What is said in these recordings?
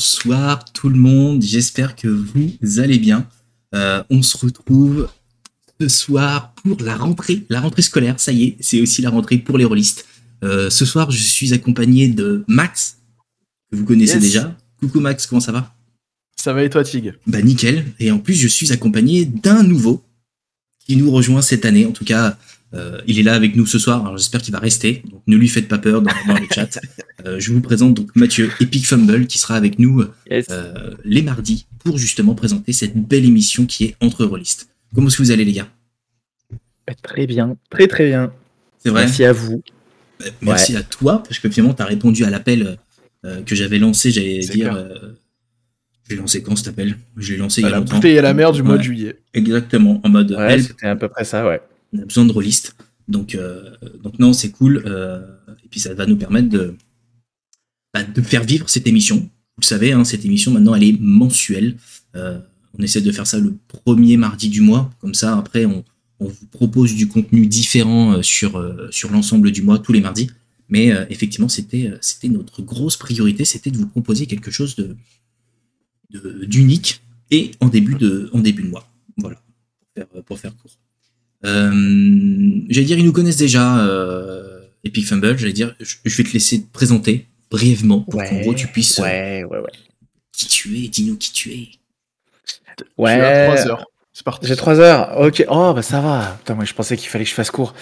bonsoir tout le monde, j'espère que vous allez bien. On se retrouve ce soir pour la rentrée scolaire, ça y est, c'est aussi la rentrée pour les rôlistes. Ce soir, je suis accompagné de Max, que vous connaissez déjà. Coucou Max, comment ça va ? Ça va et toi, Tig ? Bah nickel, et en plus je suis accompagné d'un nouveau qui nous rejoint cette année, en tout cas il est là avec nous ce soir, alors j'espère qu'il va rester, donc ne lui faites pas peur dans le chat. Je vous présente donc Mathieu, Epic Fumble, qui sera avec nous les mardis pour justement présenter cette belle émission qui est Entre Rôlistes. Comment est-ce que vous allez les gars ? Très bien, très très bien. C'est vrai ? Merci à vous. Merci à toi, parce que finalement tu as répondu à l'appel que j'avais lancé, j'ai lancé quand cet appel ? Je l'ai lancé il y a longtemps. La bouteille à la mer du mois de juillet. Exactement, en mode c'était à peu près ça, ouais. On a besoin de rôlistes. Donc non, c'est cool. Et puis ça va nous permettre de faire vivre cette émission. Vous le savez, hein, cette émission maintenant elle est mensuelle. On essaie de faire ça le premier mardi du mois. Comme ça, après, on vous propose du contenu différent sur l'ensemble du mois, tous les mardis. Mais effectivement, c'était notre grosse priorité, c'était de vous proposer quelque chose d'unique et en début de mois. Voilà, pour faire court. J'allais dire, ils nous connaissent déjà, Epic Fumble. J'allais dire, je vais te laisser te présenter brièvement pour qu'en gros tu puisses. Qui tu es, dis-nous qui tu es. Tu as 3 heures. C'est parti. J'ai 3 heures. Ok. Oh, bah ça va. Putain, moi je pensais qu'il fallait que je fasse court.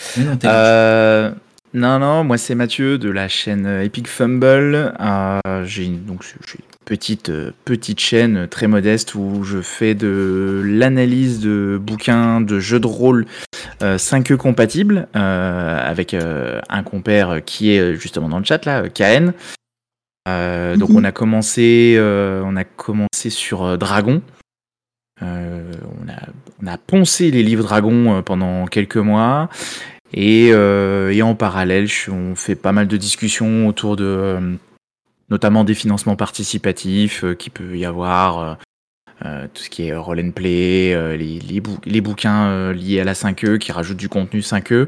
Non, moi c'est Mathieu de la chaîne Epic Fumble. J'ai une petite chaîne très modeste où je fais de l'analyse de bouquins de jeux de rôle 5e compatibles avec un compère qui est justement dans le chat là, KN. Donc on a commencé sur Dragon. On a poncé les livres Dragon pendant quelques mois. Et en parallèle, on fait pas mal de discussions autour de notamment des financements participatifs qu'il peut y avoir, tout ce qui est roll and play, les bouquins liés à la 5e qui rajoutent du contenu 5e.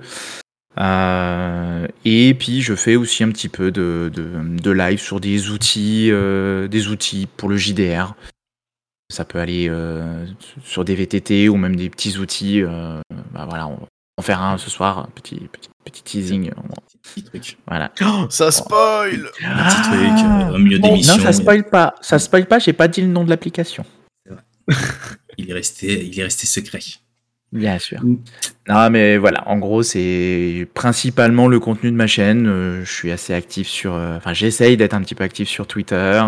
Et puis je fais aussi un petit peu de live sur des outils pour le JDR. Ça peut aller sur des VTT ou même des petits outils. Voilà, on va en faire un ce soir, petit teasing. Petit truc. Voilà. Oh, ça spoil. Petit truc au milieu d'émission. Non, ça spoil pas. Ça spoil pas. J'ai pas dit le nom de l'application. C'est vrai. Il est resté secret. Bien sûr. Non, mais voilà. En gros, c'est principalement le contenu de ma chaîne. Je suis assez actif j'essaye d'être un petit peu actif sur Twitter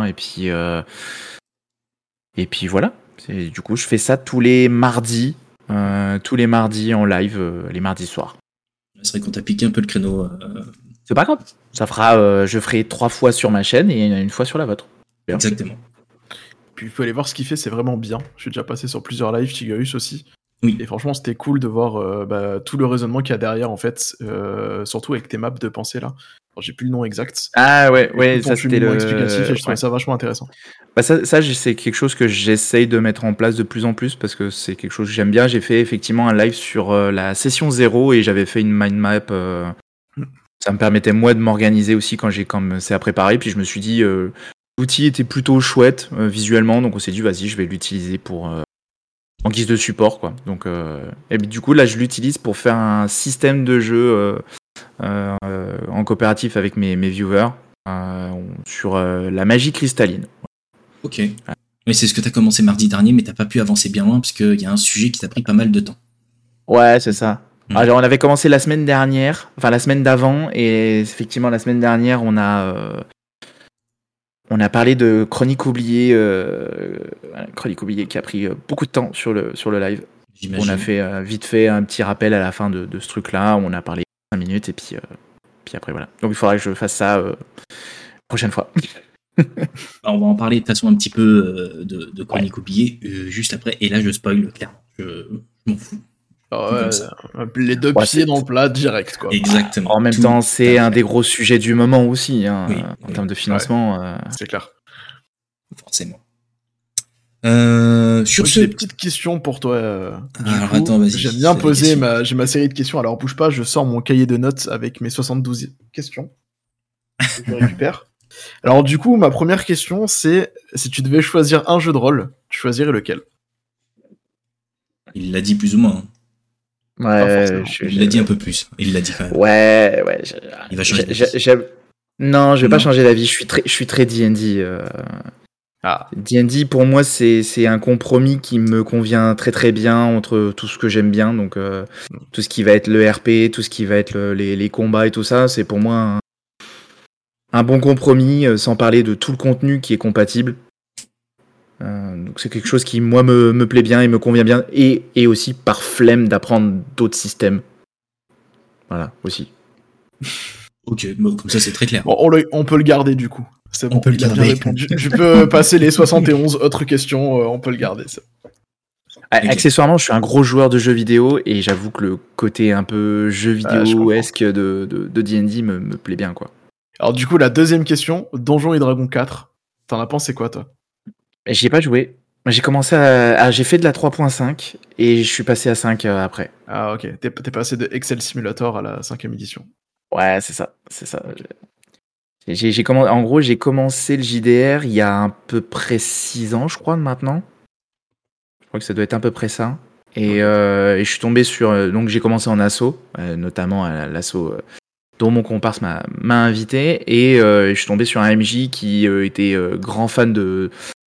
et puis voilà. Du coup, je fais ça tous les mardis en live, les mardis soirs. C'est vrai qu'on t'a piqué un peu le créneau. C'est pas grave. Ça fera, je ferai 3 fois sur ma chaîne et 1 fois sur la vôtre. Bien. Exactement. Puis il faut aller voir ce qu'il fait, c'est vraiment bien. Je suis déjà passé sur plusieurs lives, Tigaus aussi. Oui. Et franchement, c'était cool de voir tout le raisonnement qu'il y a derrière, en fait, surtout avec tes maps de pensée là. Alors, j'ai plus le nom exact. Ah ouais, ça c'était le explicatif et je trouvais ça vachement intéressant. Bah ça c'est quelque chose que j'essaye de mettre en place de plus en plus parce que c'est quelque chose que j'aime bien. J'ai fait effectivement un live sur la session 0 et j'avais fait une mind map. Ça me permettait moi de m'organiser aussi quand j'ai commencé à préparer. Puis je me suis dit l'outil était plutôt chouette visuellement, donc on s'est dit vas-y, je vais l'utiliser pour en guise de support quoi. Donc et du coup là je l'utilise pour faire un système de jeu en coopératif avec mes viewers sur la magie cristalline. Ok. Mais c'est ce que tu as commencé mardi dernier, mais t'as pas pu avancer bien loin parce qu'il y a un sujet qui t'a pris pas mal de temps. Ouais, c'est ça. Alors, on avait commencé la semaine dernière, enfin la semaine d'avant, et effectivement la semaine dernière on a parlé de Chronique oubliée, qui a pris beaucoup de temps sur le live. J'imagine. On a fait vite fait un petit rappel à la fin de ce truc-là. On a parlé 5 minutes et puis après voilà. Donc il faudra que je fasse ça prochaine fois. On va en parler de toute façon un petit peu de Chronique oubliée juste après. Et là, je spoil clairement. Je m'en fous. Les 2 pieds dans le plat direct quoi. Exactement. En même temps, c'est un des gros sujets du moment aussi, en termes de financement. C'est clair. Forcément. Sur J'ai des petites questions pour toi. Alors attends, vas-y. J'aime bien poser j'ai ma série de questions. Alors bouge pas, je sors mon cahier de notes avec mes 72 questions. Je récupère. Alors du coup, ma première question, c'est si tu devais choisir un jeu de rôle, tu choisirais lequel? Il l'a dit plus ou moins. Hein. Pas Ouais, forcément. Il l'a dit un peu plus. Il l'a dit quand même. ouais. Il va changer d'avis. Non, je vais pas Non. changer d'avis. Je suis très D&D. Ah, D&D pour moi c'est un compromis qui me convient très très bien entre tout ce que j'aime bien, donc tout ce qui va être le RP, tout ce qui va être les combats et tout ça, c'est pour moi un bon compromis, sans parler de tout le contenu qui est compatible. Donc c'est quelque chose qui moi me plaît bien et me convient bien, et aussi par flemme d'apprendre d'autres systèmes. Voilà, aussi. Ok, bon, comme ça c'est très clair. bon, on peut le garder du coup. C'est bon, On peut le il a bien garder. répondu. Je peux passer les 71 autres questions, on peut le garder. Ça. Ok. Accessoirement, je suis un gros joueur de jeux vidéo et j'avoue que le côté un peu jeu je vidéo-esque de D&D me plaît bien, quoi. Alors du coup, la deuxième question, Donjons et Dragons 4, t'en as pensé quoi toi? J'y ai pas joué. J'ai commencé j'ai fait de la 3.5 et je suis passé à 5 après. Ah ok, t'es passé de Excel Simulator à la 5ème édition. Ouais, c'est ça. En gros, j'ai commencé le JDR il y a à peu près 6 ans, je crois, maintenant. Je crois que ça doit être à peu près ça. Et je suis tombé sur... donc j'ai commencé en asso, notamment à l'asso dont mon comparse m'a invité. Et je suis tombé sur un MJ qui était grand fan de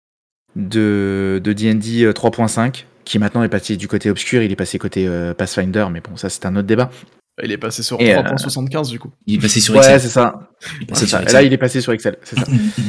D&D 3.5, qui maintenant est passé du côté obscur, il est passé côté Pathfinder, mais bon, ça c'est un autre débat. Il est passé sur Et, 3.75 du coup. Il est passé sur Ouais, Excel. c'est ça. Il est passé sur Et Excel. là, il est passé sur Excel, c'est ça.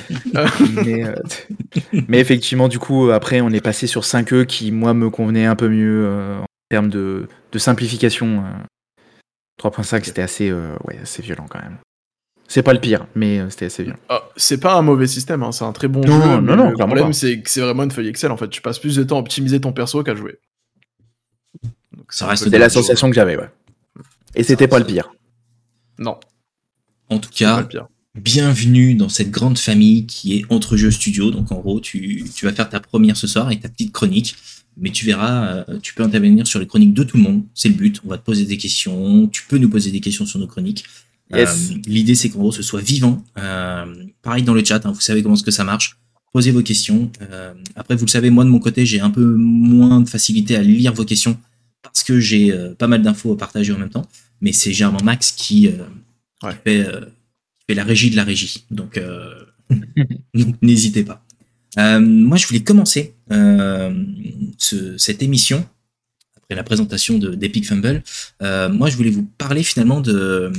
mais effectivement, du coup, après, on est passé sur 5E qui, moi, me convenait un peu mieux en termes de simplification. 3.5, c'était assez violent quand même. C'est pas le pire, mais c'était assez violent. C'est pas un mauvais système, hein, c'est un très bon Non, jeu. non, mais le clairement problème, pas. c'est que c'est vraiment une feuille Excel en fait. Tu passes plus de temps à optimiser ton perso qu'à jouer. Donc, Ça un reste peu C'est la dommage. sensation que j'avais, ouais. Et c'était pas le pire. Non, En tout c'est pas cas, le pire. bienvenue dans cette grande famille qui est Entre Jeux Studio. Donc en gros, tu vas faire ta première ce soir avec ta petite chronique. Mais tu verras, tu peux intervenir sur les chroniques de tout le monde. C'est le but. On va te poser des questions. Tu peux nous poser des questions sur nos chroniques. Yes. L'idée, c'est qu'en gros, ce soit vivant. Pareil dans le chat, hein, vous savez comment ça marche. Posez vos questions. Après, vous le savez, moi, de mon côté, j'ai un peu moins de facilité à lire vos questions parce que j'ai pas mal d'infos à partager en même temps. Mais c'est généralement Max qui fait la régie de la régie. Donc, n'hésitez pas. Moi, je voulais commencer cette émission après la présentation d'Epic Fumble. Moi, je voulais vous parler finalement de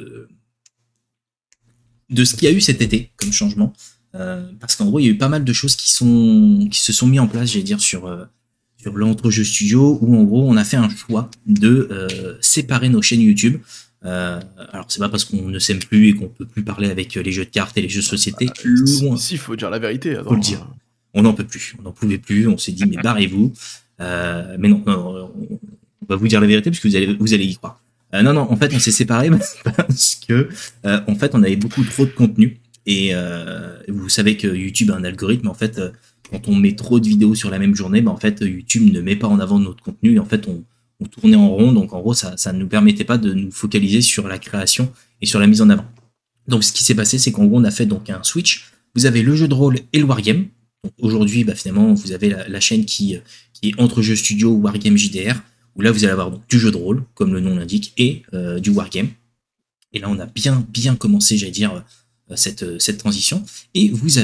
ce qu'il y a eu cet été comme changement. Parce qu'en gros, il y a eu pas mal de choses qui se sont mis en place, j'allais dire, sur l'entrejeu studio, où en gros, on a fait un choix de séparer nos chaînes YouTube. Alors, c'est pas parce qu'on ne s'aime plus et qu'on peut plus parler avec les jeux de cartes et les jeux de société. Loin. Si, il faut dire la vérité. Faut le dire. On n'en peut plus. On n'en pouvait plus. On s'est dit, mais barrez-vous. Mais non, on va vous dire la vérité parce que vous allez y croire. Non, en fait, on s'est séparés parce que, en fait, on avait beaucoup trop de contenu. Et vous savez que YouTube a un algorithme. En fait, quand on met trop de vidéos sur la même journée, en fait, YouTube ne met pas en avant notre contenu. Et en fait, on tournait en rond. Donc, en gros, ça ne nous permettait pas de nous focaliser sur la création et sur la mise en avant. Donc, ce qui s'est passé, c'est qu'en gros, on a fait donc un switch. Vous avez le jeu de rôle et le wargame. Donc, aujourd'hui, finalement, vous avez la chaîne qui est entre jeux studio wargame JDR, où là, vous allez avoir donc du jeu de rôle, comme le nom l'indique, et du wargame. Et là, on a bien commencé, j'allais dire, cette transition. Et vous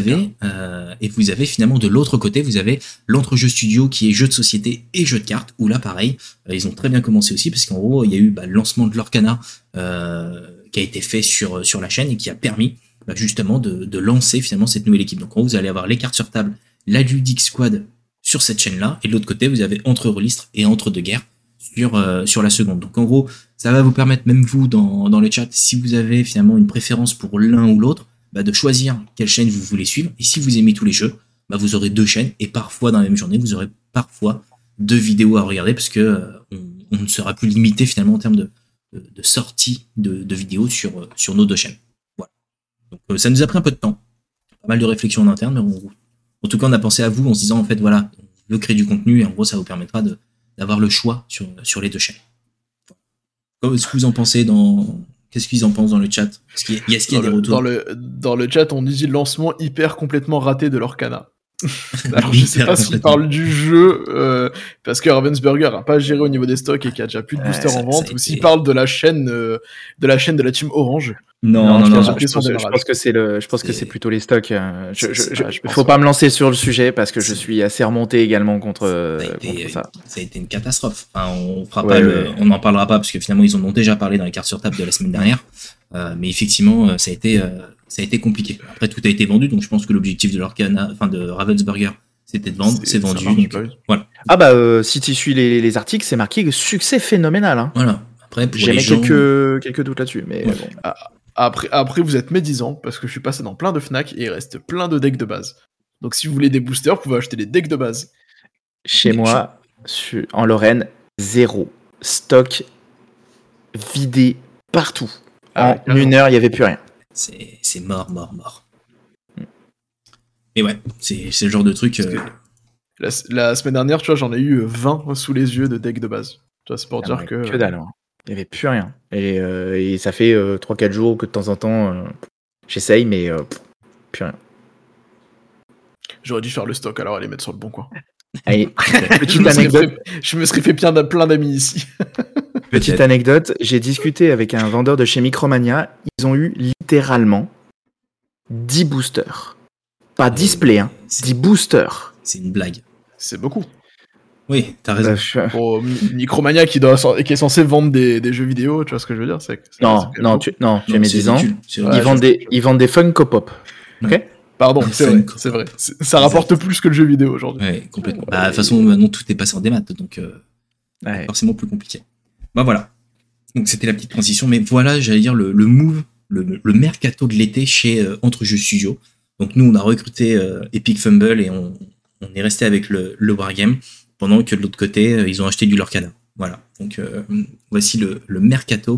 avez finalement de l'autre côté, vous avez l'entrejeu studio qui est jeu de société et jeu de cartes, où là, pareil, ils ont très bien commencé aussi, parce qu'en gros, il y a eu le lancement de l'Orcana qui a été fait sur la chaîne et qui a permis justement de lancer finalement cette nouvelle équipe. Donc en gros, vous allez avoir les cartes sur table, la Ludic Squad sur cette chaîne-là, et de l'autre côté, vous avez Entre Relistres et Entre Deux Guerres sur la seconde. Donc en gros, ça va vous permettre, même vous, dans le chat, si vous avez finalement une préférence pour l'un ou l'autre, de choisir quelle chaîne vous voulez suivre. Et si vous aimez tous les jeux, vous aurez deux chaînes, et parfois dans la même journée, vous aurez parfois deux vidéos à regarder, parce que on ne sera plus limité finalement en termes de sortie de vidéos sur nos deux chaînes. Voilà. Donc ça nous a pris un peu de temps, pas mal de réflexions en interne, mais en tout cas on a pensé à vous en se disant en fait voilà, on veut créer du contenu, et en gros ça vous permettra d'avoir le choix sur les deux chaînes. Qu'est-ce que vous en pensez Qu'est-ce qu'ils en pensent dans le chat? Est-ce qu'il y a des retours? Dans le chat, on dit lancement hyper complètement raté de l'Orcana. Alors je sais pas s'il parle du jeu parce que Ravensburger a pas géré au niveau des stocks et qu'il y a déjà plus de boosters en vente, ou s'il parle de la chaîne de la Team Orange. Non, je pense que c'est plutôt les stocks. Faut pas me lancer sur le sujet parce que je suis assez remonté également contre ça. Ça a été une catastrophe. Enfin, on n'en parlera pas parce que finalement ils en ont déjà parlé dans les cartes sur table de la semaine dernière. Mais effectivement, ça a été compliqué. Après, tout a été vendu, donc je pense que l'objectif de de Ravensburger, c'était de vendre. C'est vendu. Donc, voilà. Ah bah, si tu suis les articles, c'est marqué succès phénoménal. Hein. Voilà. Après, j'ai quelques doutes là-dessus, mais bon. Après, vous êtes médisant parce que je suis passé dans plein de Fnac et il reste plein de decks de base. Donc, si vous voulez des boosters, vous pouvez acheter les decks de base. Chez moi, en Lorraine, 0 stock vidé partout. En une heure, il n'y avait plus rien. C'est mort. Mais ouais, c'est le genre de truc. La semaine dernière, tu vois, j'en ai eu 20 sous les yeux de decks de base. Tu vois, c'est pour dire que. Que dalle. Il n'y avait plus rien. Et ça fait 3-4 jours que de temps en temps, j'essaye, mais plus rien. J'aurais dû faire le stock, alors aller mettre sur le bon coin. Allez, petite anecdote. Je me serais fait plein d'amis ici. Petite anecdote, j'ai discuté avec un vendeur de chez Micromania. Ils ont eu littéralement 10 boosters. Pas display, 10 boosters. C'est une blague. C'est beaucoup. Oui, t'as raison. Pour Micromania qui est censé vendre des jeux vidéo, tu vois ce que je veux dire? Tu es médisant. Ils vendent des Funko Pop. Ok? Pardon, c'est vrai. Ça rapporte plus que le jeu vidéo aujourd'hui. Ouais, complètement. De toute façon, maintenant tout est passé en démat, donc forcément plus compliqué. Bah voilà. Donc c'était la petite transition, mais voilà, j'allais dire le move, le mercato de l'été chez Entre Jeux Studio. Donc nous, on a recruté Epic Fumble et on est resté avec le Wargame, pendant que de l'autre côté, ils ont acheté du Lorcana. Voilà. Donc voici le mercato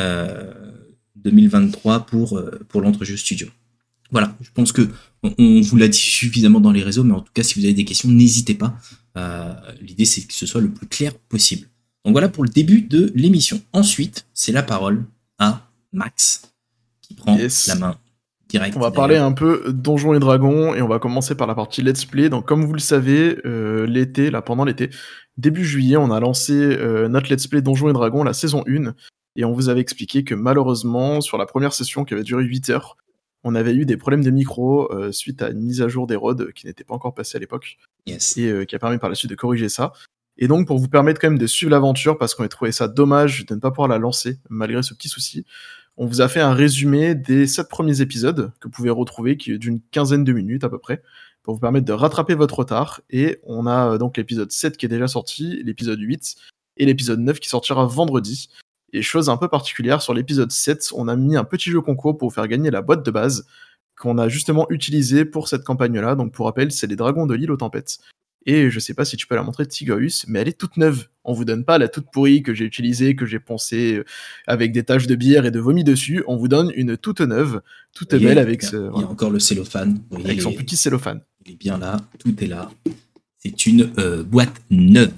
2023 pour l'Entrejeux Studio. Voilà, je pense que on vous l'a dit suffisamment dans les réseaux, mais en tout cas, si vous avez des questions, n'hésitez pas. L'idée, c'est que ce soit le plus clair possible. Donc voilà pour le début de l'émission. Ensuite, c'est la parole à Max, qui prend la main direct. On va parler un peu Donjons et Dragons, et on va commencer par la partie Let's Play. Donc comme vous le savez, pendant l'été, début juillet, on a lancé notre Let's Play Donjons et Dragons, la saison 1, et on vous avait expliqué que malheureusement, sur la première session qui avait duré 8 heures, on avait eu des problèmes de micro suite à une mise à jour des ROD qui n'était pas encore passée à l'époque, et qui a permis par la suite de corriger ça. Et donc, pour vous permettre quand même de suivre l'aventure, parce qu'on a trouvé ça dommage de ne pas pouvoir la lancer, malgré ce petit souci, on vous a fait un résumé des 7 premiers épisodes, que vous pouvez retrouver, qui est d'une quinzaine de minutes à peu près, pour vous permettre de rattraper votre retard. Et on a donc l'épisode 7 qui est déjà sorti, l'épisode 8, et l'épisode 9 qui sortira vendredi. Et chose un peu particulière, sur l'épisode 7, on a mis un petit jeu concours pour vous faire gagner la boîte de base, qu'on a justement utilisée pour cette campagne-là. Donc pour rappel, c'est les Dragons de l'île aux tempêtes. Et je sais pas si tu peux la montrer, Tigaeus, mais elle est toute neuve. On vous donne pas la toute pourrie que j'ai utilisée, que j'ai poncée avec des taches de bière et de vomi dessus. On vous donne une toute neuve, toute belle avec il y a encore le cellophane. Avec son petit cellophane. Il est bien là, tout est là. C'est une boîte neuve.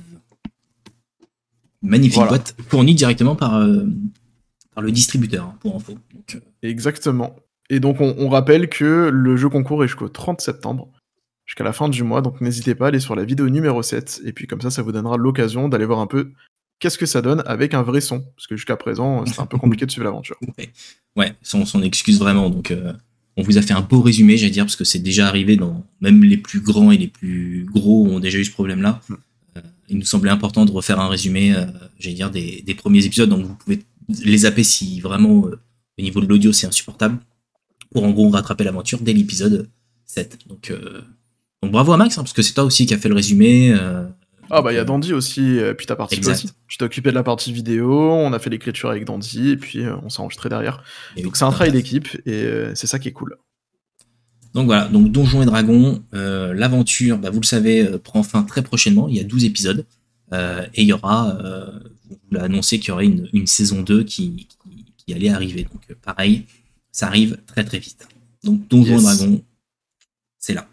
Magnifique boîte fournie directement par le distributeur, pour info. Donc, Exactement. Et donc on rappelle que le jeu concours est jusqu'au 30 septembre. Jusqu'à la fin du mois, donc n'hésitez pas à aller sur la vidéo numéro 7, et puis comme ça vous donnera l'occasion d'aller voir un peu qu'est-ce que ça donne avec un vrai son, parce que jusqu'à présent, c'est un peu compliqué de suivre l'aventure. Ouais, on excuse vraiment, donc on vous a fait un beau résumé, j'allais dire, parce que c'est déjà arrivé dans, même les plus grands et les plus gros ont déjà eu ce problème-là. Il nous semblait important de refaire un résumé, j'allais dire, des premiers épisodes, donc vous pouvez les zapper si vraiment, au niveau de l'audio, c'est insupportable, pour en gros rattraper l'aventure dès l'épisode 7. Donc bravo à Max, parce que c'est toi aussi qui a fait le résumé. Il y a Dandy aussi, puis t'as participé aussi. Tu t'es occupé de la partie vidéo, on a fait l'écriture avec Dandy, et puis on s'est enregistré derrière. Donc c'est un travail d'équipe, et c'est ça qui est cool. Donc voilà, donc Donjons et Dragons, l'aventure, vous le savez, prend fin très prochainement, il y a 12 épisodes, et il y aura, on vous l'a annoncé qu'il y aurait une saison 2 qui allait arriver. Donc pareil, ça arrive très très vite. Donc Donjons et Dragons, c'est là.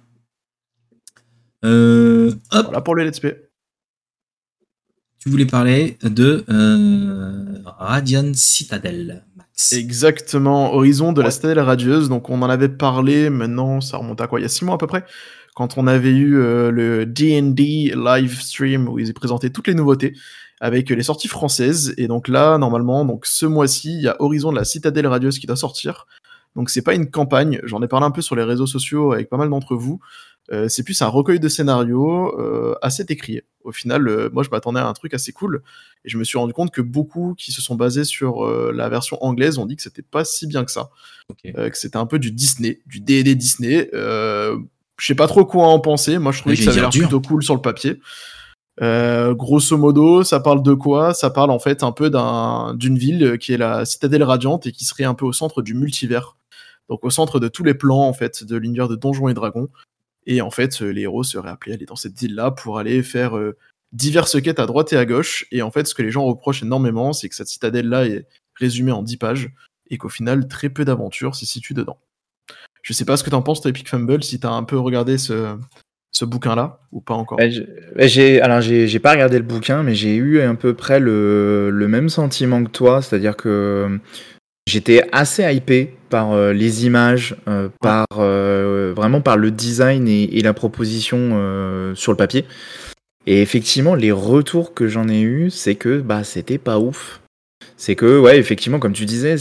Voilà pour le Let's Play. Tu voulais parler de Radiant Citadel, Max. Exactement, Horizon de la Ouais. Citadelle Radieuse. Donc on en avait parlé, maintenant ça remonte à quoi? Il y a 6 mois à peu près, quand on avait eu le D&D live stream où ils présentaient toutes les nouveautés avec les sorties françaises. Et donc là, normalement, donc ce mois-ci, il y a Horizon de la Citadelle Radieuse qui doit sortir. Donc c'est pas une campagne, j'en ai parlé un peu sur les réseaux sociaux avec pas mal d'entre vous. C'est plus un recueil de scénarios assez décrié. Au final, moi je m'attendais à un truc assez cool. Et je me suis rendu compte que beaucoup qui se sont basés sur la version anglaise ont dit que c'était pas si bien que ça. Ok. Que c'était un peu du Disney, du D&D Disney. Je sais pas trop quoi en penser. Moi, je trouvais Ouais, que ça j'allais avait dire l'air dur. plutôt cool sur le papier. Grosso modo, ça parle de quoi? Ça parle en fait un peu d'une ville qui est la Citadelle Radiante et qui serait un peu au centre du multivers. Donc au centre de tous les plans en fait de l'univers de Donjons et Dragons. Et en fait, les héros seraient appelés à aller dans cette ville-là pour aller faire diverses quêtes à droite et à gauche. Et en fait, ce que les gens reprochent énormément, c'est que cette citadelle-là est résumée en 10 pages et qu'au final, très peu d'aventures s'y situent dedans. Je sais pas ce que t'en penses, toi, Epic Fumble, si t'as un peu regardé ce bouquin-là ou pas encore. J'ai pas regardé le bouquin, mais j'ai eu à peu près le même sentiment que toi, c'est-à-dire que j'étais assez hypé par les images, vraiment par le design et la proposition sur le papier. Et effectivement, les retours que j'en ai eu, c'est que bah c'était pas ouf. C'est que ouais, effectivement, comme tu disais,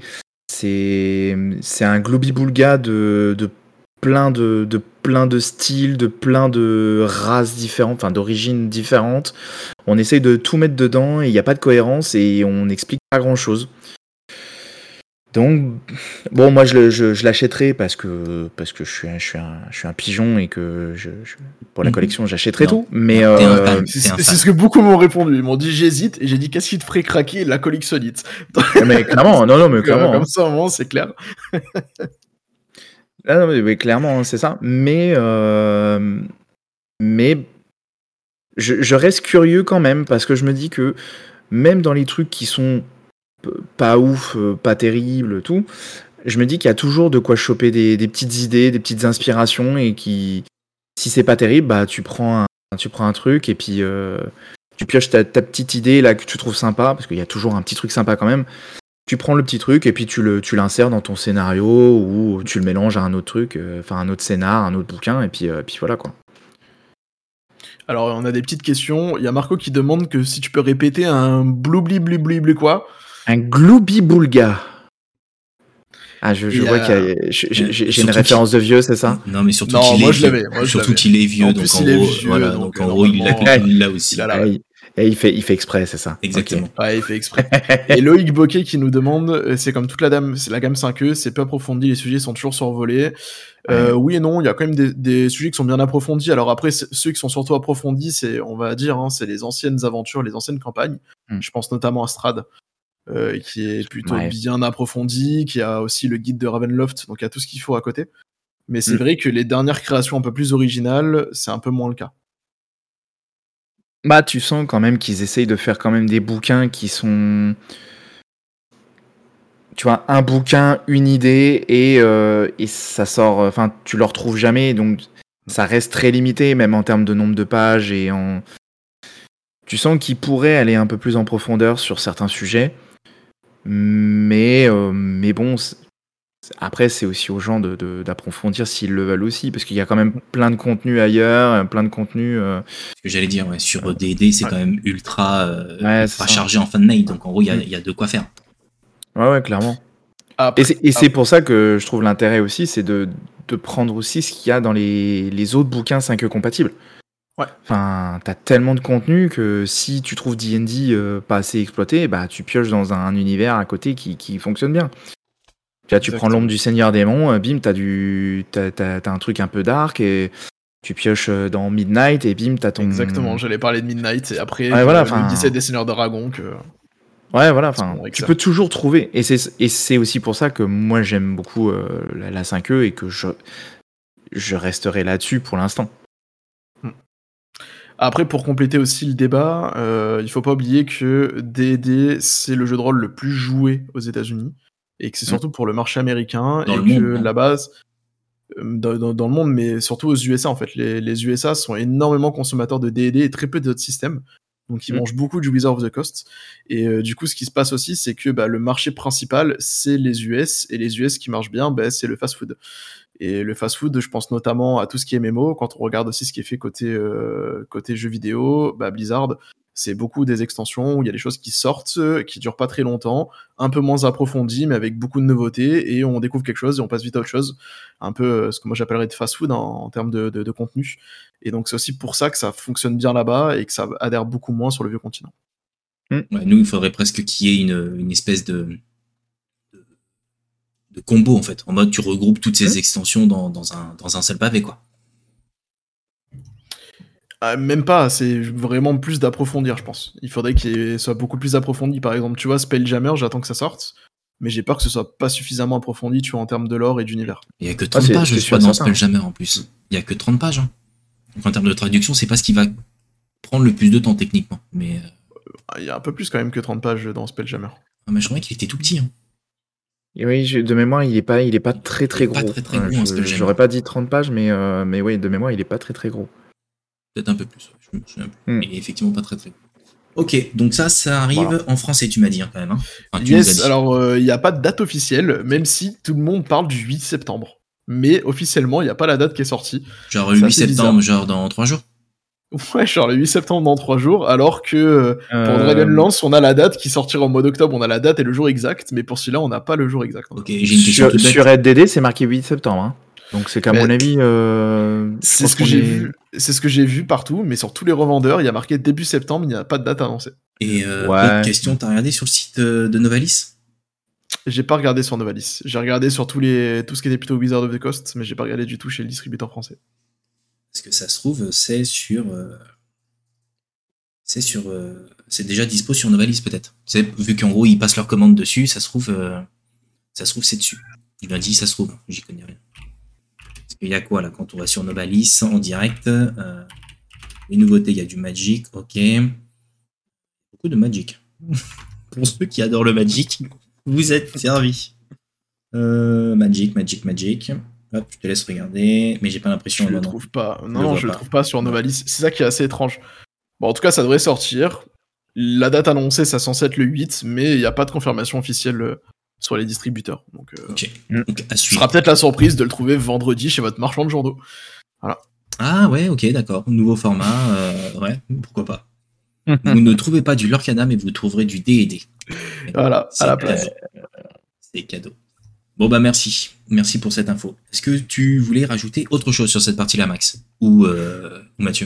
c'est un globi-boulga de plein de styles, de plein de races différentes, enfin d'origines différentes. On essaye de tout mettre dedans et il n'y a pas de cohérence et on n'explique pas grand-chose. Donc, bon, moi je l'achèterai parce que je suis un pigeon et que pour la collection j'achèterai Non. tout. Mais T'es un fan. C'est ce que beaucoup m'ont répondu. Ils m'ont dit j'hésite et j'ai dit qu'est-ce qui te ferait craquer la collectionnite. mais clairement, non, mais clairement. Comme ça, au moment, c'est clair. Ah non, mais clairement, hein, c'est ça. Mais je reste curieux quand même parce que je me dis que même dans les trucs qui sont pas ouf, pas terribles, tout, je me dis qu'il y a toujours de quoi choper des petites idées, des petites inspirations et qui, si c'est pas terrible, bah tu prends un truc et puis tu pioches ta petite idée là que tu trouves sympa parce qu'il y a toujours un petit truc sympa quand même. Tu prends le petit truc et puis tu l'insères dans ton scénario ou tu le mélanges à un autre truc, enfin un autre scénar, un autre bouquin et puis voilà quoi. Alors, on a des petites questions. Il y a Marco qui demande que si tu peux répéter un bloubli blubli quoi. Un gloubi-boulga. Ah, je vois qu'il y a. J'ai une référence de vieux, c'est ça? Non, mais surtout Non, qu'il moi, est je vieux. l'avais, moi, je Surtout l'avais. qu'il est vieux, En donc plus, en il est gros, vieux, voilà, donc, donc en gros, il normalement, l'a aussi. il a la- Et il fait exprès, c'est ça. Exactement. Ok. Ouais, il fait exprès. Et Loïc Bocquet qui nous demande, c'est comme toute la gamme 5e, c'est peu approfondi, les sujets sont toujours survolés. Oui et non, il y a quand même des sujets qui sont bien approfondis. Alors après, ceux qui sont surtout approfondis, c'est, on va dire, hein, c'est les anciennes aventures, les anciennes campagnes. Je pense notamment à Strad, qui est plutôt Ouais. bien approfondi, qui a aussi le guide de Ravenloft, donc il y a tout ce qu'il faut à côté. Mais c'est Mm. vrai que les dernières créations un peu plus originales, c'est un peu moins le cas. Bah, tu sens quand même qu'ils essayent de faire quand même des bouquins qui sont. Tu vois, un bouquin, une idée, et ça sort. Enfin, tu le retrouves jamais, donc ça reste très limité, même en termes de nombre de pages et en. Tu sens qu'ils pourraient aller un peu plus en profondeur sur certains sujets, mais bon, après c'est aussi aux gens d'approfondir s'ils le veulent aussi, parce qu'il y a quand même plein de contenu ailleurs, plein de contenu. Ce que j'allais dire, ouais, sur D&D, c'est quand même ultra Ouais, c'est ça. chargé en fin de night, donc en gros, il y a de quoi faire. Ouais, clairement. Après, Et c'est pour ça que je trouve l'intérêt aussi, c'est de prendre aussi ce qu'il y a dans les autres bouquins 5e compatibles. Ouais. Enfin, t'as tellement de contenu que si tu trouves D&D pas assez exploité, bah tu pioches dans un univers à côté qui fonctionne bien. Là, tu prends l'ombre du Seigneur Démon, bim, t'as un truc un peu dark et tu pioches dans Midnight et bim, t'as ton. Exactement, j'allais parler de Midnight et après Ouais, voilà, le 17 des Seigneurs de Dragon que. Ouais, voilà, enfin, Avec tu ça. peux toujours trouver. Et c'est aussi pour ça que moi j'aime beaucoup la 5e et que je resterai là-dessus pour l'instant. Après, pour compléter aussi le débat, il faut pas oublier que D&D, c'est le jeu de rôle le plus joué aux États-Unis et que c'est surtout pour le marché américain Dans et le que monde, non la base dans le monde, mais surtout aux USA en fait. Les USA sont énormément consommateurs de D&D et très peu d'autres systèmes. Donc ils mangent beaucoup du Wizard of the Coast. Et du coup, ce qui se passe aussi, c'est que le marché principal, c'est les US. Et les US qui marchent bien, c'est le fast-food. Et le fast-food, je pense notamment à tout ce qui est MMO. Quand on regarde aussi ce qui est fait côté jeux vidéo, Blizzard, c'est beaucoup des extensions où il y a des choses qui sortent, qui durent pas très longtemps, un peu moins approfondies, mais avec beaucoup de nouveautés, et on découvre quelque chose et on passe vite à autre chose. Un peu ce que moi j'appellerais de fast-food en termes de contenu. Et donc c'est aussi pour ça que ça fonctionne bien là-bas et que ça adhère beaucoup moins sur le vieux continent. Ouais, nous, il faudrait presque qu'il y ait une espèce de combo, en fait. En mode, tu regroupes toutes ces extensions dans un seul pavé, quoi. Même pas, c'est vraiment plus d'approfondir, je pense. Il faudrait qu'il soit beaucoup plus approfondi. Par exemple, tu vois, Spelljammer, j'attends que ça sorte, mais j'ai peur que ce soit pas suffisamment approfondi, tu vois, en termes de lore et d'univers. Il y a que 30 pages, je crois, dans Spelljammer, en plus. Il y a que 30 pages, hein. Donc, en termes de traduction, c'est pas ce qui va prendre le plus de temps, techniquement. Mais il y a un peu plus, quand même, que 30 pages dans Spelljammer. Ah, mais je croyais qu'il était tout petit, hein. Et oui, de mémoire, il est pas très très gros. J'aurais pas dit 30 pages, mais oui, de mémoire, il est pas très très gros. Peut-être un peu plus, je me souviens plus. Mais il est effectivement pas très très gros. Ok, donc ça arrive en français, tu m'as dit, hein, quand même. Hein. Enfin, yes, alors il n'y a pas de date officielle, même si tout le monde parle du 8 septembre. Mais officiellement, il n'y a pas la date qui est sortie. Genre le 8 septembre, genre dans 3 jours. Ouais, genre le 8 septembre dans 3 jours, alors que pour Dragonlance, on a la date qui sortira en mois d'octobre, on a la date et le jour exact, mais pour celui-là, on n'a pas le jour exact. Ok, j'ai une question sur RedDD, c'est marqué 8 septembre, hein. Donc c'est qu'à mon avis... c'est ce que j'ai vu. C'est ce que j'ai vu partout, mais sur tous les revendeurs, il y a marqué début septembre, il n'y a pas de date annoncée. Et autre question, t'as regardé sur le site de Novalis ? J'ai pas regardé sur Novalis. J'ai regardé sur tout ce qui était plutôt Wizard of the Coast, mais j'ai pas regardé du tout chez le distributeur français. Parce que ça se trouve, c'est déjà dispo sur Novalis peut-être. Vu qu'en gros ils passent leur commande dessus, ça se trouve c'est dessus. Il m'a dit ça se trouve, j'y connais rien. Parce qu'il y a quoi là quand on va sur Novalis en direct, les nouveautés, il y a du Magic, ok. Beaucoup de Magic. Pour ceux qui adorent le Magic, vous êtes servis. Magic. Hop, je te laisse regarder, mais j'ai pas l'impression. Je le trouve pas. Non, je le trouve pas sur Novalis. C'est ça qui est assez étrange. Bon, en tout cas, ça devrait sortir. La date annoncée, ça censé être le 8, mais il n'y a pas de confirmation officielle sur les distributeurs. Donc, donc ce sera peut-être la surprise de le trouver vendredi chez votre marchand de journaux. Voilà. Ah ouais, ok, d'accord. Nouveau format, ouais, pourquoi pas. Vous ne trouvez pas du Lorcana, mais vous trouverez du D&D. Voilà, à la place. C'est cadeau. Bon bah merci pour cette info. Est-ce que tu voulais rajouter autre chose sur cette partie-là, Max ou Mathieu?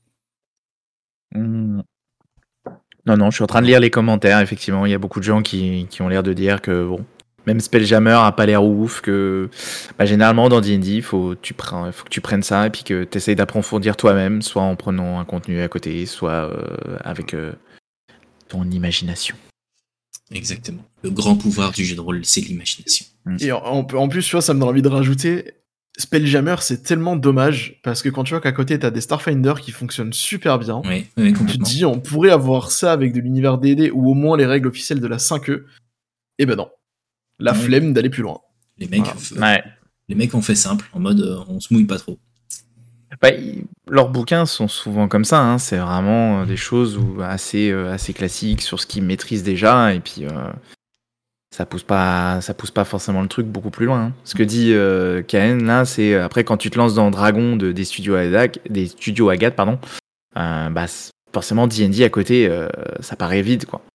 Non, je suis en train de lire les commentaires. Effectivement, il y a beaucoup de gens qui ont l'air de dire que bon, même Spelljammer a pas l'air ouf, que généralement dans D&D, faut que tu prennes ça et puis que tu essayes d'approfondir toi-même, soit en prenant un contenu à côté, soit avec ton imagination. Exactement. Le grand pouvoir du jeu de rôle, c'est l'imagination. Et en plus, tu vois, ça me donne envie de rajouter, Spelljammer, c'est tellement dommage, parce que quand tu vois qu'à côté, t'as des Starfinder qui fonctionnent super bien, oui, tu te dis, on pourrait avoir ça avec de l'univers D&D, ou au moins les règles officielles de la 5e, et ben non. La flemme d'aller plus loin. Les mecs ont fait simple, en mode, on se mouille pas trop. Leurs bouquins sont souvent comme ça, hein. C'est vraiment des choses assez classiques sur ce qu'ils maîtrisent déjà, et puis ça pousse pas forcément le truc beaucoup plus loin. Hein. Ce que dit Kaen là, c'est après quand tu te lances dans Dragon des studios Agathe, pardon, forcément D&D à côté, ça paraît vide, quoi.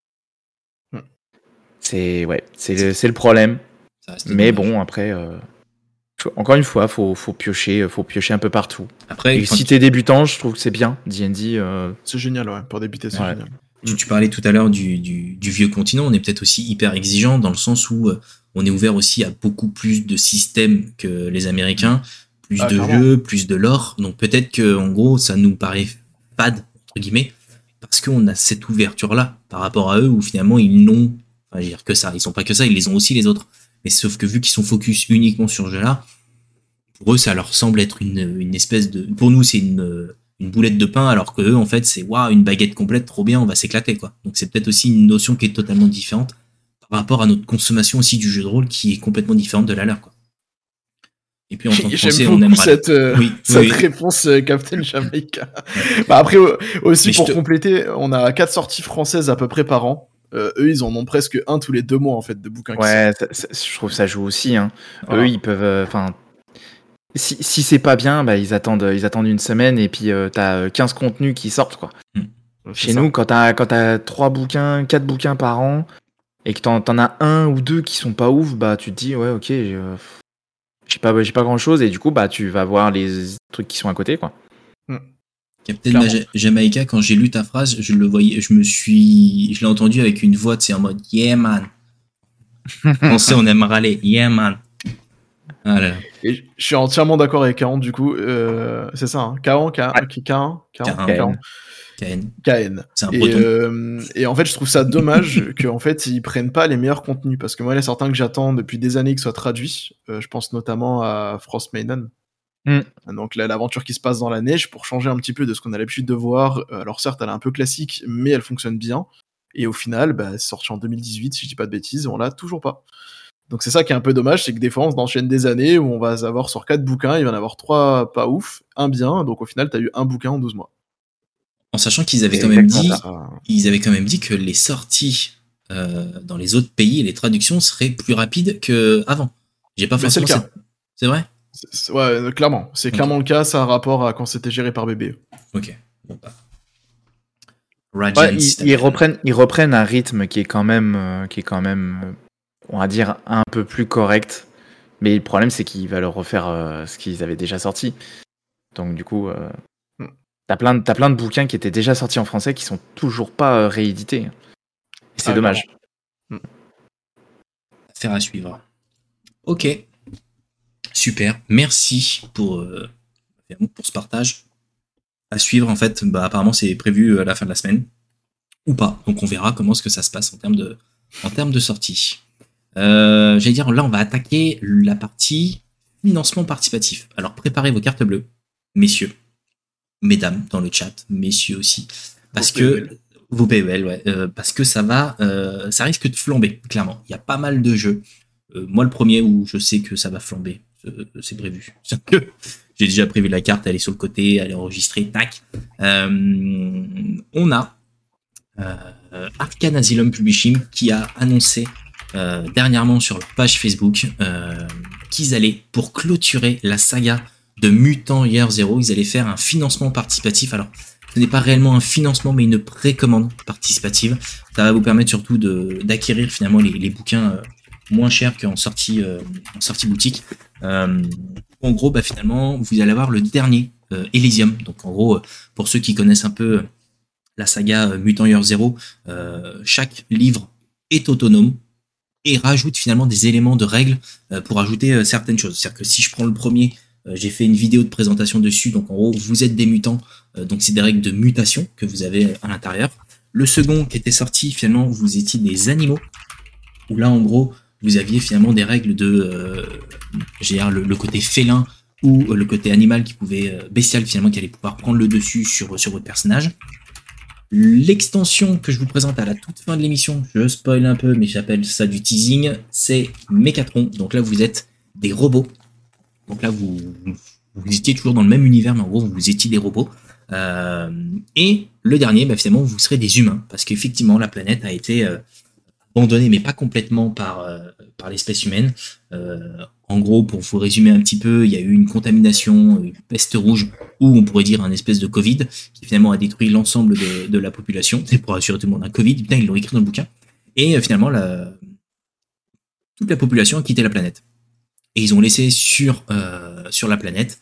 C'est le problème. Mais bon, après. Encore une fois, faut piocher un peu partout. Après, et si t'es débutant, je trouve que c'est bien. D&D. C'est génial, ouais. Pour débuter, c'est génial. Tu parlais tout à l'heure du vieux continent. On est peut-être aussi hyper exigeant dans le sens où on est ouvert aussi à beaucoup plus de systèmes que les Américains, plus de jeux, plus de lore. Donc peut-être que en gros, ça nous paraît fade entre guillemets parce qu'on a cette ouverture-là par rapport à eux où finalement ils n'ont, enfin, je veux dire que ça. Ils sont pas que ça, ils les ont aussi les autres. Mais sauf que vu qu'ils sont focus uniquement sur ce jeu-là, pour eux, ça leur semble être une espèce de... Pour nous, c'est une boulette de pain, alors que eux, en fait, c'est waouh, une baguette complète, trop bien, on va s'éclater, quoi. Donc c'est peut-être aussi une notion qui est totalement différente par rapport à notre consommation aussi du jeu de rôle, qui est complètement différente de la leur, quoi. Et puis en tant que J'aime Français, on beaucoup aimera. cette Oui, réponse Captain Jamaica. Bah après aussi Mais pour compléter, on a 4 sorties françaises à peu près par an. Eux, ils en ont presque un tous les 2 mois en fait de bouquins qui sortent. Ouais, je trouve que ça joue aussi. Hein. Voilà. Eux, ils peuvent. Enfin, si c'est pas bien, bah, ils attendent une semaine et puis t'as 15 contenus qui sortent, quoi. C'est Chez ça. nous, quand t'as 3 bouquins, 4 bouquins par an et que t'en as un ou deux qui sont pas ouf, bah tu te dis ouais, ok, j'ai pas grand chose et du coup, bah tu vas voir les trucs qui sont à côté, quoi. Captain Clairement. Jamaica, quand j'ai lu ta phrase, je le voyais, je l'ai entendu avec une voix, en mode yeah man. On sait, on aime râler, yeah man. Ah là là. Et je suis entièrement d'accord avec Caen du coup. C'est ça, hein. Caen. KN. C'est un breton. Et en fait, je trouve ça dommage qu'en fait, ils prennent pas les meilleurs contenus. Parce que moi, il y a certains que j'attends depuis des années qu'ils soient traduits. Je pense notamment à Frost Maiden. Donc l'aventure qui se passe dans la neige, pour changer un petit peu de ce qu'on a l'habitude de voir. Alors certes, elle est un peu classique, mais elle fonctionne bien. Et au final, bah, c'est sorti en 2018, si je dis pas de bêtises, on l'a toujours pas. Donc c'est ça qui est un peu dommage, c'est que des fois, on enchaîne des années où on va avoir sur 4 bouquins, il va y en avoir 3 pas ouf, un bien. Donc au final, t'as eu un bouquin en 12 mois. En sachant qu'ils avaient C'est quand même exactement dit, ça. que les sorties dans les autres pays et les traductions seraient plus rapides qu'avant. J'ai pas Mais c'est forcément le cas. C'est vrai? Ouais, clairement. C'est Ok. clairement le cas, ça a un rapport à quand c'était géré par BB. Ok. Bon, bah. Ouais, Radiant, ils reprennent un rythme qui est quand même, on va dire, un peu plus correct. Mais le problème, c'est qu'il va leur refaire ce qu'ils avaient déjà sorti. Donc du coup, t'as plein de bouquins qui étaient déjà sortis en français qui sont toujours pas réédités. Et c'est dommage. Affaire à suivre. Ok. Super. Merci pour ce partage. À suivre, en fait, bah, apparemment, c'est prévu à la fin de la semaine. Ou pas. Donc, on verra comment est-ce que ça se passe en termes de sortie. J'allais dire, là, on va attaquer la partie financement participatif. Alors, préparez vos cartes bleues, messieurs, mesdames, dans le chat, messieurs aussi. Parce que vos PEL, ouais. Parce que ça risque de flamber, clairement. Il y a pas mal de jeux. Moi, le premier où je sais que ça va flamber, c'est prévu. J'ai déjà prévu la carte, elle est sur le côté, elle est enregistrée, tac. On a Arcane Asylum Publishing qui a annoncé dernièrement sur leur page Facebook qu'ils allaient, pour clôturer la saga de Mutant Year Zero, ils allaient faire un financement participatif. Alors, ce n'est pas réellement un financement, mais une précommande participative. Ça va vous permettre surtout d'acquérir finalement les bouquins moins chers qu'en sortie boutique. En gros, bah, finalement, vous allez avoir le dernier Elysium. Donc en gros, pour ceux qui connaissent un peu la saga Mutant Year Zero, chaque livre est autonome et rajoute finalement des éléments de règles pour ajouter certaines choses. C'est-à-dire que si je prends le premier, j'ai fait une vidéo de présentation dessus. Donc en gros, vous êtes des mutants, donc c'est des règles de mutation que vous avez à l'intérieur. Le second qui était sorti, finalement, vous étiez des animaux, où là, en gros, vous aviez finalement des règles de le côté félin ou le côté animal qui pouvait bestial finalement qui allait pouvoir prendre le dessus sur votre personnage. L'extension que je vous présente à la toute fin de l'émission, je spoil un peu mais j'appelle ça du teasing, c'est Mechatron. Donc là vous êtes des robots. Donc là vous étiez toujours dans le même univers mais en gros vous étiez des robots. Et le dernier, bah, finalement vous serez des humains parce qu'effectivement la planète a été abandonné, mais pas complètement par l'espèce humaine. En gros, pour vous résumer un petit peu, il y a eu une contamination, une peste rouge, ou on pourrait dire un espèce de Covid, qui finalement a détruit l'ensemble de la population. C'est pour assurer tout le monde un Covid, putain, ils l'ont écrit dans le bouquin. Et finalement, toute la population a quitté la planète. Et ils ont laissé sur la planète,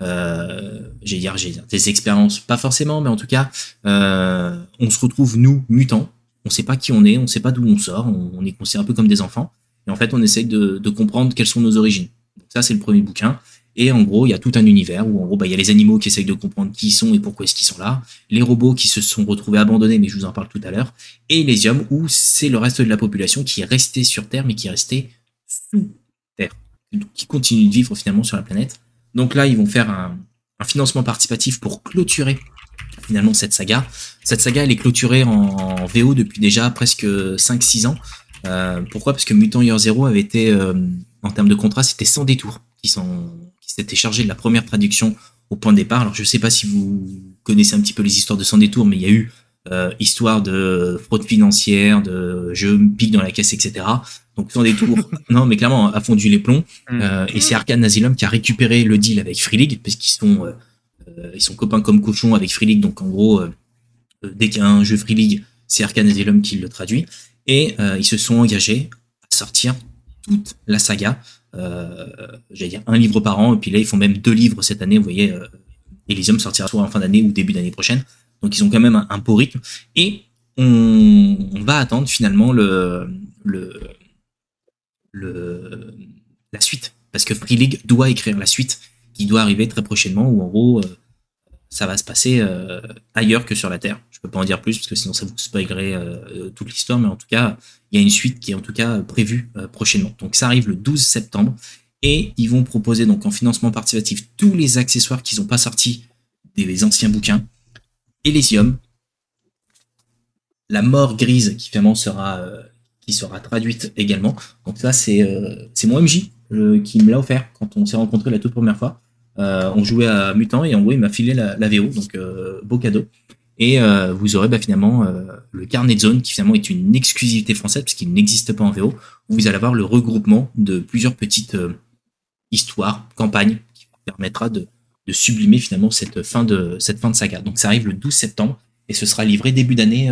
j'ai des expériences, pas forcément, mais en tout cas, on se retrouve, nous, mutants. On sait pas qui on est, on sait pas d'où on sort, on est considéré un peu comme des enfants. Et en fait, on essaye de comprendre quelles sont nos origines. Donc ça, c'est le premier bouquin. Et en gros, il y a tout un univers où, en gros, bah, il y a les animaux qui essayent de comprendre qui ils sont et pourquoi est-ce qu'ils sont là. Les robots qui se sont retrouvés abandonnés, mais je vous en parle tout à l'heure. Et Elysium, où c'est le reste de la population qui est restée sur Terre, mais qui est restée sous Terre. Qui continue de vivre finalement sur la planète. Donc là, ils vont faire un financement participatif pour clôturer finalement cette saga. Cette saga, elle est clôturée en VO depuis déjà presque 5-6 ans. Pourquoi ? Parce que Mutant Year Zero avait été, en termes de contrat, c'était 100 détours qui s'était chargé de la première traduction au point de départ. Alors je sais pas si vous connaissez un petit peu les histoires de Sans Détour, mais il y a eu histoire de fraude financière, de je me pique dans la caisse, etc. Donc Sans Détour, non mais clairement a fondu les plombs. Et c'est Arcane Asylum qui a récupéré le deal avec Free League, parce qu'ils sont copains comme cochons avec Free League. Donc en gros, dès qu'il y a un jeu Free League, c'est Arcane Asylum qui le traduit. Et ils se sont engagés à sortir toute la saga. J'allais dire un livre par an, et puis là ils font même 2 livres cette année. Vous voyez, Elysium sortira soit en fin d'année ou début d'année prochaine. Donc ils ont quand même un beau rythme. Et on va attendre finalement la suite. Parce que Free League doit écrire la suite qui doit arriver très prochainement, où en gros ça va se passer ailleurs que sur la Terre. Je peux pas en dire plus parce que sinon ça vous spoilerait toute l'histoire, mais en tout cas il y a une suite qui est en tout cas prévue prochainement. Donc ça arrive le 12 septembre et ils vont proposer donc en financement participatif tous les accessoires qu'ils n'ont pas sortis des anciens bouquins. Elysium, la mort grise qui finalement sera traduite également. Donc ça c'est mon MJ qui me l'a offert quand on s'est rencontrés la toute première fois. On jouait à Mutant et en gros il m'a filé la VO, donc beau cadeau. Et vous aurez finalement le carnet de zone qui finalement est une exclusivité française parce qu'il n'existe pas en VO, où vous allez avoir le regroupement de plusieurs petites histoires, campagnes, qui vous permettra de sublimer finalement cette fin de saga. Donc ça arrive le 12 septembre et ce sera livré début d'année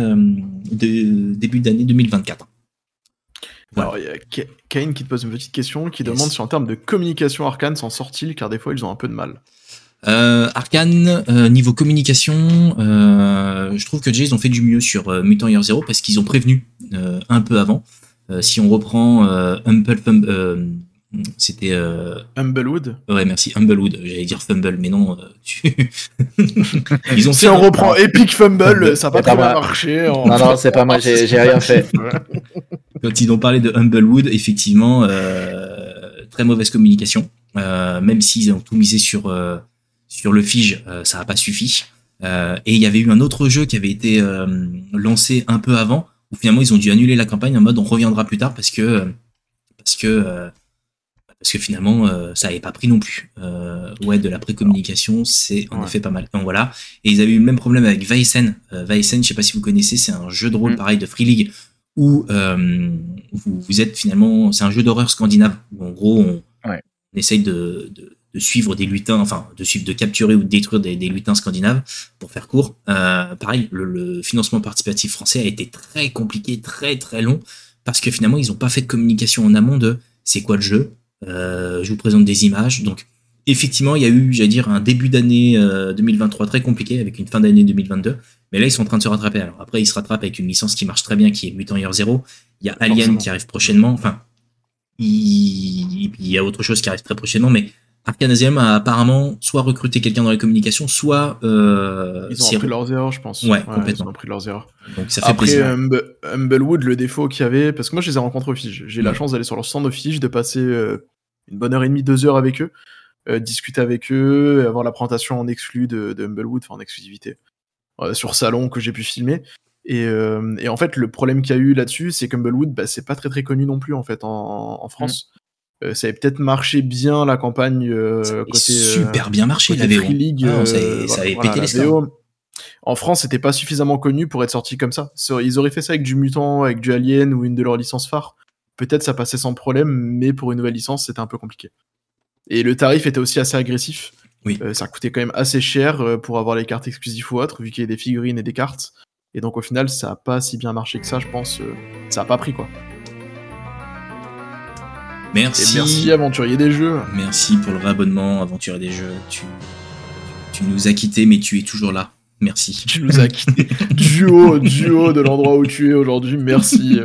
2024. Voilà. Alors, il y a Kane qui te pose une petite question, qui demande si en termes de communication Arcane s'en sort-il, car des fois ils ont un peu de mal. Arcane, niveau communication, je trouve que déjà ils ont fait du mieux sur Mutant Year Zero parce qu'ils ont prévenu un peu avant. Si on reprend c'était Humblewood. Ouais, merci, Humblewood. J'allais dire Fumble, mais non. Ils ont si on reprend Epic Fumble, ça n'a pas très bien marché. Non, c'est pas moi, j'ai rien fait. Quand ils ont parlé de Humblewood, effectivement, très mauvaise communication. Même s'ils ont tout misé sur le Fige, ça n'a pas suffi. Et il y avait eu un autre jeu qui avait été lancé un peu avant, où finalement ils ont dû annuler la campagne en mode on reviendra plus tard parce que finalement ça n'avait pas pris non plus. De la précommunication, c'est en effet pas mal. Donc voilà. Et ils avaient eu le même problème avec Vaesen. Vaesen, je sais pas si vous connaissez, c'est un jeu de rôle pareil de Free League où vous êtes finalement, c'est un jeu d'horreur scandinave où en gros on essaye de suivre des lutins, de capturer ou de détruire des lutins scandinaves, pour faire court. Pareil, le financement participatif français a été très compliqué, très très long, parce que finalement ils n'ont pas fait de communication en amont de c'est quoi le jeu, je vous présente des images. Donc effectivement il y a eu, j'allais dire, un début d'année 2023 très compliqué avec une fin d'année 2022, mais là ils sont en train de se rattraper. Alors après ils se rattrapent avec une licence qui marche très bien, qui est Mutant Year Zero. Il y a Alien qui arrive prochainement, il y a autre chose qui arrive très prochainement, mais Arcane Asylum a apparemment soit recruté quelqu'un dans la communication, soit ils ont appris leurs erreurs, je pense. Ouais, complètement. Ils ont appris leurs erreurs. Donc ça fait plaisir. Après, Humblewood, le défaut qu'il y avait, parce que moi je les ai rencontrés au Fige. J'ai eu la chance d'aller sur leur stand au Fige, de passer une bonne heure et demie, 2 heures avec eux, discuter avec eux, avoir la présentation en exclu de Humblewood, en exclusivité, sur Salon que j'ai pu filmer. Et en fait, le problème qu'il y a eu là-dessus, c'est qu'Humblewood, c'est pas très très connu non plus en fait en France. Ça avait peut-être marché bien la campagne côté super bien marché la Free League. Ça avait pété les stars. En France, c'était pas suffisamment connu pour être sorti comme ça. Ils auraient fait ça avec du Mutant, avec du Alien ou une de leurs licences phares. Peut-être ça passait sans problème, mais pour une nouvelle licence, c'était un peu compliqué. Et le tarif était aussi assez agressif. Oui. Ça coûtait quand même assez cher pour avoir les cartes exclusives ou autres, vu qu'il y a des figurines et des cartes. Et donc au final, ça a pas si bien marché que ça, je pense. Ça a pas pris, quoi. Merci. Et merci Aventurier des Jeux. Merci pour le réabonnement Aventurier des Jeux. Tu nous as quittés, mais tu es toujours là. Merci. Tu nous as quittés. duo de l'endroit où tu es aujourd'hui. Merci.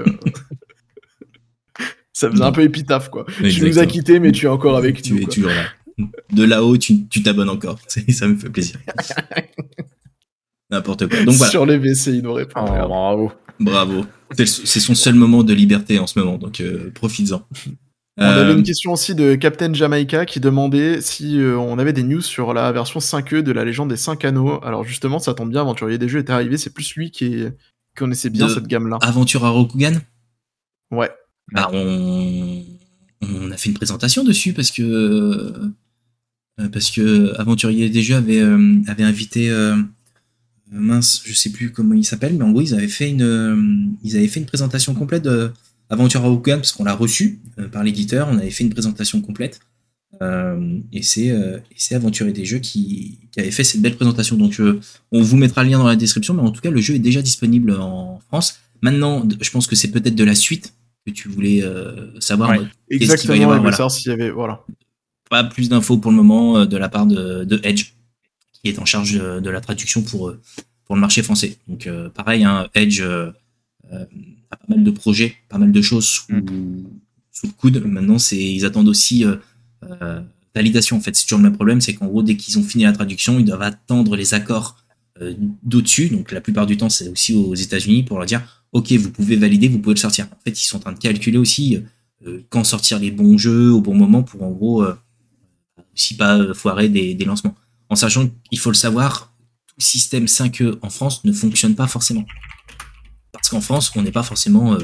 Ça faisait un peu épitaphe, quoi. Exactement. Tu nous as quittés, mais tu es encore avec nous. Tu es toujours là. De là-haut, tu t'abonnes encore. Ça me fait plaisir. N'importe quoi. Donc voilà. Sur les WC, il nous répond. Oh, bravo. C'est son seul moment de liberté en ce moment, donc profites-en. On avait une question aussi de Captain Jamaica qui demandait si on avait des news sur la version 5e de la légende des 5 anneaux. Alors justement, ça tombe bien, Aventurier des Jeux est arrivé, c'est plus lui qui connaissait bien cette gamme-là. Aventure à Rokugan ? Ouais. On a fait une présentation dessus parce que parce que Aventurier des Jeux avait invité mince, je sais plus comment il s'appelle, mais en gros ils avaient fait une présentation complète de Aventure Hogan parce qu'on l'a reçu par l'éditeur, on avait fait une présentation complète. Et c'est Aventurier des Jeux qui avait fait cette belle présentation. Donc on vous mettra le lien dans la description, mais en tout cas le jeu est déjà disponible en France. Maintenant, je pense que c'est peut-être de la suite que tu voulais savoir. Ouais, exactement, y avoir, voilà. Savoir s'il y avait, voilà. Pas plus d'infos pour le moment de la part de Edge, qui est en charge de la traduction pour le marché français. Donc pareil, hein, Edge a pas mal de projets, pas mal de choses sous le coude. Maintenant, ils attendent aussi validation. En fait, c'est toujours le même problème, c'est qu'en gros, dès qu'ils ont fini la traduction, ils doivent attendre les accords d'au-dessus. Donc la plupart du temps, c'est aussi aux États-Unis pour leur dire ok, vous pouvez valider, vous pouvez le sortir. En fait, ils sont en train de calculer aussi quand sortir les bons jeux au bon moment pour en gros aussi pas foirer des lancements. En sachant qu'il faut le savoir, tout système 5E en France ne fonctionne pas forcément. Parce qu'en France, on n'est pas forcément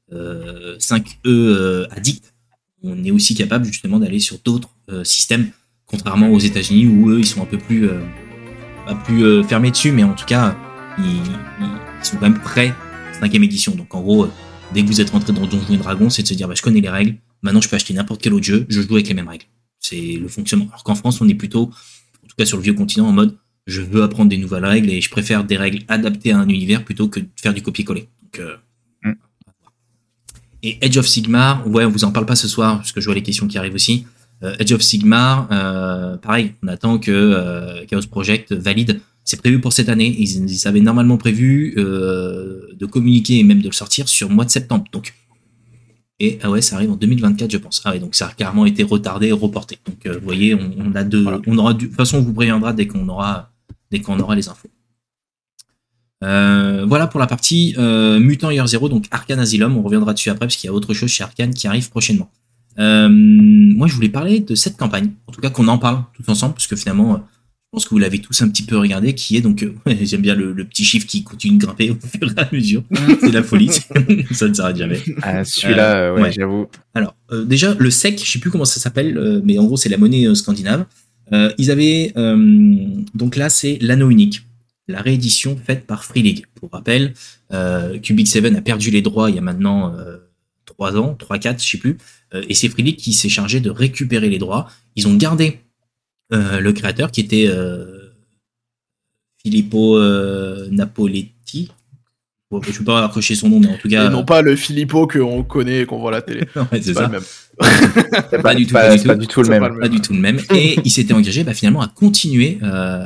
5E addict. On est aussi capable justement d'aller sur d'autres systèmes, contrairement aux États-Unis où eux ils sont un peu plus pas plus fermés dessus, mais en tout cas ils sont quand même prêts 5e édition. Donc en gros, dès que vous êtes rentré dans Donjons et Dragons, c'est de se dire je connais les règles, maintenant je peux acheter n'importe quel autre jeu, je joue avec les mêmes règles. C'est le fonctionnement. Alors qu'en France, on est plutôt, en tout cas sur le vieux continent, en mode je veux apprendre des nouvelles règles et je préfère des règles adaptées à un univers plutôt que de faire du copier-coller. Donc, Et Age of Sigmar, ouais, on vous en parle pas ce soir parce que je vois les questions qui arrivent aussi. Age of Sigmar, pareil, on attend que Chaos Project valide. C'est prévu pour cette année. Ils avaient normalement prévu de communiquer et même de le sortir sur le mois de septembre. Donc, et ah ouais, ça arrive en 2024, je pense. Ah ouais, donc ça a carrément été retardé et reporté. Donc vous voyez, on a deux. Voilà. De toute façon, on vous préviendra dès qu'on aura les infos. Voilà pour la partie Mutant Year Zero, donc Arcane Asylum. On reviendra dessus après parce qu'il y a autre chose chez Arcane qui arrive prochainement. Moi, je voulais parler de cette campagne, en tout cas qu'on en parle tous ensemble, parce que finalement, je pense que vous l'avez tous un petit peu regardé, qui est donc, j'aime bien le petit chiffre qui continue de grimper au fur et à mesure. C'est la folie, ça ne s'arrête jamais. Celui-là, ouais, j'avoue. Alors, déjà, le SEC, je sais plus comment ça s'appelle, mais en gros, c'est la monnaie scandinave. Ils avaient, donc là, c'est l'anneau unique, la réédition faite par Free League. Pour rappel, Cubic 7 a perdu les droits il y a maintenant 3 ans, 3-4, je sais plus, et c'est Free League qui s'est chargé de récupérer les droits. Ils ont gardé le créateur qui était Filippo Napoletti. Bon, je ne peux pas accrocher son nom, mais en tout cas. Et non pas le Filippo qu'on connaît et qu'on voit à la télé. Ouais, c'est pas le même. Pas du tout le même. Et il s'était engagé finalement à continuer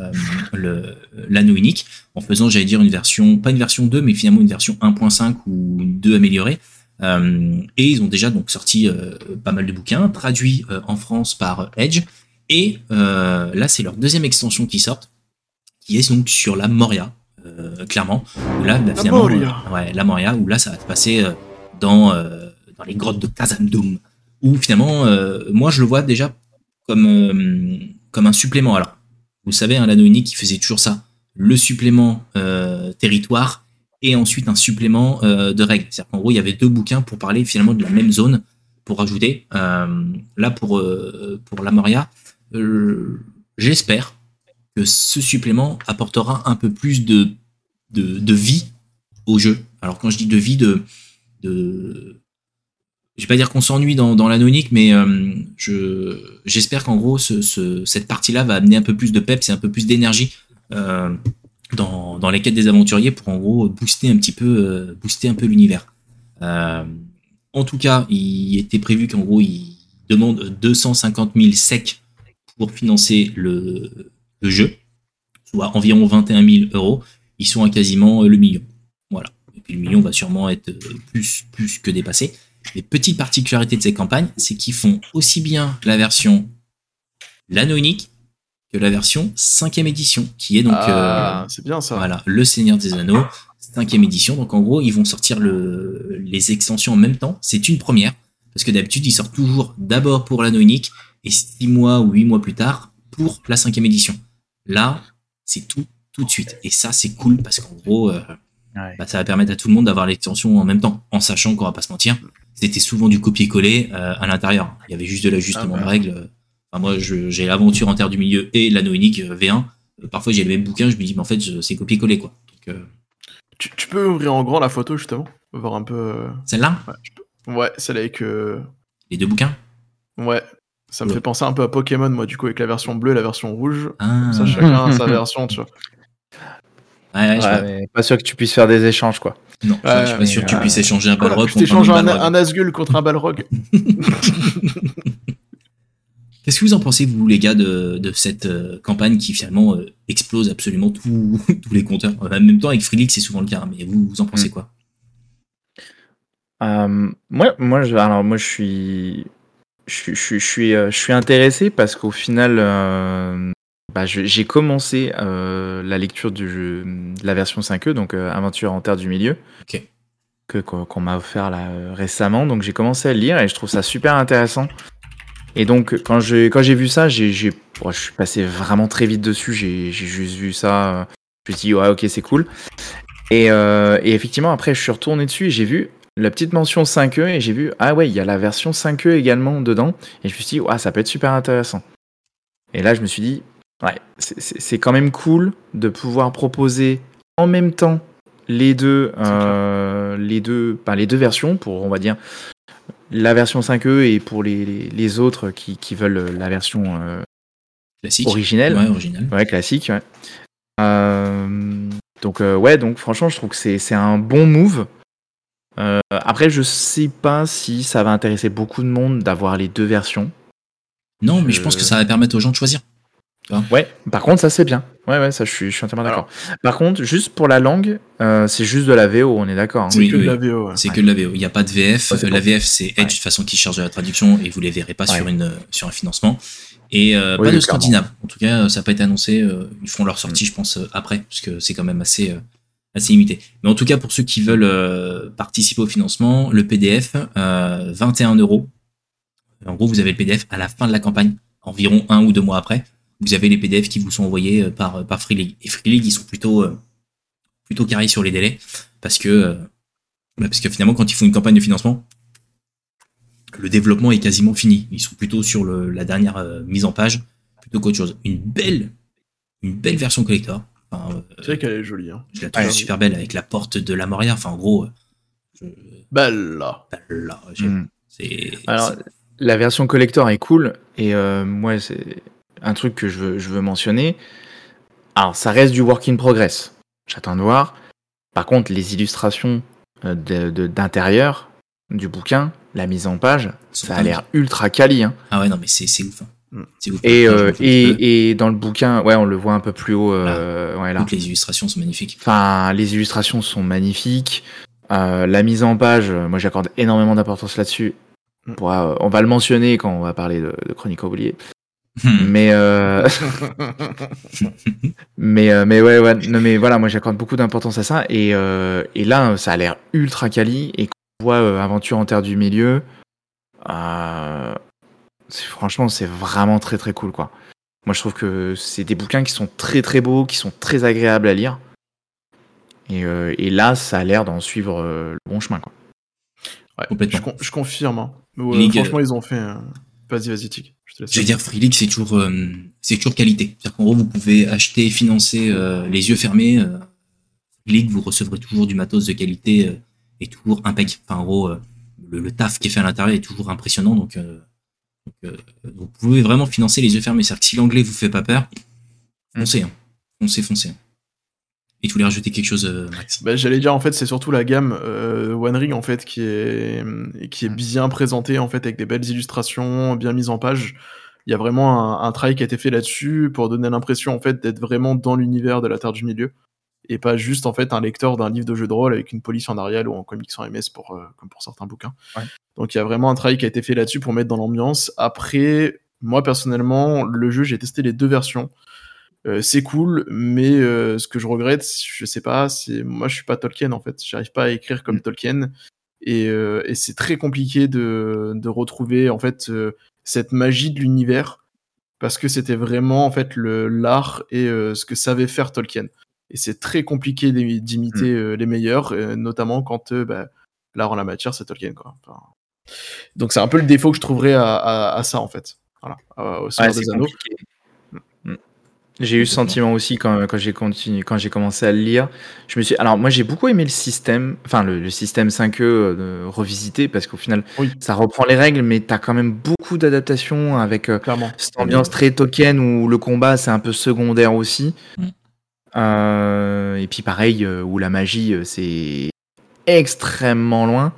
l'anneau unique en faisant, j'allais dire, pas une version 2, mais finalement une version 1.5 ou 2 améliorée. Et ils ont déjà donc sorti pas mal de bouquins, traduits en France par Edge. Et là, c'est leur deuxième extension qui sort, qui est donc sur la Moria, clairement. Où là, finalement, la Moria, où là, ça va te passer dans les grottes de Khazad-dûm. Où finalement, moi, je le vois déjà comme un supplément. Alors, vous savez, l'anneau unique, qui faisait toujours ça, le supplément territoire et ensuite un supplément de règles. C'est-à-dire qu'en gros, il y avait 2 bouquins pour parler finalement de la même zone, pour rajouter. Là, pour la Moria, j'espère que ce supplément apportera un peu plus de vie au jeu. Alors quand je dis de vie, je vais pas dire qu'on s'ennuie dans l'anneau unique, mais j'espère qu'en gros cette partie-là va amener un peu plus de peps et un peu plus d'énergie dans les quêtes des aventuriers pour en gros booster un peu l'univers. En tout cas, il était prévu qu'en gros il demande 250 000 SEK pour financer le jeu, soit environ 21 000 €. Ils sont à quasiment le million. Voilà. Et puis le million va sûrement être plus que dépassé. Les petites particularités de ces campagnes, c'est qu'ils font aussi bien la version l'anneau unique que la version 5e édition, qui est donc c'est bien ça. Voilà, le Seigneur des Anneaux, 5e édition. Donc en gros, ils vont sortir les extensions en même temps. C'est une première, parce que d'habitude, ils sortent toujours d'abord pour l'anneau unique et 6 mois ou 8 mois plus tard pour la 5e édition. Là, c'est tout de suite. Et ça, c'est cool parce qu'en gros, ça va permettre à tout le monde d'avoir l'extension en même temps, en sachant qu'on va pas se mentir, c'était souvent du copier-coller à l'intérieur. Il y avait juste de l'ajustement de règles. Enfin, moi, j'ai l'aventure en Terre du Milieu et l'anneau unique V1. Parfois, j'ai les mêmes bouquins, je me dis, mais en fait, c'est copier-coller, quoi. Donc, Tu peux ouvrir en grand la photo, justement, voir un peu. celle-là, Ouais, celle avec. les 2 bouquins. Ouais, ça me Ouais. fait penser un peu à Pokémon, moi, du coup, avec la version bleue et la version rouge. Ah. Comme ça, chacun a sa version, tu vois. Ouais, je sais pas. mais pas sûr que tu puisses faire des échanges, quoi. Non, je suis pas sûr que tu puisses échanger un Quoi, Balrog tu contre un t'échanges autre un Balrog. Nazgûl contre un Balrog. Qu'est-ce que vous en pensez, vous, les gars, de cette campagne qui finalement explose absolument tous les compteurs? En même temps, avec Free League, c'est souvent le cas, mais vous en pensez quoi? Moi, je suis intéressé parce qu'au final, j'ai commencé la lecture de la version 5e, donc Aventure en Terre du Milieu, Ok. qu'on m'a offert là récemment. Donc j'ai commencé à le lire et je trouve ça super intéressant. Et donc quand j'ai vu ça, je suis passé vraiment très vite dessus. J'ai juste vu ça, je me suis dit ouais, ok, c'est cool. Et effectivement après je suis retourné dessus et j'ai vu la petite mention 5e et j'ai vu ah ouais, il y a la version 5e également dedans et je me suis dit ouais, ça peut être super intéressant. Et là je me suis dit ouais, c'est quand même cool de pouvoir proposer en même temps les deux versions pour, on va dire, la version 5e et pour les autres qui veulent la version Classique. originelle. Ouais, original. Ouais, classique, ouais. Donc franchement, je trouve que c'est un bon move. Après, je sais pas si ça va intéresser beaucoup de monde d'avoir les 2 versions. Non, mais je pense que ça va permettre aux gens de choisir. Ouais, par contre, ça c'est bien. Ouais, ça je suis entièrement d'accord. Par contre, juste pour la langue, c'est juste de la VO, on est d'accord. Hein. C'est que de la VO. Ouais. C'est que de la VO. Il n'y a pas de VF. Ouais, la VF, c'est Edge, de toute façon, qui charge de la traduction et vous les verrez pas sur un financement. Et pas de Scandinave. En tout cas, ça n'a pas été annoncé. Ils feront leur sortie, je pense, après, parce que c'est quand même assez limité. Mais en tout cas, pour ceux qui veulent participer au financement, le PDF, 21 €. En gros, vous avez le PDF à la fin de la campagne, environ 1 ou 2 mois après. Vous avez les PDF qui vous sont envoyés par Free League. Et Free League, ils sont plutôt carrés sur les délais, parce que finalement, quand ils font une campagne de financement, le développement est quasiment fini. Ils sont plutôt sur la dernière mise en page, plutôt qu'autre chose. Une belle version collector. Enfin, c'est vrai qu'elle est jolie. Hein. Je la trouve super belle, avec la porte de la Moria. Enfin, en gros... Bella. Alors, la version collector est cool, et moi, c'est un truc que je veux mentionner. Alors, ça reste du work in progress. J'attends de voir. Par contre, les illustrations d'intérieur du bouquin, la mise en page, ça a l'air ultra quali. Hein. Ah ouais, non, mais c'est ouf. Hein. C'est ouf. Et dans le bouquin, ouais, on le voit un peu plus haut. Ouais, là. Toutes les illustrations sont magnifiques. Enfin, les illustrations sont magnifiques. La mise en page, moi, j'accorde énormément d'importance là-dessus. On va le mentionner quand on va parler de Chronique oubliée. Mais ouais, non, mais voilà, moi j'accorde beaucoup d'importance à ça, et là ça a l'air ultra quali, et quand on voit Aventure en Terre du Milieu, franchement c'est vraiment très très cool, quoi. Moi je trouve que c'est des bouquins qui sont très très beaux, qui sont très agréables à lire, et là ça a l'air d'en suivre le bon chemin, quoi. Ouais, complètement. Je confirme. Hein. Franchement ils ont fait. Vas-y, Tic. Je veux dire, Free League, c'est toujours qualité. C'est-à-dire qu'en gros, vous pouvez acheter et financer les yeux fermés. Free League, vous recevrez toujours du matos de qualité et toujours impeccable. Enfin, en gros, le taf qui est fait à l'intérieur est toujours impressionnant. Donc, vous pouvez vraiment financer les yeux fermés. C'est-à-dire que si l'anglais vous fait pas peur, foncez. Hein. Foncez. Et tu voulais rajouter quelque chose, Max? J'allais dire, en fait, c'est surtout la gamme One Ring, en fait, qui est bien présentée, en fait, avec des belles illustrations, bien mises en page. Il y a vraiment un travail qui a été fait là-dessus pour donner l'impression, en fait, d'être vraiment dans l'univers de la Terre du Milieu, et pas juste, en fait, un lecteur d'un livre de jeu de rôle avec une police en Arial ou en comics en MS, comme pour certains bouquins. Ouais. Donc, il y a vraiment un travail qui a été fait là-dessus pour mettre dans l'ambiance. Après, moi, personnellement, le jeu, j'ai testé les 2 versions. C'est cool, mais ce que je regrette, je sais pas, c'est moi je suis pas Tolkien en fait, j'arrive pas à écrire comme Tolkien, et c'est très compliqué de retrouver en fait cette magie de l'univers, parce que c'était vraiment en fait l'art et ce que savait faire Tolkien, et c'est très compliqué d'imiter les meilleurs, notamment quand l'art en la matière c'est Tolkien, quoi. Enfin, donc c'est un peu le défaut que je trouverais à ça en fait. Voilà, au Ouais, Seigneur c'est des Anneaux. compliqué. J'ai eu ce sentiment aussi quand j'ai commencé à le lire. Alors moi j'ai beaucoup aimé le système, enfin le système 5e revisité parce qu'au final Oui, ça reprend les règles, mais t'as quand même beaucoup d'adaptations avec clairement. cette ambiance très Tolkien où le combat c'est un peu secondaire aussi. Et puis pareil où la magie c'est extrêmement loin.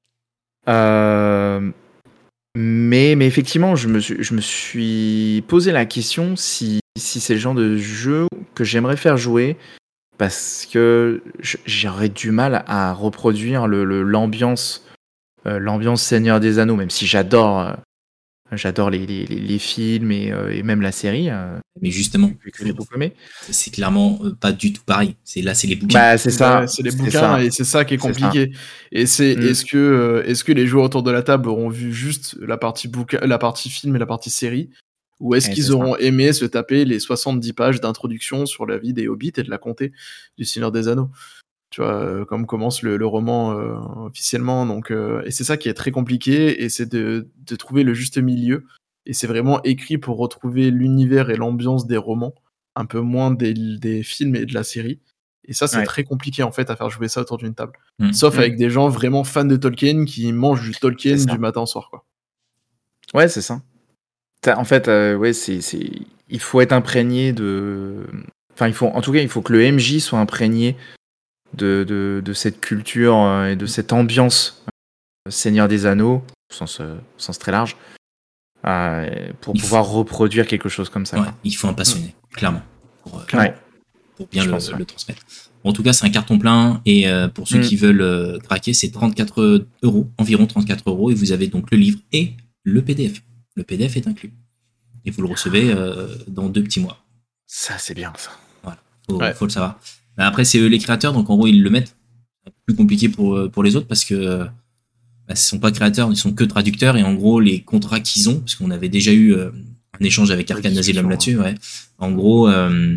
Mais effectivement, je me suis posé la question si c'est le genre de jeu que j'aimerais faire jouer parce que j'aurais du mal à reproduire l'ambiance Seigneur des Anneaux, même si j'adore les films et même la série Mais justement, que j'ai beaucoup aimé. c'est clairement pas du tout pareil. C'est les bouquins. Bah c'est ça, Ouais, c'est les c'est bouquins ça, et c'est ça qui est c'est ça. compliqué. Et c'est Mm. est-ce que les joueurs autour de la table auront vu juste la partie la partie film et la partie série, ou est-ce Et qu'ils c'est ça. auront aimé se taper les 70 pages d'introduction sur la vie des hobbits et de la comté du Seigneur des Anneaux? Tu vois, comme commence le roman officiellement. Donc, et c'est ça qui est très compliqué, et c'est de trouver le juste milieu. Et c'est vraiment écrit pour retrouver l'univers et l'ambiance des romans, un peu moins des films et de la série. Et ça, c'est Ouais. très compliqué en fait à faire jouer ça autour d'une table. Mm. Sauf avec des gens vraiment fans de Tolkien qui mangent du Tolkien C'est ça. du matin au soir, quoi. Ouais, c'est ça. En fait, ouais, il faut être imprégné de. Enfin, en tout cas, il faut que le MJ soit imprégné de cette culture et de cette ambiance Seigneur des Anneaux, au sens très large, pour pouvoir reproduire quelque chose comme ça. Ouais, Quoi. il faut un passionné, clairement, Clairement. pour bien Je pense, le transmettre. En tout cas, c'est un carton plein, et pour ceux qui veulent craquer, c'est 34 €, environ 34 €, et vous avez donc le livre et le PDF. Le PDF est inclus. Et vous le recevez dans 2 petits mois. Ça, c'est bien, ça. Voilà, faut le savoir. Après, c'est eux les créateurs, donc en gros, ils le mettent. C'est plus compliqué pour les autres parce que ils sont pas créateurs, ils sont que traducteurs, et en gros, les contrats qu'ils ont, parce qu'on avait déjà eu un échange avec Arcane Asylum là-dessus, ouais. En gros,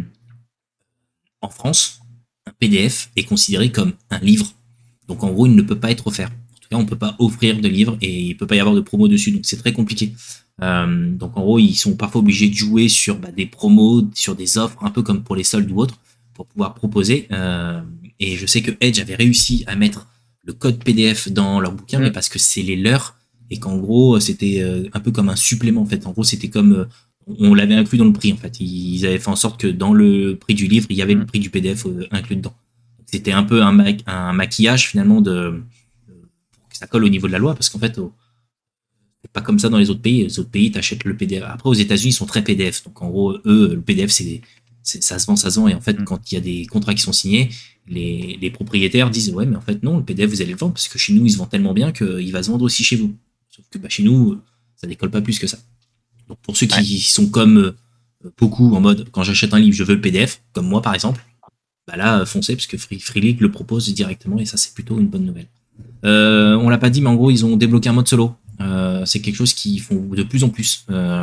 en France, un PDF est considéré comme un livre. Donc en gros, il ne peut pas être offert. En tout cas, on ne peut pas offrir de livres et il ne peut pas y avoir de promo dessus. Donc c'est très compliqué. Donc en gros, ils sont parfois obligés de jouer sur des promos, sur des offres, un peu comme pour les soldes ou autres, pour pouvoir proposer. Et je sais que Edge avait réussi à mettre le code PDF dans leur bouquin, mais parce que c'est les leurs, et qu'en gros, c'était un peu comme un supplément en fait. En gros, c'était comme on l'avait inclus dans le prix en fait. Ils avaient fait en sorte que dans le prix du livre, il y avait le prix du PDF inclus dedans. C'était un peu un maquillage finalement pour que ça colle au niveau de la loi, parce qu'en fait, c'est pas comme ça dans les autres pays. Les autres pays, t'achètes le PDF. Après, aux États-Unis, ils sont très PDF. Donc en gros, eux, le PDF, ça se vend. Et en fait, quand il y a des contrats qui sont signés, les propriétaires disent ouais, mais en fait non, le PDF vous allez le vendre parce que chez nous il se vend tellement bien qu'il va se vendre aussi chez vous. Sauf que chez nous, ça décolle pas plus que ça. Donc pour ceux qui sont comme beaucoup en mode quand j'achète un livre, je veux le PDF, comme moi par exemple, bah là foncez parce que Free League le propose directement, et ça c'est plutôt une bonne nouvelle. On l'a pas dit, mais en gros ils ont débloqué un mode solo. C'est quelque chose qu'ils font de plus en plus.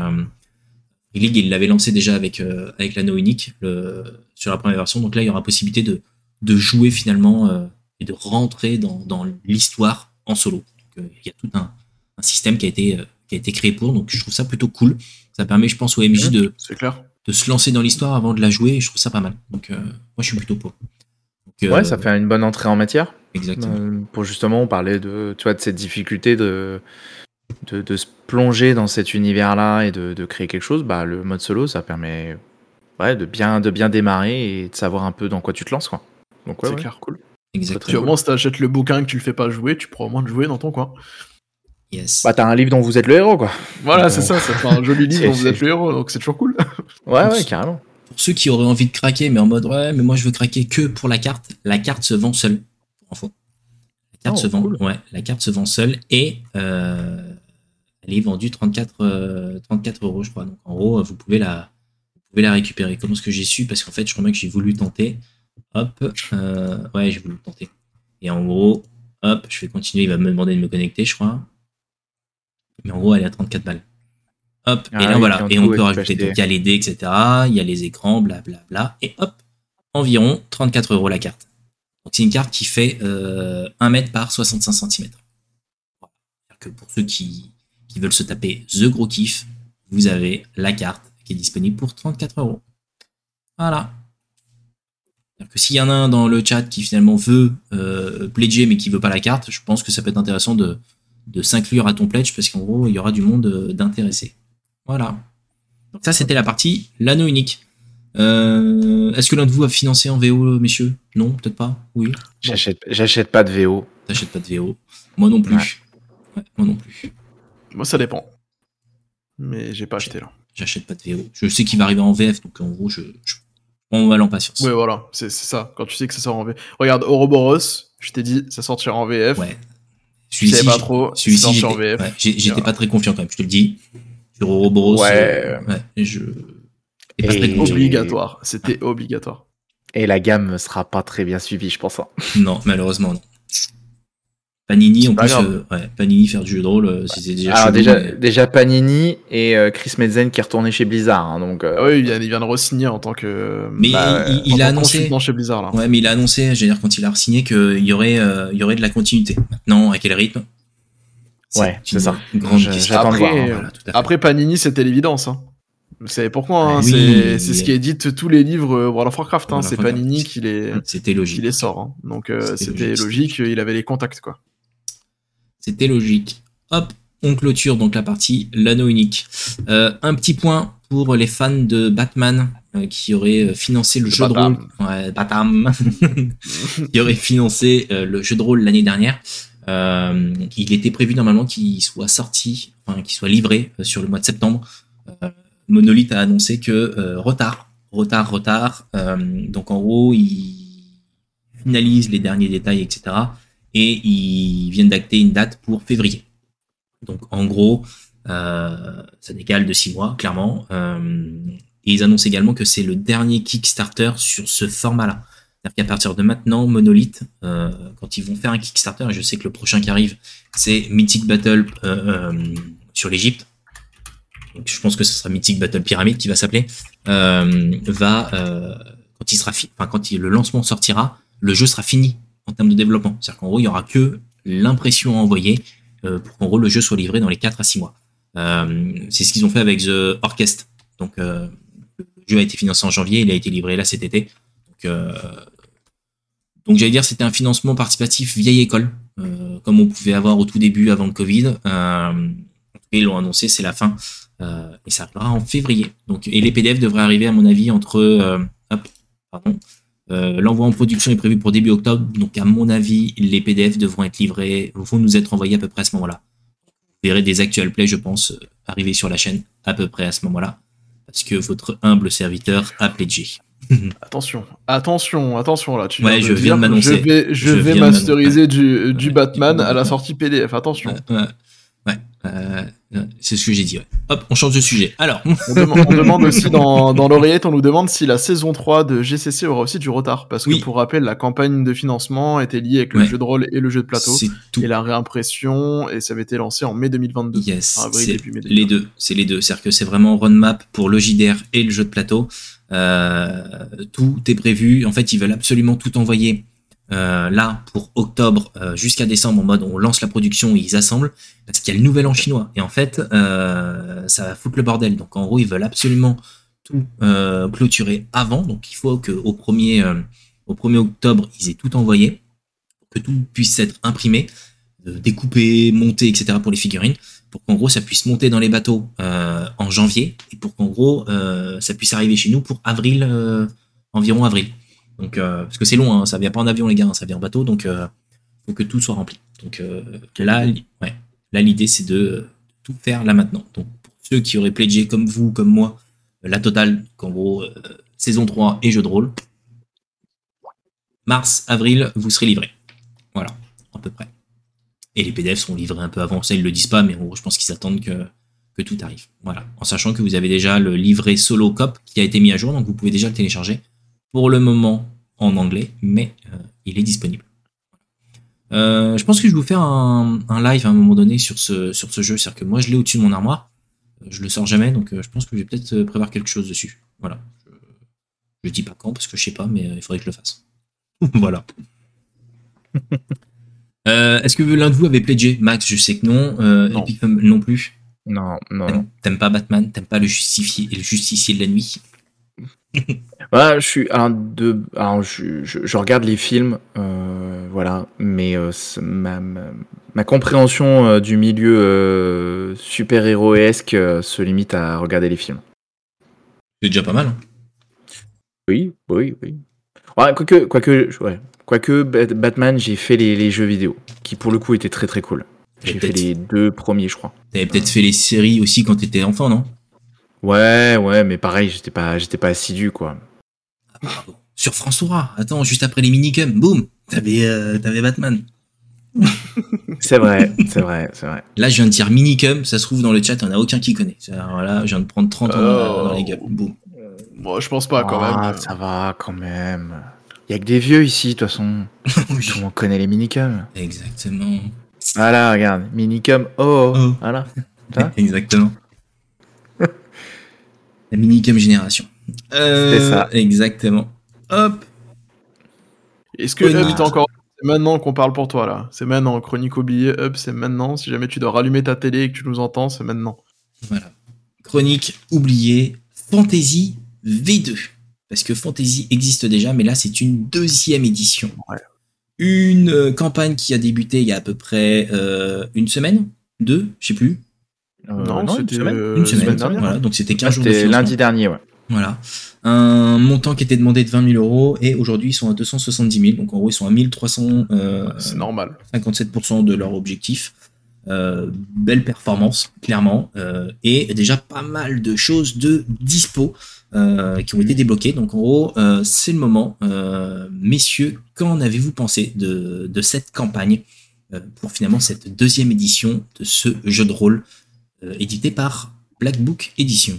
Free League, ils l'avaient lancé déjà avec l'anneau unique sur la première version, donc là il y aura possibilité de jouer finalement et de rentrer dans l'histoire en solo. Donc, il y a tout un système qui a été créé pour, donc je trouve ça plutôt cool. Ça permet, je pense, au MJ de se lancer dans l'histoire avant de la jouer, et je trouve ça pas mal. Donc moi je suis plutôt pour. Donc, ouais, ça fait une bonne entrée en matière. Exactement. Pour justement parler de cette difficulté de se plonger dans cet univers-là et de créer quelque chose, bah, le mode solo, ça permet de bien démarrer et de savoir un peu dans quoi tu te lances, quoi. Donc c'est clair. Cool. Exactement. Tu au moins, si t'achètes le bouquin et que tu le fais pas jouer, tu pourras au moins le jouer dans ton coin. Yes. Bah, t'as un livre dont vous êtes le héros, quoi. Voilà, c'est ça fait un joli livre dont vous êtes le héros, donc c'est toujours cool. Ouais, carrément. Pour ceux qui auraient envie de craquer, mais en mode ouais, mais moi je veux craquer que pour la carte se vend seule. Pour info. La carte se vend seule, et elle est vendue 34 €, je crois. Donc en gros, vous pouvez la récupérer. Comment est-ce que j'ai su? Parce qu'en fait, je crois que j'ai voulu tenter. Hop, ouais, j'ai voulu tenter. Et en gros, hop, je vais continuer. Il va me demander de me connecter, je crois. Mais en gros, elle est à 34 balles. Hop, et là voilà. Et on peut rajouter. Donc il y a les dés, etc. Il y a les écrans, blablabla. Et hop, environ 34 € la carte. Donc c'est une carte qui fait 1 mètre par 65 cm. Que pour ceux qui veulent se taper the gros kiff, vous avez la carte qui est disponible pour 34€. Voilà. C'est-à-dire que s'il y en a un dans le chat qui finalement veut pledger mais qui veut pas la carte, je pense que ça peut être intéressant de s'inclure à ton pledge parce qu'en gros, il y aura du monde d'intéressés. Voilà. Donc ça, c'était la partie l'anneau unique. Est-ce que l'un de vous a financé en VO, messieurs? Non, peut-être pas. Oui. J'achète pas de VO. T'achètes pas de VO. Moi non plus. Ouais, moi non plus. Moi, ça dépend. Mais j'ai pas acheté là. J'achète pas de VO. Je sais qu'il va arriver en VF, donc en gros, je prends mal en patience. Ouais, voilà, c'est ça. Quand tu sais que ça sort en VF. Regarde, Ouroboros, je t'ai dit, ça sortira en VF. Ouais. Je savais pas trop. Celui-ci, en VF. Ouais, j'étais pas très confiant quand même, je te le dis. Sur Ouroboros, C'était obligatoire. C'était obligatoire. Et la gamme sera pas très bien suivie, je pense. Non, malheureusement, non. Panini, en plus, Panini faire du jeu de rôle, c'était déjà alors déjà Panini et Chris Metzen qui est retourné chez Blizzard. Hein, donc, oui, il vient de re-signer en tant que. Mais il a annoncé. Chez Blizzard, là. Ouais, mais il a annoncé, je veux dire, quand il a re-signé, qu'il y aurait de la continuité. Maintenant, à quel rythme? C'est ça. Grande question. J'attends de voir. Hein. Voilà, après, Panini, c'était l'évidence. Hein. Vous savez pourquoi hein, oui, c'est ce qui édite tous les livres World of Warcraft. Hein, c'est Panini qui C'était logique. Qui les sort. Hein. Donc, c'était logique. Il avait les contacts, quoi. C'était logique. Hop, on clôture donc la partie l'anneau unique. Un petit point pour les fans de Batman qui auraient financé le jeu de rôle. Ouais, Batam. Qui auraient financé le jeu de rôle l'année dernière. Il était prévu normalement qu'il soit sorti, qu'il soit livré sur le mois de septembre. Monolith a annoncé que retard. Donc en gros, il finalise les derniers détails, etc. Et ils viennent d'acter une date pour février. Donc en gros, ça décale de 6 mois, clairement. Et ils annoncent également que c'est le dernier Kickstarter sur ce format-là. C'est-à-dire qu'à partir de maintenant, Monolith, quand ils vont faire un Kickstarter, et je sais que le prochain qui arrive, c'est Mythic Battle sur l'Égypte. Donc je pense que ce sera Mythic Battle Pyramid qui va s'appeler. Quand le lancement sortira, le jeu sera fini en termes de développement. C'est-à-dire qu'en gros, il n'y aura que l'impression à envoyer pour qu'en gros le jeu soit livré dans les 4 à 6 mois. C'est ce qu'ils ont fait avec The Orchestre. Donc le jeu a été financé en janvier, il a été livré là cet été. Donc j'allais dire c'était un financement participatif vieille école, comme on pouvait avoir au tout début avant le Covid. Et ils l'ont annoncé, c'est la fin. Et ça arrivera en février. Donc, et les PDF devraient arriver à mon avis entre... l'envoi en production est prévu pour début octobre, donc à mon avis, les PDF devront être livrés, vont nous être envoyés à peu près à ce moment-là. Vous verrez des actual plays, je pense, arriver sur la chaîne à peu près à ce moment-là, parce que votre humble serviteur a pledgé. Attention là, tu je viens de m'annoncer. Je vais masteriser du Batman à la sortie PDF, attention. C'est ce que j'ai dit. Ouais. Hop, on change de sujet. Alors, on demande aussi dans l'oreillette, on nous demande si la saison 3 de GCC aura aussi du retard. Parce que pour rappel, la campagne de financement était liée avec le jeu de rôle et le jeu de plateau. Et la réimpression, et ça avait été lancé en mai 2022. Yes, avril, début mai 2022. Les deux. C'est-à-dire que c'est vraiment roadmap pour le JDR et le jeu de plateau. Tout est prévu. En fait, ils veulent absolument tout envoyer. Là pour octobre jusqu'à décembre en mode on lance la production et ils assemblent parce qu'il y a le nouvel an chinois et en fait ça va foutre le bordel, donc en gros ils veulent absolument tout clôturer avant, donc il faut qu'au 1er octobre ils aient tout envoyé pour que tout puisse être imprimé, découpé, monté, etc. pour les figurines, pour qu'en gros ça puisse monter dans les bateaux en janvier et pour qu'en gros ça puisse arriver chez nous pour environ avril. Donc, parce que c'est long, hein, ça vient pas en avion les gars, ça vient en bateau, donc faut que tout soit rempli. Donc là l'idée c'est de tout faire là maintenant. Donc pour ceux qui auraient pledgé comme vous, comme moi, la totale, qu'en gros saison 3 et jeu de rôle, mars, avril, vous serez livrés. Voilà, à peu près. Et les PDF seront livrés un peu avant, ça ils le disent pas, mais en gros je pense qu'ils attendent que tout arrive. Voilà, en sachant que vous avez déjà le livret solo cop qui a été mis à jour, donc vous pouvez déjà le télécharger. Pour le moment en anglais, mais il est disponible. Je pense que je vais vous faire un live à un moment donné sur ce jeu, c'est-à-dire que moi je l'ai au-dessus de mon armoire, je le sors jamais, donc je pense que je vais peut-être prévoir quelque chose dessus. Voilà. Je dis pas quand, parce que je sais pas, mais il faudrait que je le fasse. Voilà. Est-ce que l'un de vous avait pledgé? Max, je sais que non. Non. Epic non plus. Non, non, non. T'aimes pas Batman? T'aimes pas le justicier de la nuit? Voilà, je regarde les films, voilà, mais ma compréhension du milieu super-héroesque se limite à regarder les films. C'est déjà pas mal. Hein. Oui. Ouais, quoique Batman, j'ai fait les jeux vidéo, qui pour le coup étaient très très cool. J'ai fait les 2 premiers, je crois. T'avais peut-être fait les séries aussi quand t'étais enfant, non? Ouais, mais pareil, j'étais pas assidu, quoi. Bravo. Sur François, attends, juste après les minicums, boum, t'avais Batman. C'est vrai. Là, je viens de dire minicum, ça se trouve dans le chat, on a aucun qui connaît. Alors là, je viens de prendre 30 ans dans les gueules. Boum. Bon, je pense pas quand même. Ça va quand même. Il y a que des vieux ici, de toute façon. Oui. Tout le monde connaît les minicums. Exactement. Voilà, regarde, minicum, voilà. Ça Exactement. La minicum génération. C'est ça. Exactement. Hop. Est-ce que Chronique. Up, t'es encore... C'est maintenant qu'on parle pour toi, là. C'est maintenant. Chronique oubliée, Up, c'est maintenant. Si jamais tu dois rallumer ta télé et que tu nous entends, c'est maintenant. Voilà. Chronique oubliée, Fantasy V2. Parce que Fantasy existe déjà, mais là, c'est une 2e édition. Ouais. Une campagne qui a débuté il y a à peu près une semaine, 2, je sais plus. Non, c'était une semaine dernière. Voilà, donc c'était 15 jours de C'était financement. lundi dernier, ouais. Voilà. Un montant qui était demandé de 20 000 euros et aujourd'hui ils sont à 270 000. Donc en gros ils sont à 1300. C'est normal. 57% de leur objectif. Belle performance, clairement. Et déjà pas mal de choses de dispo qui ont été débloquées. Donc en gros, c'est le moment. Messieurs, qu'en avez-vous pensé de cette campagne pour finalement cette 2e édition de ce jeu de rôle édité par Black Book Edition?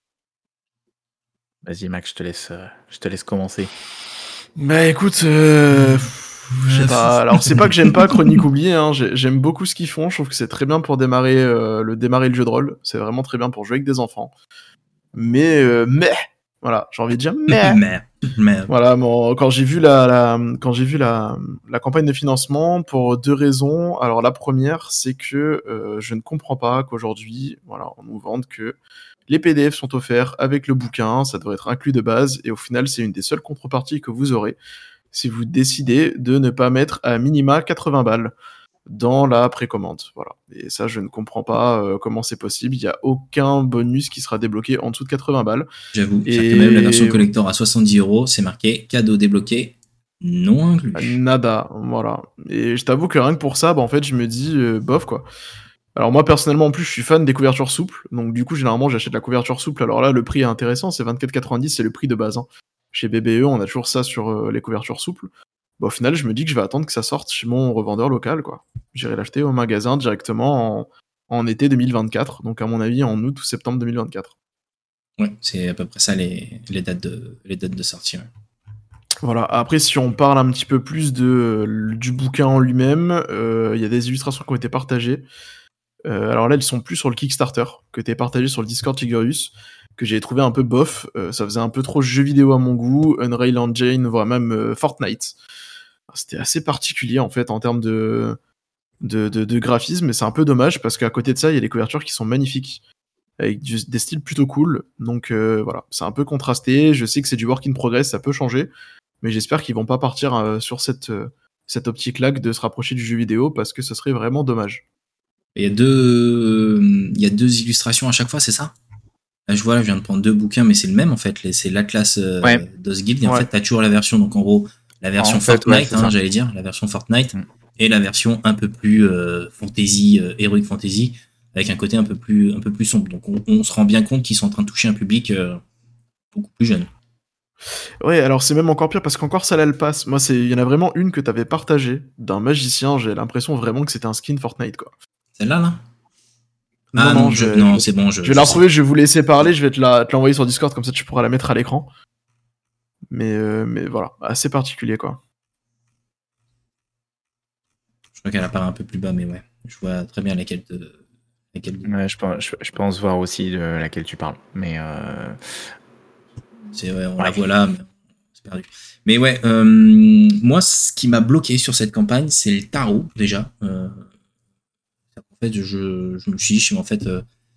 Vas-y, Max, je te laisse commencer. Bah écoute, je sais pas. Alors c'est pas que j'aime pas Chronique oubliée, hein. J'aime beaucoup ce qu'ils font. Je trouve que c'est très bien pour démarrer le jeu de rôle. C'est vraiment très bien pour jouer avec des enfants. Mais voilà, j'ai envie de dire mais. Voilà, bon, quand j'ai vu la campagne de financement pour 2 raisons. Alors la première, c'est que je ne comprends pas qu'aujourd'hui, voilà, on nous vende que les PDF sont offerts avec le bouquin, ça devrait être inclus de base, et au final, c'est une des seules contreparties que vous aurez si vous décidez de ne pas mettre à minima 80 balles dans la précommande. Voilà. Et ça, je ne comprends pas comment c'est possible. Il n'y a aucun bonus qui sera débloqué en dessous de 80 balles. J'avoue, c'est que même la version collector à 70 €, c'est marqué cadeau débloqué, non inclus. Nada, voilà. Et je t'avoue que rien que pour ça, en fait, je me dis, bof, quoi. Alors moi, personnellement, en plus, je suis fan des couvertures souples, donc du coup, généralement, j'achète la couverture souple. Alors là, le prix est intéressant, c'est 24,90, c'est le prix de base. Hein. Chez BBE, on a toujours ça sur les couvertures souples. Au final, je me dis que je vais attendre que ça sorte chez mon revendeur local, quoi. J'irai l'acheter au magasin directement en été 2024, donc à mon avis en août ou septembre 2024. Ouais, c'est à peu près ça les dates de sortie. Ouais. Voilà, après si on parle un petit peu plus du bouquin en lui-même, il y a des illustrations qui ont été partagées. Alors là, elles sont plus sur le Kickstarter, que t'es partagé sur le Discord Tigurius, que j'ai trouvé un peu bof, ça faisait un peu trop jeu vidéo à mon goût, Unreal Engine, voire même Fortnite. C'était assez particulier en fait en termes de graphisme, mais c'est un peu dommage parce qu'à côté de ça, il y a des couvertures qui sont magnifiques, avec des styles plutôt cool, donc voilà, c'est un peu contrasté, je sais que c'est du work in progress, ça peut changer, mais j'espère qu'ils vont pas partir sur cette optique-là de se rapprocher du jeu vidéo, parce que ce serait vraiment dommage. Il y a deux illustrations à chaque fois, c'est ça? Là, je viens de prendre 2 bouquins, mais c'est le même en fait, c'est l'Atlas d'Osguild, et en fait, t'as toujours la version, donc en gros, la version Fortnite, j'allais dire, la version Fortnite, et la version un peu plus fantasy, heroic fantasy, avec un côté un peu plus sombre. Donc on se rend bien compte qu'ils sont en train de toucher un public beaucoup plus jeune. Ouais, alors c'est même encore pire parce qu'encore ça là le passe. Moi, il y en a vraiment une que t'avais partagée d'un magicien. J'ai l'impression vraiment que c'était un skin Fortnite, quoi. Celle-là, là. Non, c'est bon. Je vais la retrouver. Je vais vous laisser parler. Je vais te l'envoyer sur Discord, comme ça tu pourras la mettre à l'écran. Mais voilà, assez particulier, quoi. Je crois qu'elle apparaît un peu plus bas, mais ouais, je vois très bien laquelle de... Ouais, je pense voir aussi de laquelle tu parles, mais la voit là, mais c'est perdu. Mais ouais, moi, ce qui m'a bloqué sur cette campagne, c'est le tarot, déjà. En fait, je me suis dit, en fait,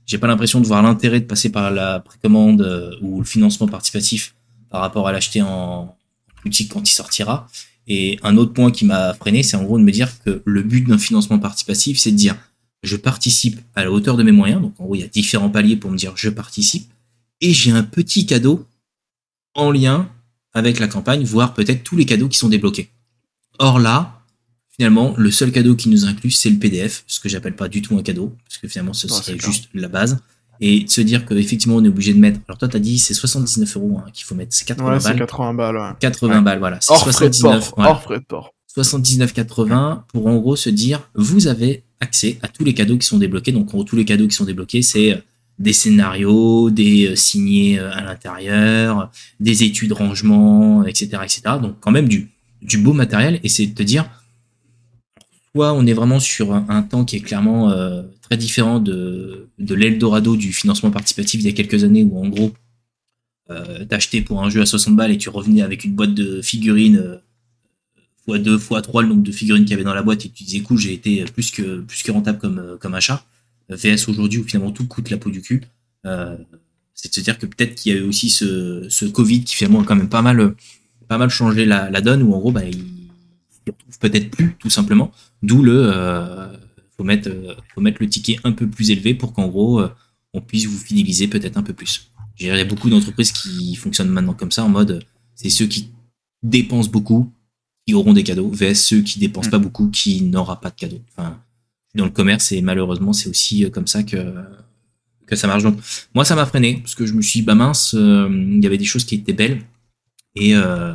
j'ai pas l'impression de voir l'intérêt de passer par la précommande ou le financement participatif par rapport à l'acheter en boutique quand il sortira. Et un autre point qui m'a freiné, c'est en gros de me dire que le but d'un financement participatif, c'est de dire je participe à la hauteur de mes moyens. Donc en gros, il y a différents paliers pour me dire je participe et j'ai un petit cadeau en lien avec la campagne, voire peut-être tous les cadeaux qui sont débloqués. Or là, finalement, le seul cadeau qui nous inclut, c'est le PDF, ce que j'appelle pas du tout un cadeau, parce que finalement, ce serait juste la base. Et de se dire qu'effectivement, on est obligé de mettre. Alors, toi, t'as dit c'est 79 € qu'il faut mettre, c'est 80 balles. C'est 80 balles, ouais. 80 balles, voilà. C'est hors 79, frais de port. 79,80 pour en gros se dire vous avez accès à tous les cadeaux qui sont débloqués. Donc, en gros, tous les cadeaux qui sont débloqués, c'est des scénarios, des signés à l'intérieur, des études rangement, etc., etc. Donc, quand même du beau matériel. Et c'est de te dire, soit on est vraiment sur un temps qui est clairement très différent de l'Eldorado du financement participatif il y a quelques années où en gros t'achetais pour un jeu à 60 balles et tu revenais avec une boîte de figurines x2, x3 le nombre de figurines qu'il y avait dans la boîte et tu disais cool, j'ai été plus que rentable comme achat. VS aujourd'hui où finalement tout coûte la peau du cul. C'est de se dire que peut-être qu'il y a eu aussi ce Covid qui finalement a quand même pas mal changé la donne où en gros il retrouve peut-être plus tout simplement, d'où faut mettre le ticket un peu plus élevé pour qu'en gros on puisse vous fidéliser peut-être un peu plus. Il y a beaucoup d'entreprises qui fonctionnent maintenant comme ça en mode c'est ceux qui dépensent beaucoup qui auront des cadeaux vs ceux qui dépensent pas beaucoup qui n'aura pas de cadeaux. Enfin, dans le commerce et malheureusement c'est aussi comme ça que ça marche. Donc moi ça m'a freiné parce que je me suis dit mince, il y avait des choses qui étaient belles et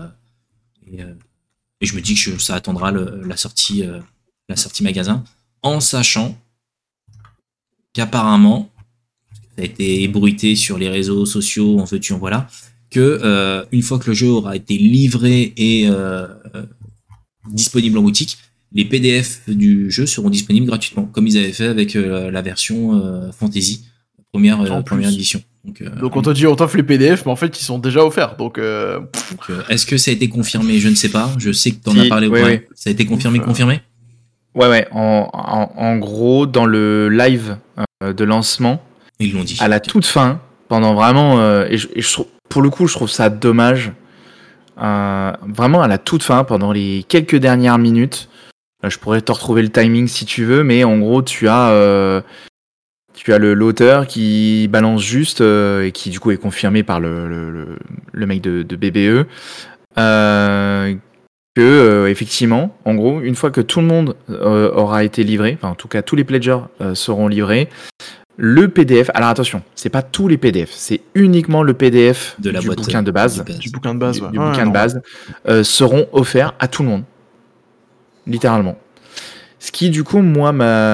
je me dis que ça attendra la sortie magasin, en sachant qu'apparemment, ça a été ébruité sur les réseaux sociaux, en veux-tu, en voilà, que une fois que le jeu aura été livré et disponible en boutique, les PDF du jeu seront disponibles gratuitement, comme ils avaient fait avec la version Fantasy, première édition. Donc on te dit on t'offre les PDF, mais en fait ils sont déjà offerts. Donc est-ce que ça a été confirmé? Je ne sais pas. Je sais que tu en as parlé. Oui. Ça a été confirmé. Ouais. En gros, dans le live de lancement, ils l'ont dit. À la toute fin, pendant vraiment, et je trouve, pour le coup, je trouve ça dommage. Vraiment à la toute fin, pendant les quelques dernières minutes, je pourrais te retrouver le timing si tu veux, mais en gros, tu as l'auteur qui balance juste et qui du coup est confirmé par le mec de BBE que effectivement, en gros, une fois que tout le monde aura été livré, enfin en tout cas tous les pledgers seront livrés, le PDF. Alors attention, c'est pas tous les PDF, c'est uniquement le PDF de la du boîte bouquin de base, du bouquin de base, du bouquin de base seront offerts à tout le monde, littéralement. Ce qui du coup moi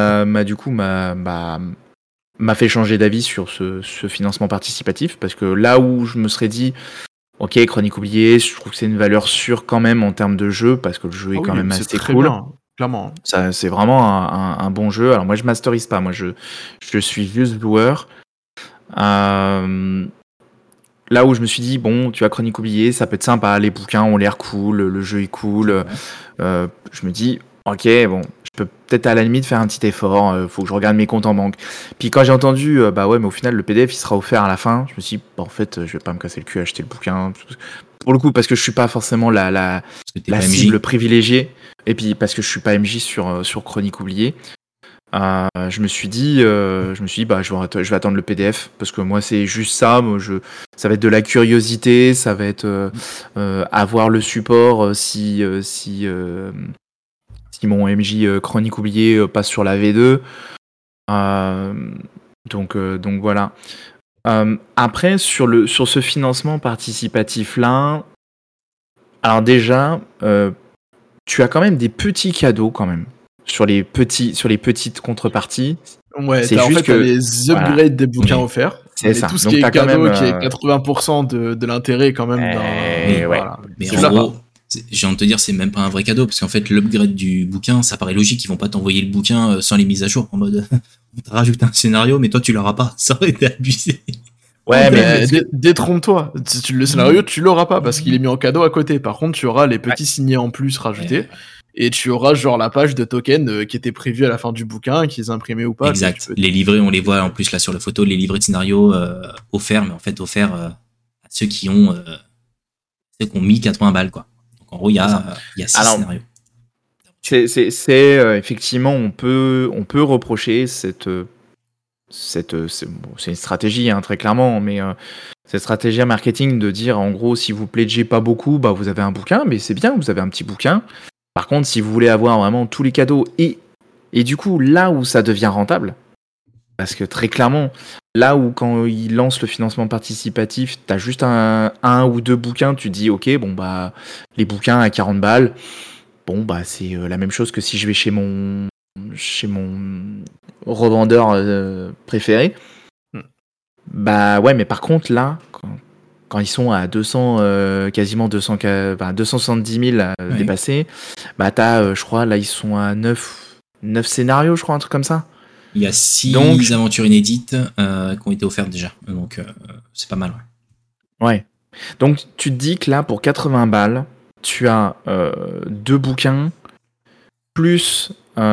m'a fait changer d'avis sur ce financement participatif, parce que là où je me serais dit ok, Chronique oubliée, je trouve que c'est une valeur sûre quand même en termes de jeu, parce que le jeu est quand même assez cool. Bien, clairement. Ça, c'est vraiment un bon jeu. Alors moi je masterise pas, moi je suis juste joueur. Là où je me suis dit bon, tu as Chronique oubliée, ça peut être sympa, les bouquins ont l'air cool, le jeu est cool. Je me dis ok, bon, je peux peut-être à la limite faire un petit effort, faut que je regarde mes comptes en banque. Puis quand j'ai entendu, mais au final le PDF il sera offert à la fin, je me suis dit, en fait, je vais pas me casser le cul à acheter le bouquin. Pour le coup, parce que je suis pas forcément la cible privilégiée, et puis parce que je suis pas MJ sur Chronique oubliée. Je me suis dit, je vais attendre le PDF, parce que moi c'est juste ça. Ça va être de la curiosité, ça va être avoir le support si mon MJ Chronique oubliée passe sur la V2. Donc voilà. Après, sur ce financement participatif là, alors déjà, tu as quand même des petits cadeaux quand même sur les petites contreparties. Ouais, c'est juste que les upgrades des bouquins offerts. C'est ça. Tout ce qui est cadeau, qui est 80% de l'intérêt quand même. Voilà. Mais en gros, j'ai envie de te dire, c'est même pas un vrai cadeau, parce qu'en fait, l'upgrade du bouquin, ça paraît logique, ils vont pas t'envoyer le bouquin sans les mises à jour, en mode, on t'a rajouté un scénario, mais toi, tu l'auras pas. Ça aurait été abusé. Ouais, mais détrompe-toi. Le scénario, tu l'auras pas, parce qu'il est mis en cadeau à côté. Par contre, tu auras les petits signés en plus rajoutés. et tu auras genre la page de token qui était prévue à la fin du bouquin, qu'ils imprimaient ou pas. Exact. Les livrets, on les voit en plus là sur la photo, les livrets de scénario offerts, mais en fait offerts à ceux qui ont mis 80 balles, quoi. Donc en gros, il y a 6 scénarios. Effectivement, on peut reprocher c'est une stratégie, hein, très clairement, mais cette stratégie marketing de dire en gros, si vous pledgez pas beaucoup, bah vous avez un bouquin, mais c'est bien, vous avez un petit bouquin. Par contre, si vous voulez avoir vraiment tous les cadeaux et du coup là où ça devient rentable, parce que très clairement, là où quand ils lancent le financement participatif, t'as juste un ou deux bouquins, tu dis ok, bon bah les bouquins à 40 balles, bon bah c'est la même chose que si je vais chez mon revendeur préféré. Bah ouais, mais par contre là, quand ils sont à 200, quasiment 270 000 dépassés, bah t'as, je crois, là ils sont à 9 scénarios, je crois, un truc comme ça. Il y a 6 aventures inédites qui ont été offertes déjà, donc c'est pas mal. Ouais. Donc tu te dis que là, pour 80 balles, tu as 2 bouquins, plus...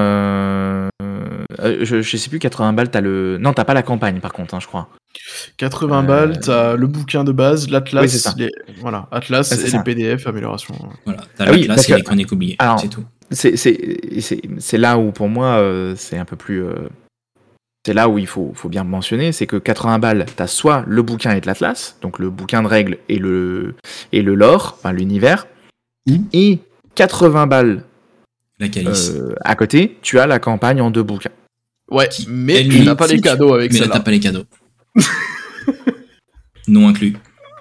je sais plus, 80 balles, t'as le... Non, t'as pas la campagne, par contre, hein, je crois. 80 balles, t'as le bouquin de base, l'Atlas, oui, c'est ça. Atlas c'est et ça. les PDF, amélioration. Voilà, t'as l'Atlas et les chroniques oubliées, c'est tout. C'est là où, pour moi, c'est un peu plus... C'est là où il faut bien mentionner, c'est que 80 balles, t'as soit le bouquin et de l'Atlas, donc le bouquin de règles et le lore, enfin l'univers, et 80 balles la calice. à côté, tu as la campagne en 2 bouquins. Ouais, mais tu n'as pas les cadeaux avec celle-là. Mais là, t'as pas les cadeaux. Non inclus.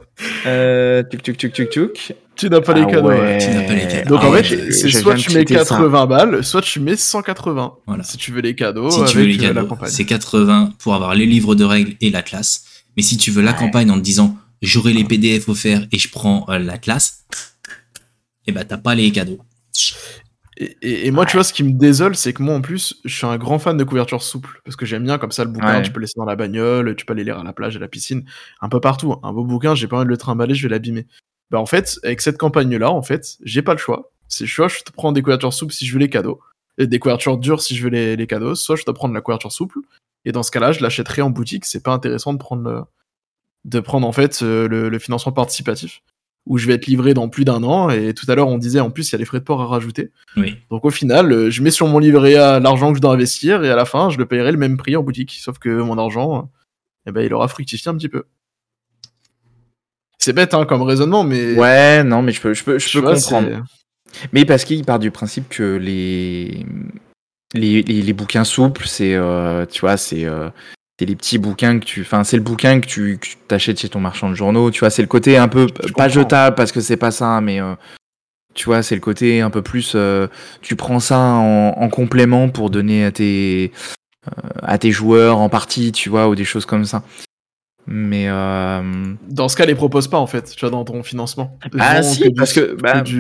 Tu n'as pas les cadeaux. Ouais. Tu n'as pas les cadeaux. Donc en fait, c'est soit tu mets 80 balles, soit tu mets 180. Voilà. Si tu veux les cadeaux, si tu veux les cadeaux, c'est 80 pour avoir les livres de règles et l'Atlas. Mais si tu veux la campagne en te disant j'aurai les PDF offerts et je prends l'Atlas, et bah t'as pas les cadeaux. Et moi, tu vois, ce qui me désole, c'est que moi, en plus, je suis un grand fan de couverture souple. Parce que j'aime bien, comme ça, le bouquin, tu peux le laisser dans la bagnole, tu peux aller lire à la plage, à la piscine, un peu partout. Un beau bouquin, j'ai pas envie de le trimballer, je vais l'abîmer. Bah, en fait, avec cette campagne-là, en fait, j'ai pas le choix. C'est soit je te prends des couvertures souples si je veux les cadeaux, et des couvertures dures si je veux les cadeaux, soit je dois prendre la couverture souple. Et dans ce cas-là, je l'achèterai en boutique. C'est pas intéressant de prendre en fait, le financement participatif, où je vais être livré dans plus d'1 an, et tout à l'heure on disait en plus il y a les frais de port à rajouter. Oui. Donc au final, je mets sur mon livret A l'argent que je dois investir, et à la fin je le payerai le même prix en boutique, sauf que mon argent, il aura fructifié un petit peu. C'est bête comme raisonnement, mais... Ouais, non, mais je peux comprendre. Mais parce qu'il part du principe que les bouquins souples, c'est, tu vois, c'est les petits bouquins c'est le bouquin que tu t'achètes chez ton marchand de journaux, tu vois, c'est le côté un peu, pas jetable parce que c'est pas ça, mais tu vois, c'est le côté un peu plus, tu prends ça en complément pour donner à tes joueurs en partie, tu vois, ou des choses comme ça. Mais dans ce cas, les propose pas en fait, tu vois, dans ton financement. Si, parce que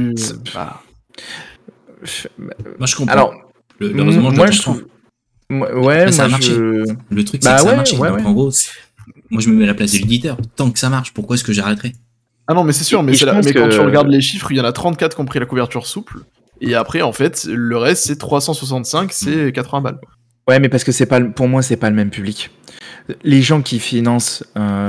moi je comprends. Alors, le raisonnement, moi je trouve. Ouais, après, ça a marché. Le truc, c'est que ça a marché. Donc, en gros, moi, je me mets à la place de l'éditeur. Tant que ça marche, pourquoi est-ce que j'arrêterais ? Ah non, mais c'est sûr, mais quand tu regardes les chiffres, il y en a 34 qui ont pris la couverture souple. Et après, en fait, le reste, c'est 365, c'est 80 balles. Ouais, mais parce que pour moi, c'est pas le même public. Les gens qui financent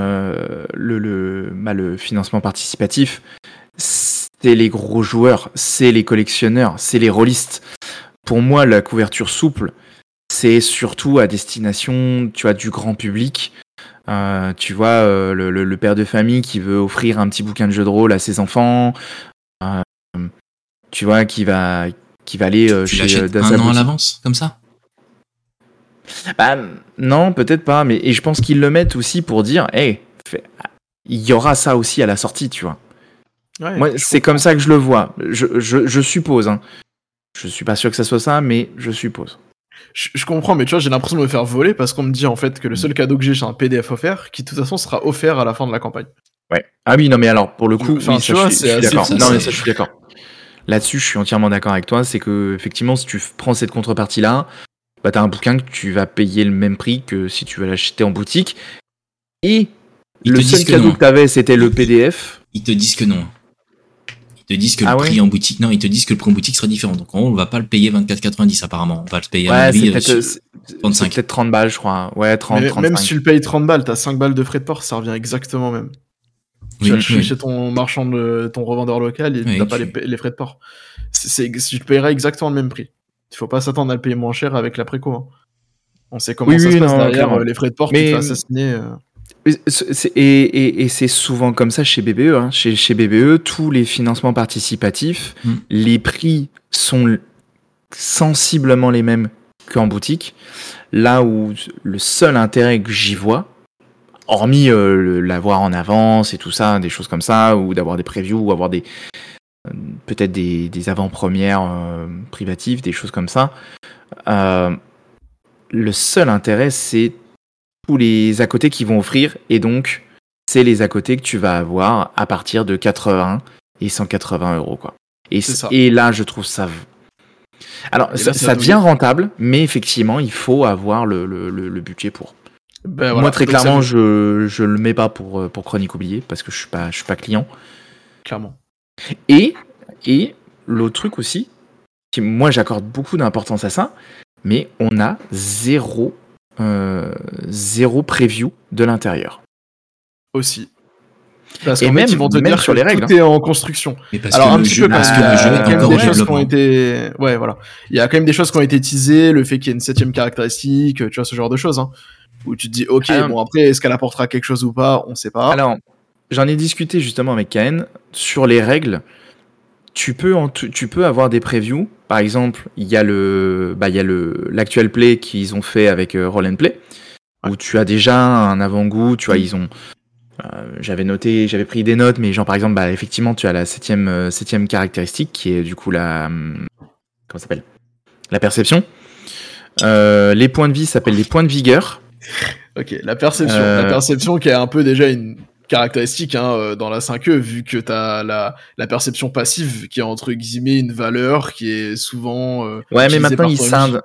le financement participatif, c'est les gros joueurs, c'est les collectionneurs, c'est les rôlistes. Pour moi, la couverture souple, c'est surtout à destination, tu vois, du grand public. Tu vois, le père de famille qui veut offrir un petit bouquin de jeu de rôle à ses enfants. Tu vois, qui va aller tu chez un an à l'avance, comme ça. Bah non, peut-être pas, mais je pense qu'ils le mettent aussi pour dire, il y aura ça aussi à la sortie, tu vois. Ouais, moi, c'est comme ça que je le vois. Je suppose. Je suis pas sûr que ça soit ça, mais je suppose. Je comprends, mais tu vois, j'ai l'impression de me faire voler parce qu'on me dit en fait que le seul cadeau que j'ai, c'est un PDF offert qui de toute façon sera offert à la fin de la campagne. Ouais. Ah oui, non, mais alors pour le coup, enfin, tu vois, c'est d'accord. Non, mais ça, je suis d'accord. Là-dessus, je suis entièrement d'accord avec toi. C'est que effectivement, si tu prends cette contrepartie-là, bah t'as un bouquin que tu vas payer le même prix que si tu vas l'acheter en boutique. Et le seul cadeau que t'avais, c'était le PDF. Ils te disent que non. Ils Ils te disent que Ah le ouais prix en boutique, non, ils te disent que le prix en boutique sera différent. Donc, on va pas le payer 24,90 apparemment. On va le payer à mon Ouais, avis, c'est 35. peut-être 30 balles, je crois. Ouais, 30, Mais même 35. si tu le payes 30 balles, t'as 5 balles de frais de port, ça revient exactement même. Tu vas le Oui, chez ton marchand, ton revendeur local, et Oui, t'as pas les frais de port. Tu le payeras exactement le même prix. Il faut pas s'attendre à le payer moins cher avec la préco. Hein. On sait comment Oui, ça se oui, passe non, derrière, clairement. les frais de port, tu te Mais fais assassiner. et c'est souvent comme ça chez BBE. Hein. Chez BBE, tous les financements participatifs, Mm. les prix sont sensiblement les mêmes qu'en boutique. Là où le seul intérêt que j'y vois, hormis l'avoir en avance et tout ça, des choses comme ça, ou d'avoir des previews, ou avoir peut-être des avant-premières privatives, des choses comme ça, le seul intérêt, c'est tous les à côté qui vont offrir, et donc c'est les à côté que tu vas avoir à partir de 80 et 180 euros, quoi. C'est ça. Et là, je trouve ça. Alors, Et là, ça devient rentable, mais effectivement, il faut avoir le budget pour. Ben Moi, voilà. très Donc, clairement, je le mets pas pour Chronique oubliée, parce que je suis pas client. clairement. Et l'autre truc aussi, moi j'accorde beaucoup d'importance à ça, mais on a zéro preview de l'intérieur. Aussi. Parce Et qu'en fait, ils vont te même dire sur que les règles. tout est en construction. Mais parce Alors que un le petit jeu, peu parce quand que même, le jeu il y a est quand même encore en des choses qui ont développement. été, ouais, voilà, il y a quand même des choses qui ont été teasées, le fait qu'il y ait une 7ème caractéristique, tu vois, ce genre de choses, hein, où tu te dis, ok, Alors, bon après, est-ce qu'elle apportera quelque chose ou pas, on sait pas. alors, j'en ai discuté justement avec Kaen sur les règles. Tu peux avoir des previews. Par exemple, il y a l'actual play qu'ils ont fait avec Roll and Play, où tu as déjà un avant-goût. Tu vois, ils ont. J'avais pris des notes, mais genre par exemple, effectivement, tu as la septième caractéristique qui est du coup comment ça s'appelle ? La perception. Les points de vie s'appellent les points de vigueur. Ok, la perception qui est un peu déjà une caractéristique dans la 5e, vu que t'as la perception passive qui est entre guillemets une valeur qui est souvent Ouais, mais utilisée maintenant par ils ton MJ. scindent.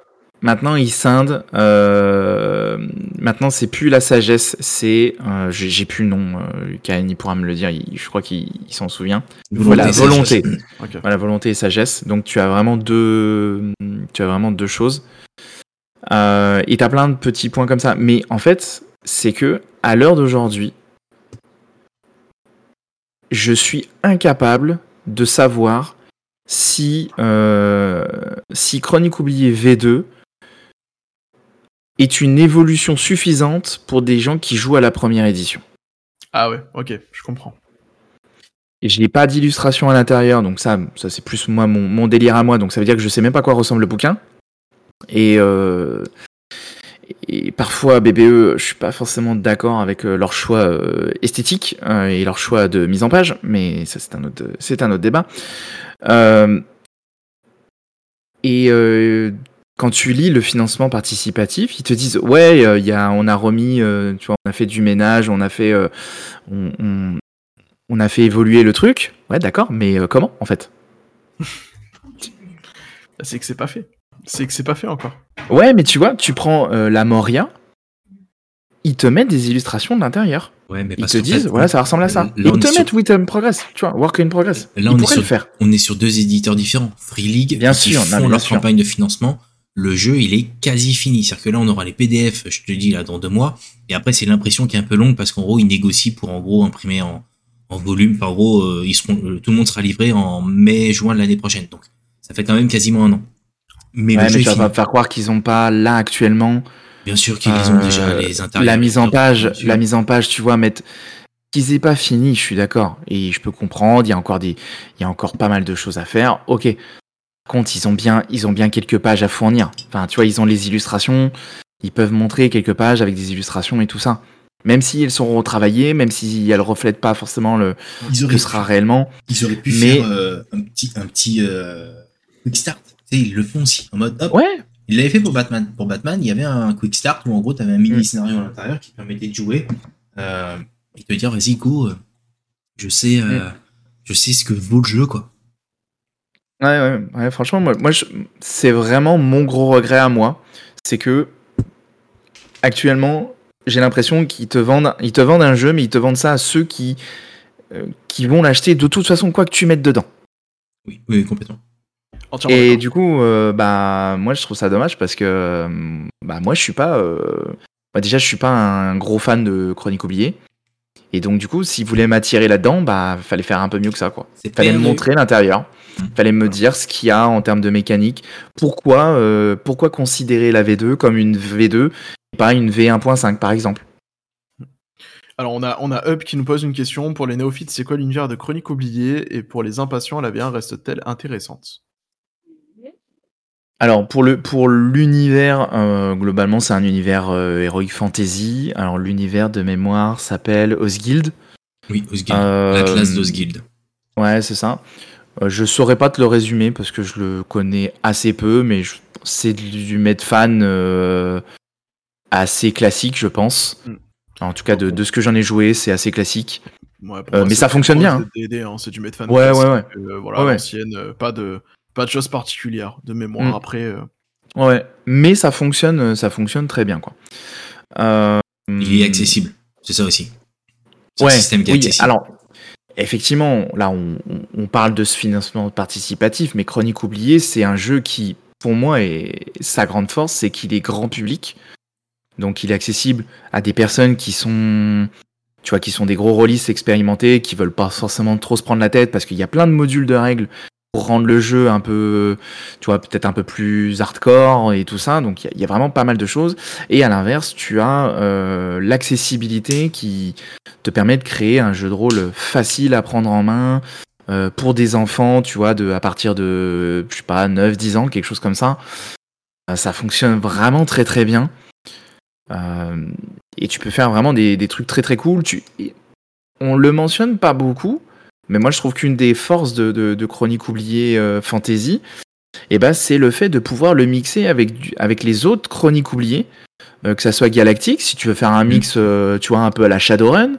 Maintenant, c'est plus la sagesse, c'est j'ai plus le nom. Kaen, il pourra me le dire. Je crois qu'il s'en souvient. Voilà, volonté. Okay. Voilà, volonté et sagesse. Donc tu as vraiment deux choses. Et t'as plein de petits points comme ça. Mais en fait, c'est que à l'heure d'aujourd'hui, je suis incapable de savoir si Chronique oubliée V2 est une évolution suffisante pour des gens qui jouent à la première édition. Ah ouais, ok, je comprends. Et je n'ai pas d'illustration à l'intérieur, donc ça c'est plus moi mon délire à moi, donc ça veut dire que je sais même pas à quoi ressemble le bouquin. Et parfois BBE, je suis pas forcément d'accord avec leur choix esthétique et leur choix de mise en page, mais ça c'est un autre débat. Quand tu lis le financement participatif, ils te disent ouais, on a remis, tu vois, on a fait du ménage, on a fait évoluer le truc. Ouais, d'accord, mais comment en fait ? C'est que c'est pas fait. C'est que c'est pas fait encore. Ouais, mais tu vois, tu prends la Moria, ils te mettent des illustrations de l'intérieur. Ouais, mais ils te disent, voilà, ça ressemble à ça. Ils te mettent With in Progress, tu vois, Work in Progress. Là, on est sur deux éditeurs différents. Free League, bien qui sûr, font leur campagne de financement. Le jeu, il est quasi fini. C'est-à-dire que là, on aura les PDF, je te dis, là, dans 2 mois. Et après, c'est l'impression qui est un peu longue parce qu'en gros, ils négocient pour, en gros, imprimer en volume. Enfin, en gros, tout le monde sera livré en mai-juin de l'année prochaine. Donc, ça fait quand même quasiment 1 an. Mais ouais, le jeu tu vas pas me faire croire qu'ils ont pas, là, actuellement... Bien sûr qu'ils ont déjà les intérieurs. La mise en page, tu vois, qu'ils aient pas fini, je suis d'accord. Et je peux comprendre, il y a encore pas mal de choses à faire. Ok. Par contre, ils ont bien quelques pages à fournir. Enfin, tu vois, ils ont les illustrations, ils peuvent montrer quelques pages avec des illustrations et tout ça. Même si elles sont retravaillées, même si elles reflètent pas forcément ce que sera réellement. Ils auraient pu faire un petit quick start. Tu sais, ils le font aussi, en mode hop. Ouais. Ils l'avaient fait pour Batman. Pour Batman, il y avait un quick start où en gros, tu avais un mini scénario à l'intérieur qui permettait de jouer et de dire vas-y, go, je sais ce que vaut le jeu, quoi. Ouais, franchement, moi c'est vraiment mon gros regret à moi. C'est que actuellement, j'ai l'impression qu'ils te vendent un jeu, mais ils te vendent ça à ceux qui vont l'acheter de toute façon, quoi que tu mettes dedans. Oui, complètement. Entièrement Et d'accord. du coup, moi je trouve ça dommage parce que moi je suis pas. Déjà, je suis pas un gros fan de Chronique oubliée. Et donc, du coup, s'ils voulaient m'attirer là-dedans, fallait faire un peu mieux que ça, quoi. C'est Fallait me perdu. montrer l'intérieur. Fallait me dire ce qu'il y a en termes de mécanique. Pourquoi considérer la V2 comme une V2 et pas une V1.5, par exemple? Alors on a Up qui nous pose une question. Pour les néophytes, c'est quoi l'univers de Chronique oubliée? Et pour les impatients, la V1 reste-t-elle intéressante? Alors, pour l'univers, globalement, c'est un univers Heroic Fantasy. Alors, l'univers de mémoire s'appelle Osguild. Oui, Osguild. L'Atlas d'Osguild. Ouais, c'est ça. Je saurais pas te le résumer parce que je le connais assez peu, mais c'est du Medfan assez classique, je pense. En tout cas, de ce que j'en ai joué, c'est assez classique. Ouais, pour moi, mais c'est ça fonctionne bien. c'est D&D, hein, c'est du Medfan Ouais, classique, ouais. voilà, Ouais. l'ancienne, pas de choses particulières de mémoire. Après, Ouais, mais ça fonctionne très bien, quoi. Il est accessible, c'est ça aussi. C'est Ouais, un système qui est accessible. Alors, effectivement, là, on parle de ce financement participatif, mais Chronique oubliée, c'est un jeu qui, pour moi, sa grande force, c'est qu'il est grand public. Donc, il est accessible à des personnes qui sont, tu vois, qui sont des gros rôlistes expérimentés, qui veulent pas forcément trop se prendre la tête, parce qu'il y a plein de modules de règles pour rendre le jeu un peu, tu vois, peut-être un peu plus hardcore et tout ça. Donc, il y a vraiment pas mal de choses. Et à l'inverse, tu as l'accessibilité qui te permet de créer un jeu de rôle facile à prendre en main pour des enfants, tu vois, à partir de, je sais pas, 9-10 ans, quelque chose comme ça. Ça fonctionne vraiment très très bien. Et tu peux faire vraiment des trucs très très cool. On le mentionne pas beaucoup, mais moi je trouve qu'une des forces de Chronique oubliée Fantasy, c'est le fait de pouvoir le mixer avec les autres Chroniques oubliées, que ça soit galactique, si tu veux faire un mix, tu vois, un peu à la Shadowrun,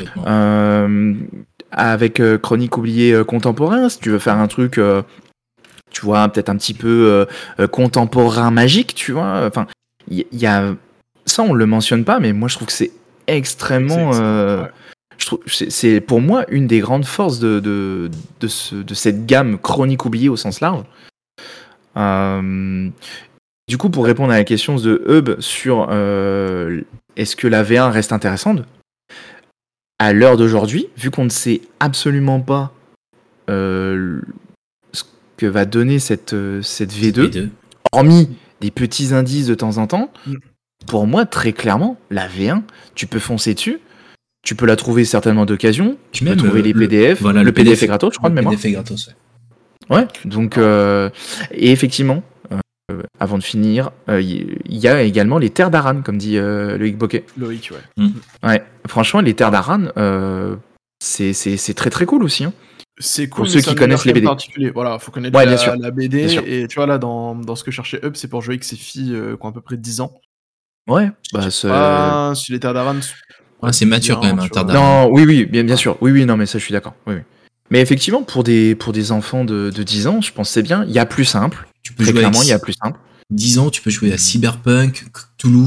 avec Chronique oubliée contemporain, si tu veux faire un truc, tu vois, peut-être un petit peu contemporain magique, tu vois. Enfin, il y a ça, on le mentionne pas, mais moi je trouve que c'est extrêmement. Je trouve c'est pour moi une des grandes forces de cette gamme Chronique oubliée au sens large. Du coup, pour répondre à la question de Hub sur est-ce que la V1 reste intéressante, à l'heure d'aujourd'hui, vu qu'on ne sait absolument pas ce que va donner cette V2, hormis des petits indices de temps en temps, pour moi, très clairement, la V1, tu peux foncer dessus, tu peux la trouver certainement d'occasion, tu peux trouver les PDF, voilà, le PDF est gratos, je crois, de mémoire. Le PDF est gratos, ouais. Donc, et effectivement, avant de finir, il y a également les terres d'Aran, comme dit Loïc Bocquet. Loïc, ouais. Ouais, franchement, les terres d'Aran, c'est très très cool aussi. Hein. C'est cool, pour ceux qui connaissent les BD. Particulier. Voilà, faut connaître la BD. Et tu vois, là, dans ce que cherchait Up, c'est pour jouer avec ses filles qui ont à peu près 10 ans. Ouais, c'est. Si les terres d'Aran. C'est mature quand même, un terre d'Aran. Non, oui, bien sûr. Oui, non, mais ça, je suis d'accord. Oui. Mais effectivement, pour des enfants de 10 ans, je pense que c'est bien. Il y a plus simple. Tu peux jouer clairement, il y a plus simple. 10 ans, tu peux jouer à Cyberpunk, Cthulhu.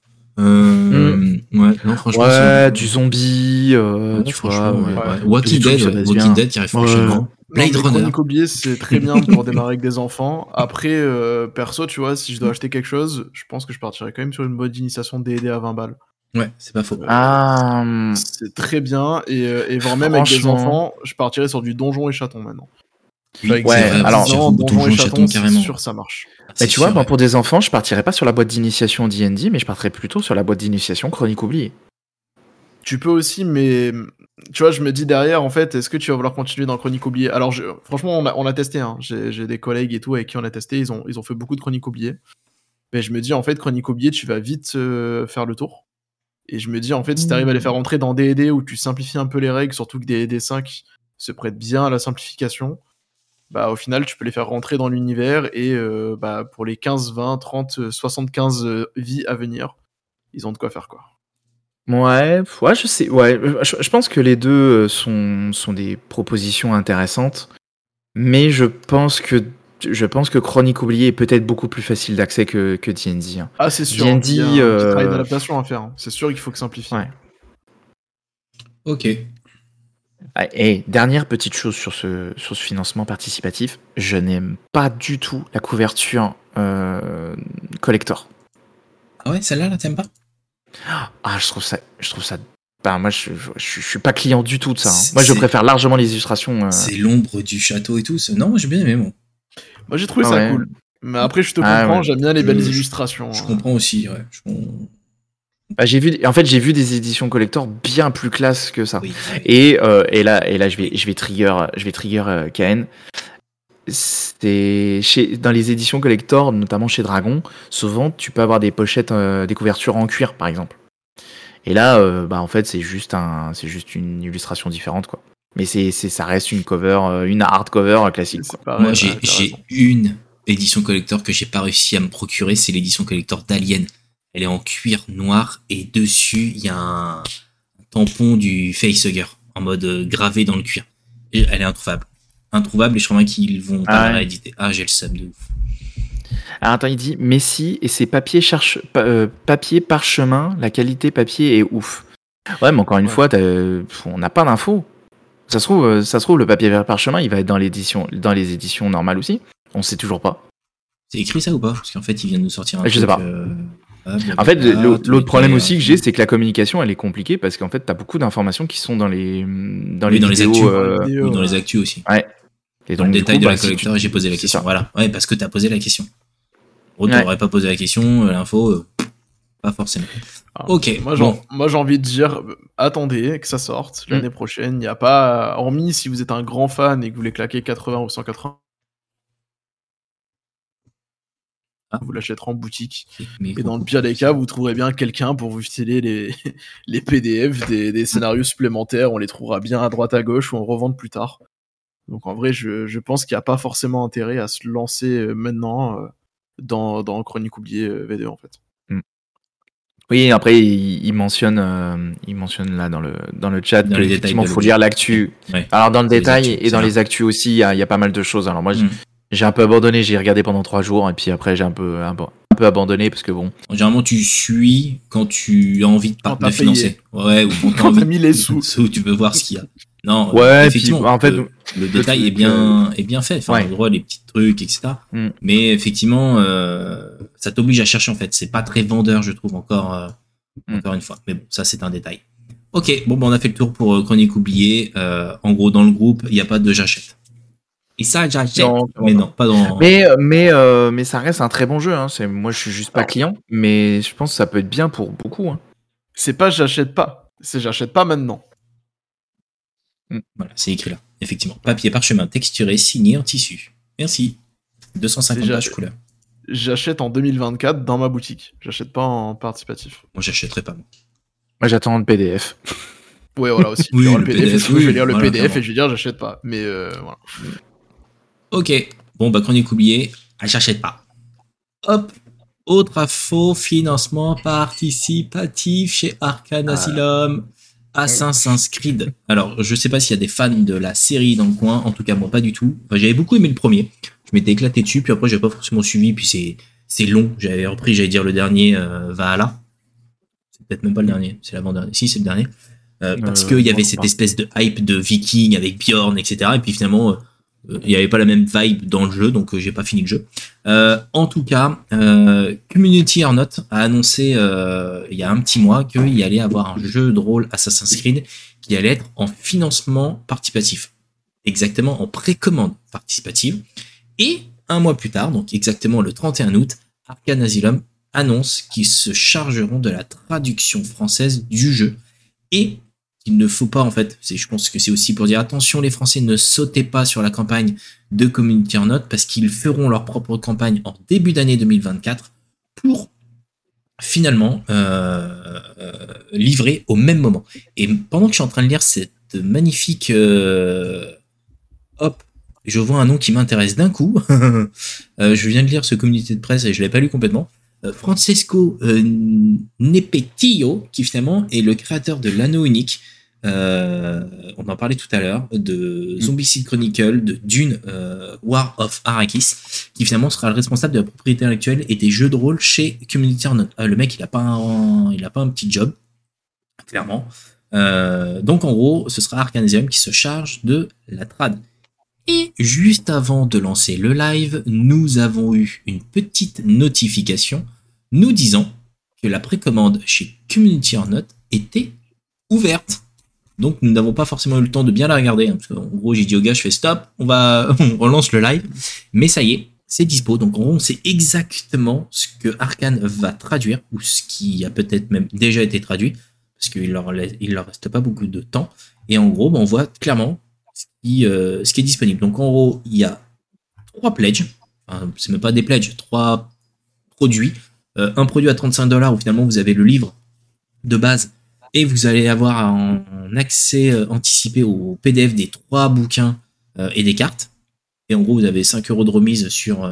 Ouais, non, franchement. Ouais, du zombie, tu vois. Walking Dead qui arrive franchement. Blade Runner. Chronique oubliée, c'est très bien pour démarrer avec des enfants. Après, perso, tu vois, si je dois acheter quelque chose, je pense que je partirais quand même sur une boîte d'initiation D&D à 20 balles. Ouais, c'est pas faux. C'est très bien. Et voire même avec des enfants, je partirais sur du Donjon et Chaton maintenant. Oui, alors Donjon et Chaton, carrément. C'est sûr, ça marche. Mais tu vois, moi, pour des enfants, je partirais pas sur la boîte d'initiation D&D, mais je partirais plutôt sur la boîte d'initiation Chronique oubliée. Tu peux aussi, mais tu vois, je me dis derrière, en fait, est-ce que tu vas vouloir continuer dans Chronique oubliée? Alors, franchement, on a testé. Hein. J'ai des collègues et tout avec qui on a testé. Ils ont fait beaucoup de Chronique oubliée. Mais je me dis, en fait, Chronique oubliée, tu vas vite faire le tour. Et je me dis, en fait, si t'arrives à les faire rentrer dans D&D où tu simplifies un peu les règles, surtout que D&D 5 se prête bien à la simplification, au final, tu peux les faire rentrer dans l'univers et pour les 15, 20, 30, 75 vies à venir, ils ont de quoi faire, quoi. Ouais, je sais. Ouais, je pense que les deux sont des propositions intéressantes, mais je pense que Chronique oubliée est peut-être beaucoup plus facile d'accès que D&D. Hein. Ah, c'est sûr. D&D, il y a un petit travail d'adaptation à faire. Hein. C'est sûr qu'il faut que simplifier. Ouais. Ok. Et dernière petite chose sur ce financement participatif, je n'aime pas du tout la couverture collector. Ah ouais, celle-là, là, t'aimes pas? Ah, je trouve ça. Ben, moi, je suis pas client du tout de ça. Moi, je préfère largement les illustrations. C'est l'ombre du château et tout. Non, moi, j'ai bien aimé, moi. Moi, j'ai trouvé ça cool. Mais après, je te comprends, j'aime bien les belles illustrations. Je comprends aussi, ouais. Bah, j'ai vu des éditions collector bien plus classe que ça. Oui. Et là, je vais trigger KN. Dans les éditions collector, notamment chez Dragon, souvent tu peux avoir des pochettes, des couvertures en cuir, par exemple. Et là, en fait, c'est juste une illustration différente, quoi. Mais ça reste une cover, une hardcover classique. Quoi. Pareil, moi, j'ai une édition collector que j'ai pas réussi à me procurer, c'est l'édition collector d'Alien. Elle est en cuir noir et dessus il y a un tampon du facehugger en mode gravé dans le cuir. Et elle est introuvable et je crois qu'ils vont pas la rééditer. Ah, j'ai le seum de ouf. Alors attends, il dit Messi et ses papiers parchemin, la qualité papier est ouf. Ouais, mais encore une fois, on n'a pas d'infos. Ça se trouve, le papier parchemin, il va être dans les éditions normales aussi. On sait toujours pas. C'est écrit ça ou pas? Parce qu'en fait, ils viennent nous sortir un truc. Je sais pas. En fait, l'autre problème aussi que j'ai, c'est que la communication, elle est compliquée parce qu'en fait, t'as beaucoup d'informations qui sont dans les vidéos, actus. Ou dans les actus aussi. Ouais. Et dans le détail de la collector, j'ai posé la question. Voilà. Ouais, parce que t'as posé la question. En gros, t'aurais pas posé la question, l'info, pas forcément. Ok. Moi, j'ai envie de dire, attendez que ça sorte l'année prochaine. Il n'y a pas, hormis si vous êtes un grand fan et que vous voulez claquer 80 ou 180. Vous l'achèterez en boutique. Et dans le pire des cas, vous trouverez bien quelqu'un pour vous filer les PDF des scénarios supplémentaires. On les trouvera bien à droite à gauche ou on revend plus tard. Donc en vrai, je pense qu'il n'y a pas forcément intérêt à se lancer maintenant dans Chronique oubliée V2 en fait. Oui, après il mentionne là dans le chat qu'effectivement il faut lire l'actu. Ouais. Alors dans le détail et dans les actus aussi, il y a pas mal de choses. Alors moi j'ai un peu abandonné, j'ai regardé pendant 3 jours et puis après j'ai un peu abandonné parce que bon. Généralement tu suis quand tu as envie de financer. Ouais, ou quand t'as mis les sous. Tu veux voir ce qu'il y a. Non, ouais, effectivement. Puis, en fait, le détail est bien fait. Enfin, on voit les petits trucs, etc. Mais effectivement, ça t'oblige à chercher en fait. C'est pas très vendeur, je trouve encore une fois. Mais bon, ça c'est un détail. Ok, bon, on a fait le tour pour Chronique oubliée. En gros, dans le groupe, il n'y a pas de j'achète. Et ça, j'achète. Mais non, pas dans. Mais ça reste un très bon jeu. Hein. Moi, je suis juste pas client, mais je pense que ça peut être bien pour beaucoup. Hein. C'est pas j'achète pas, c'est j'achète pas maintenant. Voilà, c'est écrit là. Effectivement. Papier parchemin texturé, signé en tissu. Merci. 250 pages couleur. J'achète en 2024 dans ma boutique. J'achète pas en participatif. Moi, j'achèterai pas. Moi, j'attends le PDF. Ouais, voilà aussi. Oui, le PDF, je vais lire le PDF et je vais dire j'achète pas. Mais voilà. Ok. Bon, Chronique oubliée. J'achète pas. Hop. Autre info, financement participatif chez Arcane Asylum. Assassin's Creed. Alors, je sais pas s'il y a des fans de la série dans le coin. En tout cas, moi, pas du tout. Enfin, j'avais beaucoup aimé le premier. Je m'étais éclaté dessus. Puis après, j'avais pas forcément suivi. Puis c'est long. J'avais repris, j'allais dire le dernier Valhalla. C'est peut-être même pas le dernier. C'est l'avant-dernier. Si, c'est le dernier. Parce qu'il y avait cette espèce de hype de viking avec Bjorn, etc. Et puis finalement, il n'y avait pas la même vibe dans le jeu. Donc, j'ai pas fini le jeu. En tout cas, Community or Not a annoncé il y a un petit mois qu'il y allait avoir un jeu de rôle Assassin's Creed qui allait être en financement participatif. Exactement, en précommande participative. Et un mois plus tard, donc exactement le 31 août, Arcane Asylum annonce qu'ils se chargeront de la traduction française du jeu. Et il ne faut pas, en fait, je pense que c'est aussi pour dire attention, les Français, ne sautez pas sur la campagne de Community or Not parce qu'ils feront leur propre campagne en début d'année 2024 pour finalement livrer au même moment. Et pendant que je suis en train de lire cette magnifique je vois un nom qui m'intéresse d'un coup. Je viens de lire ce communiqué de presse et je l'ai pas lu complètement. Francesco Nepetillo, qui finalement est le créateur de l'anneau unique. On en parlait tout à l'heure, de Zombicide Chronicle, de Dune, War of Arrakis, qui finalement sera le responsable de la propriété intellectuelle et des jeux de rôle chez Community or Not. Le mec, il a pas un petit job, clairement. Donc en gros, ce sera Arcane Asylum qui se charge de la trad. Et juste avant de lancer le live, nous avons eu une petite notification nous disant que la précommande chez Community or Not était ouverte. Donc nous n'avons pas forcément eu le temps de bien la regarder, parce qu'en gros j'ai dit au gars, je fais stop, on relance le live, mais ça y est, c'est dispo. Donc en gros on sait exactement ce que Arcane va traduire, ou ce qui a peut-être même déjà été traduit, parce qu'il leur reste pas beaucoup de temps, et en gros on voit clairement ce qui est disponible. Donc en gros il y a 3 pledges, enfin c'est même pas des pledges, 3 produits, un produit à $35 où finalement vous avez le livre de base, et vous allez avoir un accès anticipé au PDF des 3 bouquins et des cartes. Et en gros, vous avez 5 € de remise sur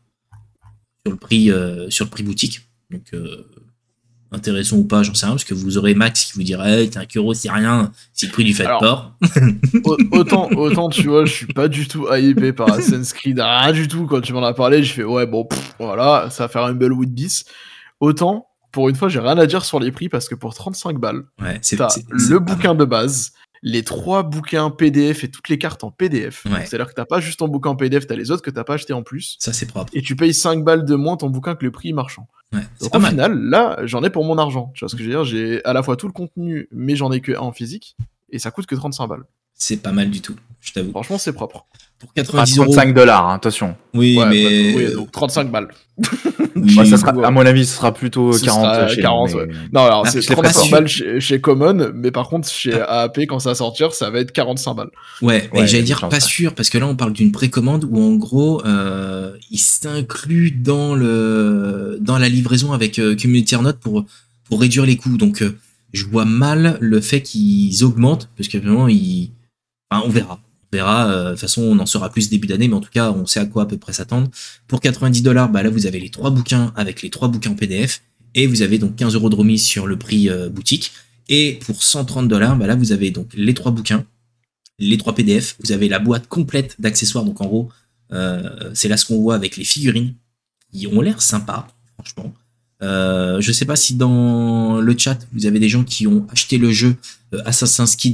le prix boutique. Donc, intéressant ou pas, j'en sais rien, parce que vous aurez Max qui vous dirait 5 €, c'est rien, c'est le prix du fait de port. autant, tu vois, je suis pas du tout hypé par Assassin's Creed, rien du tout. Quand tu m'en as parlé, j'ai fait ouais, bon, voilà, ça va faire un Bumblewood bis. Autant, pour une fois, j'ai rien à dire sur les prix parce que pour 35 balles, t'as le bouquin de base, les 3 bouquins PDF et toutes les cartes en PDF. Ouais. C'est-à-dire que t'as pas juste ton bouquin en PDF, t'as les autres que t'as pas acheté en plus. Ça, c'est propre. Et tu payes 5 balles de moins ton bouquin que le prix marchand. Ouais, donc au final, là, j'en ai pour mon argent. Tu vois ce que je veux dire? J'ai à la fois tout le contenu, mais j'en ai que un en physique. Et ça coûte que 35 balles. C'est pas mal du tout, je t'avoue. Franchement, c'est propre. Pour 90 €. $35, hein, attention. Oui, ouais, mais. Oui, donc 35 balles. Oui, ça sera, à mon avis, ce sera plutôt 40 chez 40, nous, ouais. Non, alors Ah, c'est je l'ai pas 35 su. balles chez Common, mais par contre, chez AAP, quand ça va sortir, ça va être 45 balles. Ouais, mais j'allais dire chance, pas sûr, parce que là, on parle d'une précommande où, en gros, il s'inclut dans la livraison avec Community or Not pour réduire les coûts. Donc, je vois mal le fait qu'ils augmentent, parce que vraiment, enfin, on verra. On verra. De toute façon, on en saura plus début d'année, mais en tout cas, on sait à quoi à peu près s'attendre. Pour 90 $, bah là, vous avez les 3 bouquins avec les 3 bouquins PDF, et vous avez donc 15 € de remise sur le prix boutique. Et pour 130 $, bah là, vous avez donc les 3 bouquins, les 3 PDF, vous avez la boîte complète d'accessoires. Donc en gros, c'est là ce qu'on voit avec les figurines, qui ont l'air sympas, franchement. Je sais pas si dans le chat vous avez des gens qui ont acheté le jeu Assassin's Creed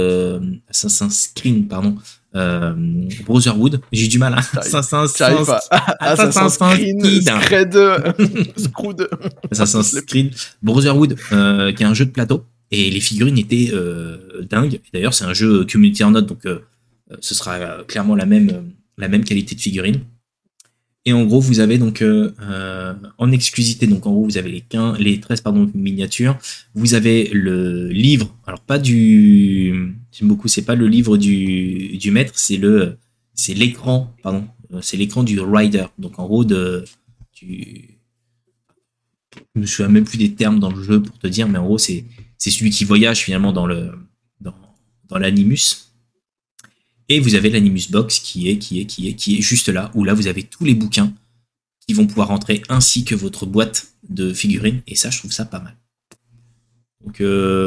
Brotherhood. J'ai du mal à Assassin's Creed Brotherhood, qui est un jeu de plateau, et les figurines étaient dingues. D'ailleurs, c'est un jeu Community or Not, donc ce sera clairement la même qualité de figurine. Et en gros, vous avez donc en exclusivité, donc en gros, vous avez les 13 miniatures. Vous avez le livre, alors pas j'aime beaucoup, c'est pas le livre du maître, c'est l'écran, c'est l'écran du rider. Donc en gros, je me souviens même plus des termes dans le jeu pour te dire, mais en gros, c'est celui qui voyage finalement dans l'animus. Et vous avez l'Animus Box qui est juste là, où là vous avez tous les bouquins qui vont pouvoir rentrer, ainsi que votre boîte de figurines, et ça je trouve ça pas mal. Donc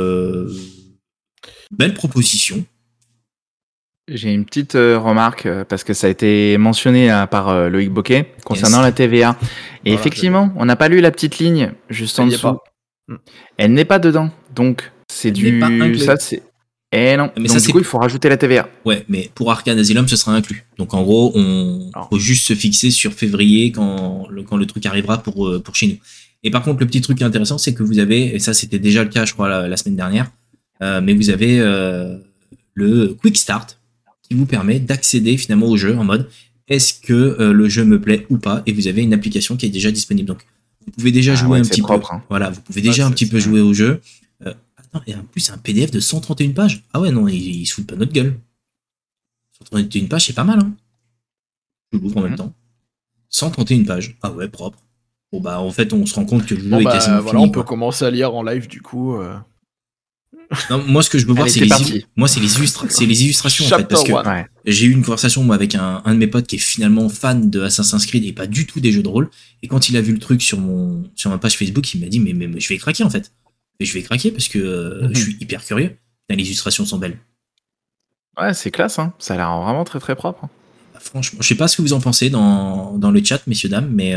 belle proposition. J'ai une petite remarque, parce que ça a été mentionné par Loïc Boquet concernant la TVA. Et voilà, effectivement, on n'a pas lu la petite ligne juste en dessous. Elle n'est pas dedans, donc c'est ça c'est... Eh non, mais donc ça, du coup, il faut rajouter la TVA. Ouais, mais pour Arcane Asylum, ce sera inclus. Donc en gros, faut juste se fixer sur février quand le truc arrivera pour chez nous. Et par contre, le petit truc intéressant, c'est que vous avez, et ça c'était déjà le cas, je crois, la semaine dernière, mais vous avez le Quick Start qui vous permet d'accéder finalement au jeu en mode est-ce que le jeu me plaît ou pas, et vous avez une application qui est déjà disponible. Donc vous pouvez déjà jouer un petit peu. Hein. Voilà, vous pouvez déjà un petit peu jouer au jeu. Et en plus, c'est un PDF de 131 pages. Ah ouais, non, ils se foutent pas notre gueule. 131 pages, c'est pas mal, hein. Je l'ouvre en même temps. 131 pages. Ah ouais, propre. Bon, bah, en fait, on se rend compte que le jeu est quasiment fini. On peut commencer à lire en live, du coup. Non, moi, ce que je veux voir, c'est les illustrations, en fait. Parce que j'ai eu une conversation, moi, avec un de mes potes qui est finalement fan de Assassin's Creed et pas du tout des jeux de rôle. Et quand il a vu le truc sur ma page Facebook, il m'a dit, mais je vais craquer, en fait. Et je vais craquer parce que je suis hyper curieux. Les illustrations sont belles. Ouais, c'est classe, hein. Ça a l'air vraiment très très propre. Hein. Bah, franchement, je sais pas ce que vous en pensez dans le chat, messieurs, dames, mais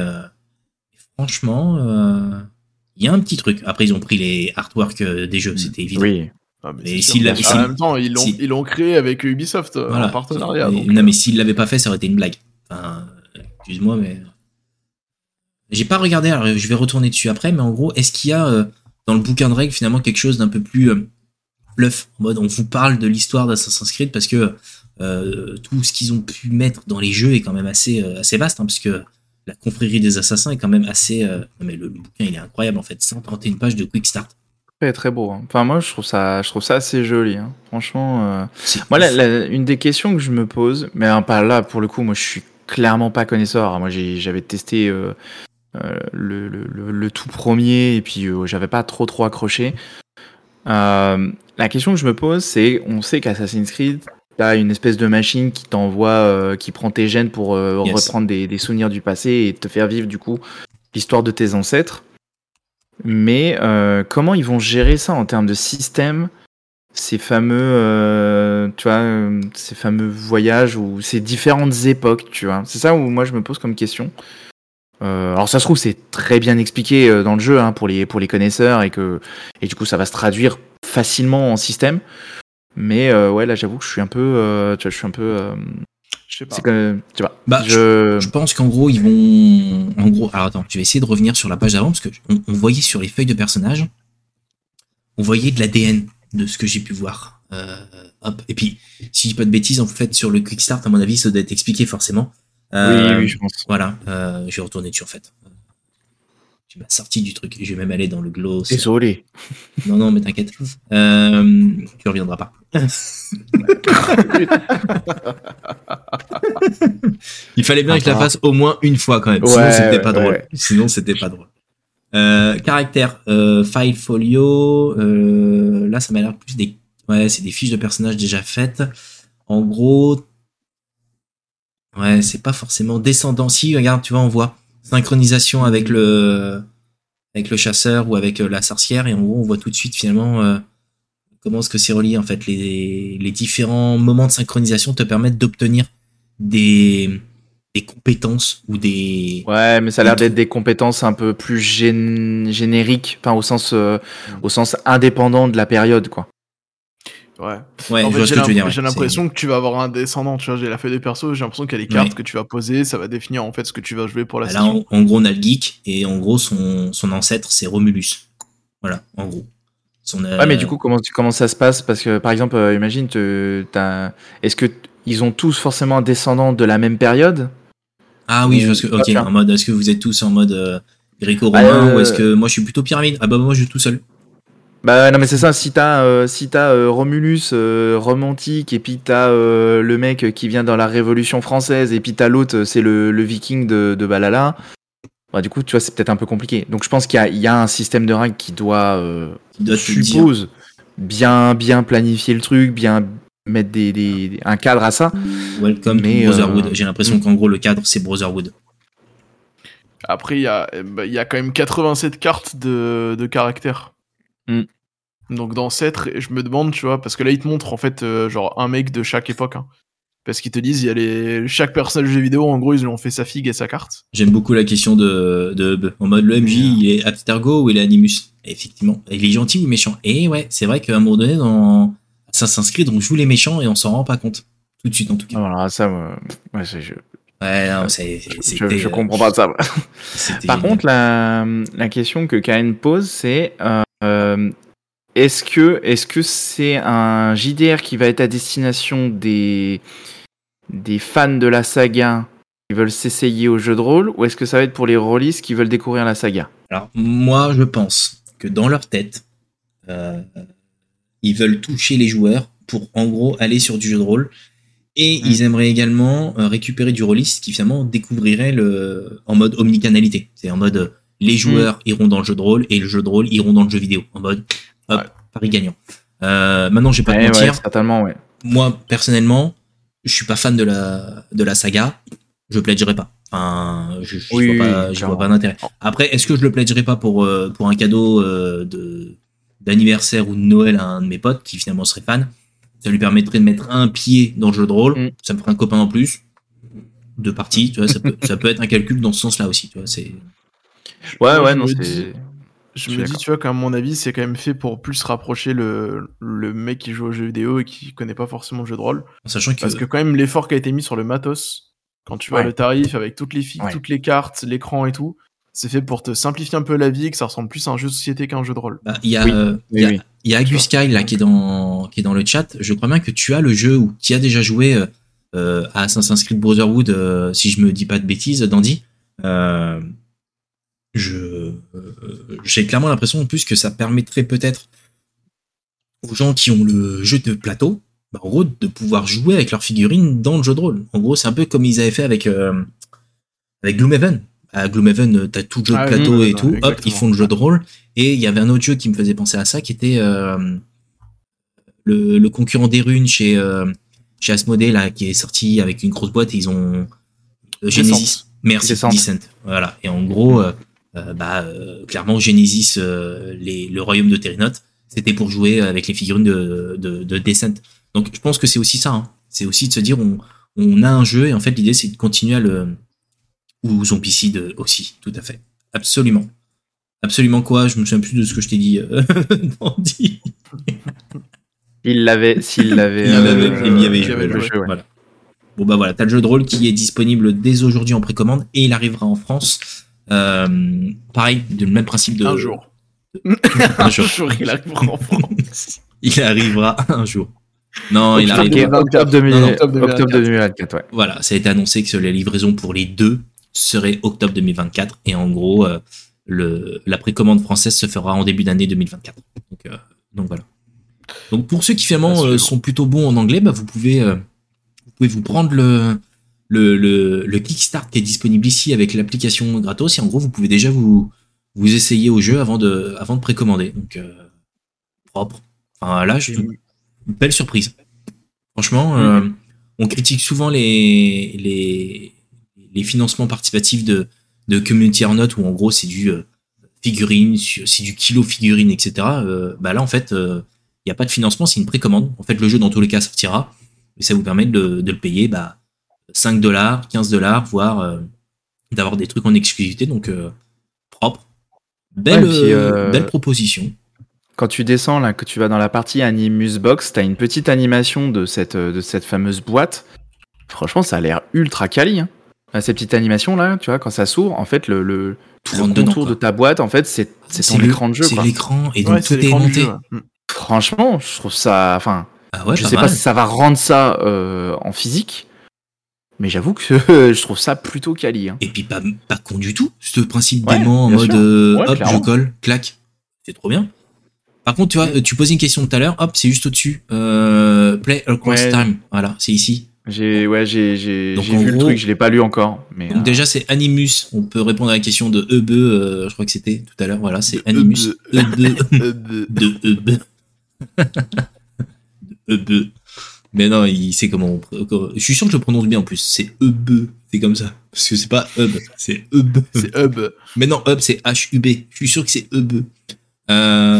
franchement, il y a un petit truc. Après, ils ont pris les artworks des jeux, c'était évident. Oui. Ah, mais Mais c'est sûr. s'il bien l'avait, sûr. En même temps, ils si- l'ont créé avec Ubisoft en voilà. partenariat. Mais- donc, non, mais s'il l'avait pas fait, ça aurait été une blague. Enfin, excuse-moi, mais j'ai pas regardé. Alors, je vais retourner dessus après. Mais en gros, est-ce qu'il y a dans le bouquin de règles finalement quelque chose d'un peu plus bluff, en mode on vous parle de l'histoire d'Assassin's Creed parce que tout ce qu'ils ont pu mettre dans les jeux est quand même assez vaste, hein, parce que la confrérie des assassins est quand même assez. Non, mais le bouquin il est incroyable en fait, 131 pages de quick start. Très très beau. Hein. Enfin moi je trouve ça assez joli. Hein. Franchement, C'est moi ouf. une des questions que je me pose, mais pas là pour le coup, moi je suis clairement pas connaisseur. Alors, moi j'avais testé le tout premier et puis j'avais pas trop accroché. La question que je me pose, c'est, on sait qu'Assassin's Creed, t'as une espèce de machine qui t'envoie, qui prend tes gènes pour Yes. reprendre des souvenirs du passé et te faire vivre du coup l'histoire de tes ancêtres. Mais comment ils vont gérer ça en termes de système, ces fameux, tu vois, ces fameux voyages ou ces différentes époques, tu vois. C'est ça où moi je me pose comme question. Alors ça se trouve c'est très bien expliqué dans le jeu hein, pour les connaisseurs et du coup ça va se traduire facilement en système. Mais ouais là j'avoue que je suis un peu, tu vois, je suis un peu. je sais pas. C'est que tu vois. Bah, je pense qu'en gros, ils vont. En gros, alors attends, je vais essayer de revenir sur la page d'avant, parce que on voyait sur les feuilles de personnages, on voyait de l'ADN de ce que j'ai pu voir. Hop. Et puis, si je dis pas de bêtises, en fait, sur le Quick Start, à mon avis, ça doit être expliqué forcément. Oui, je pense. Voilà, je vais retourner dessus en fait. Tu m'as sorti du truc, je vais même aller dans le gloss. Désolé. Non, mais t'inquiète. Tu reviendras pas. Il fallait bien que je la fasse au moins une fois quand même. Sinon, Ouais, c'était pas ouais. drôle. Sinon, c'était pas drôle. Caractère, file folio. Là, ça m'a l'air plus des. Ouais, c'est des fiches de personnages déjà faites. En gros. Ouais, c'est pas forcément descendant. Si, regarde, tu vois, on voit synchronisation avec le chasseur ou avec la sorcière. Et en gros, on voit tout de suite finalement. Comment est-ce que c'est relié en fait, les différents moments de synchronisation te permettent d'obtenir des compétences ou des. Ouais, mais ça a des l'air d'être trucs. des compétences un peu plus génériques, enfin au sens indépendant de la période, quoi. Ouais. Ouais, En je fait, vois ce que tu veux dire. Ouais. j'ai l'impression que tu vas avoir un descendant. Tu vois, j'ai la feuille des persos, j'ai l'impression qu'il y a les cartes que tu vas poser, ça va définir en fait ce que tu vas jouer pour la Là, session. en gros, on a le geek et en gros, son ancêtre, c'est Romulus. Voilà, en gros. Ouais, mais du coup, comment ça se passe? Parce que, par exemple, imagine, est-ce que ils ont tous forcément un descendant de la même période? Ah oui, je vois ce que. Ok, tiens. en mode, est-ce que vous êtes tous en mode gréco-romain ou est-ce que moi je suis plutôt pyramide? Ah bah moi je suis tout seul. Bah non, mais c'est ça, si t'as Romulus romantique et puis t'as le mec qui vient dans la Révolution française et puis t'as l'autre, c'est le viking de Valhalla, bah du coup, tu vois, c'est peut-être un peu compliqué. Donc je pense qu'il y a un système de règles qui doit, Doit te suppose, bien planifier le truc, bien mettre un cadre à ça. Welcome Mais, to Brotherhood. J'ai l'impression qu'en gros le cadre c'est Brotherhood. Après, il y a quand même 87 cartes de caractères. Mm. Donc dans cette, je me demande, tu vois, parce que là, ils te montrent en fait genre un mec de chaque époque. Hein. Parce qu'ils te disent, il y a chaque personnage de jeu vidéo, en gros, ils lui ont fait sa figue et sa carte. J'aime beaucoup la question de Hub. En mode le MJ, il est Abstergo ou il est Animus? Et effectivement, il est gentil ou méchant? Et ouais, c'est vrai qu'à un moment donné, dans Assassin's Creed, on joue les méchants et on s'en rend pas compte. Tout de suite en tout cas. Voilà, ça, ouais, Ouais, non, je comprends pas ça. Par génial. contre, la question que Karen pose, c'est est-ce que c'est un JDR qui va être à destination des fans de la saga qui veulent s'essayer au jeu de rôle, ou est-ce que ça va être pour les rôlistes qui veulent découvrir la saga? Alors, moi, je pense que dans leur tête, ils veulent toucher les joueurs pour, en gros, aller sur du jeu de rôle. Et ils aimeraient également récupérer du rôliste qui, finalement, découvrirait en mode omnicanalité. C'est en mode, les joueurs iront dans le jeu de rôle et le jeu de rôle iront dans le jeu vidéo. En mode, hop, pari gagnant. Maintenant, je vais pas te mentir. Ouais, certainement, ouais. Moi, personnellement, je suis pas fan de la saga. Je pledgerai pas. Enfin, je vois pas d'intérêt. Après, est-ce que je le pledgerai pas pour un cadeau d'anniversaire ou de Noël à un de mes potes qui finalement serait fan? Ça lui permettrait de mettre un pied dans le jeu de rôle. Ça me ferait un copain en plus. Deux parties, tu vois, ça peut être un calcul dans ce sens-là aussi, tu vois. C'est. Ouais, non, c'est. Je suis me dis, d'accord. tu vois, qu'à mon avis, c'est quand même fait pour plus rapprocher le mec qui joue aux jeux vidéo et qui connaît pas forcément le jeu de rôle. En sachant Parce que que quand même, l'effort qui a été mis sur le matos, quand tu vois Ouais. le tarif avec toutes les figues, Ouais. toutes les cartes, l'écran et tout, c'est fait pour te simplifier un peu la vie, que ça ressemble plus à un jeu de société qu'à un jeu de rôle. il y a, Oui. il y a, Oui. il y a Tu Agus vois. Kyle là qui est dans le chat. Je crois bien que tu as le jeu ou qui a déjà joué à Assassin's Creed Brotherhood, si je me dis pas de bêtises, Dandy. J'ai clairement l'impression en plus que ça permettrait peut-être aux gens qui ont le jeu de plateau, en gros, de pouvoir jouer avec leurs figurines dans le jeu de rôle. En gros, c'est un peu comme ils avaient fait avec Gloomhaven. À Gloomhaven, t'as tout le jeu de plateau Gloomhaven, et tout, hop, exactement. ils font le jeu de rôle. Et il y avait un autre jeu qui me faisait penser à ça, qui était le concurrent des runes chez Asmodée, là, qui est sorti avec une grosse boîte et ils ont Genesis. Merci, Descent. Voilà. Et en gros, clairement, Genesis, le royaume de Terrinoth, c'était pour jouer avec les figurines de Descent. Donc, je pense que c'est aussi ça. Hein. C'est aussi de se dire, on a un jeu et en fait, l'idée, c'est de continuer à ou Zombicide aussi, tout à fait. Absolument. Absolument quoi? Je me souviens plus de ce que je t'ai dit, Dandy. S'il Il l'avait joué, le jeu, ouais. Voilà. Bon bah voilà, t'as le jeu de rôle qui est disponible dès aujourd'hui en précommande et il arrivera en France. Pareil, le même principe de. Un jour. Un jour. Il arrivera en France. Il arrivera un jour. Non, Ok, il ok. arrivera. Octobre 2024. Ouais. Voilà, ça a été annoncé que la livraison pour les deux serait octobre 2024 et en gros, la précommande française se fera en début d'année 2024. Donc voilà. Donc pour ceux qui finalement sont plutôt bons en anglais, bah, vous pouvez vous prendre le Kickstart qui est disponible ici avec l'application gratos et en gros vous pouvez déjà vous essayer au jeu avant de précommander. Donc propre. Enfin là, une belle surprise. Franchement, on critique souvent les financements participatifs de Community or Not où en gros c'est du figurine, c'est du kilo figurine, etc. Bah là en fait, il n'y a pas de financement, c'est une précommande. En fait, le jeu dans tous les cas sortira. Et ça vous permet de le payer $5, $15, voire d'avoir des trucs en exclusivité. Donc, propre. Belle proposition. Quand tu descends, là, que tu vas dans la partie Animus Box, t'as une petite animation de cette fameuse boîte. Franchement, ça a l'air ultra quali. Hein. Ces petites animations, là, tu vois, quand ça s'ouvre, en fait, le contour de ta boîte, en fait, c'est ton écran de jeu. C'est l'écran, et donc tout est aimanté. Franchement, je trouve ça... Enfin, je sais pas si ça va rendre ça en physique, mais j'avoue que je trouve ça plutôt quali. Hein. Et puis pas con du tout, ce principe d'aimant en mode hop, clairement. Je colle, clac. C'est trop bien. Par contre, tu vois, tu posais une question tout à l'heure, hop, c'est juste au-dessus. Play across time. Voilà, c'est ici. J'ai vu le truc, je l'ai pas lu encore. Mais donc déjà, c'est Animus. On peut répondre à la question de Ebe, je crois que c'était tout à l'heure. Voilà, c'est Animus. De Ebe. Mais non, il sait comment. Je suis sûr que je le prononce bien en plus. C'est Ebe. C'est comme ça. Parce que c'est pas Hub, c'est Ebe. C'est Hub. Mais non, Hub, c'est H-U-B. Je suis sûr que c'est Ebe. Ça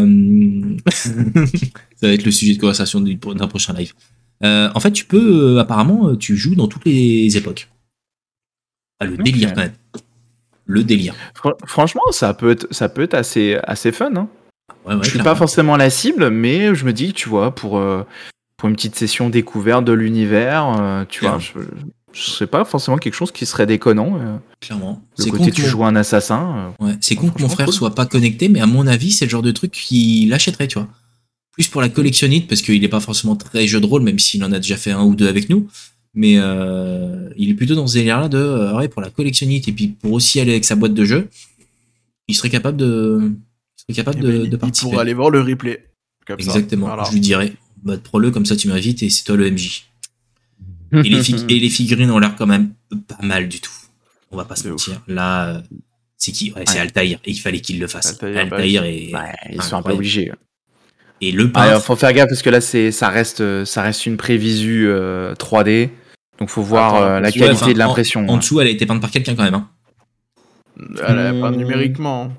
va être le sujet de conversation d'un prochain live. En fait, tu peux, apparemment, tu joues dans toutes les époques. Ah, le délire, quand même. Le délire. Franchement, ça peut être assez fun. Hein. Ouais, je suis pas forcément la cible, mais je me dis, tu vois, pour une petite session découverte de l'univers, tu vois, je sais pas forcément quelque chose qui serait déconnant. Clairement. Le côté tu joues un assassin. Ouais, c'est con que mon frère soit pas connecté, mais à mon avis, c'est le genre de truc qu'il achèterait, tu vois. Plus pour la collectionnite, parce qu'il est pas forcément très jeu de rôle, même s'il en a déjà fait un ou deux avec nous. Mais il est plutôt dans ce délire-là ouais, pour la collectionnite, et puis pour aussi aller avec sa boîte de jeu, il serait capable de participer. Il pourrait aller voir le replay. Comme exactement, ça. Voilà. Je lui dirais, bah, prends-le, comme ça tu m'invites, et c'est toi le MJ. Et les figurines ont l'air quand même pas mal du tout. On va pas se mentir. Là, c'est qui? Ouais, c'est Altaïr. Et il fallait qu'il le fasse. Altaïr est. Ouais, ils sont un peu obligés. Et le peintre. Faut faire gaffe parce que là, ça reste une prévisu 3D. Donc faut voir la qualité de l'impression. En dessous, elle a été peinte par quelqu'un quand même. Hein. Elle a pas numériquement.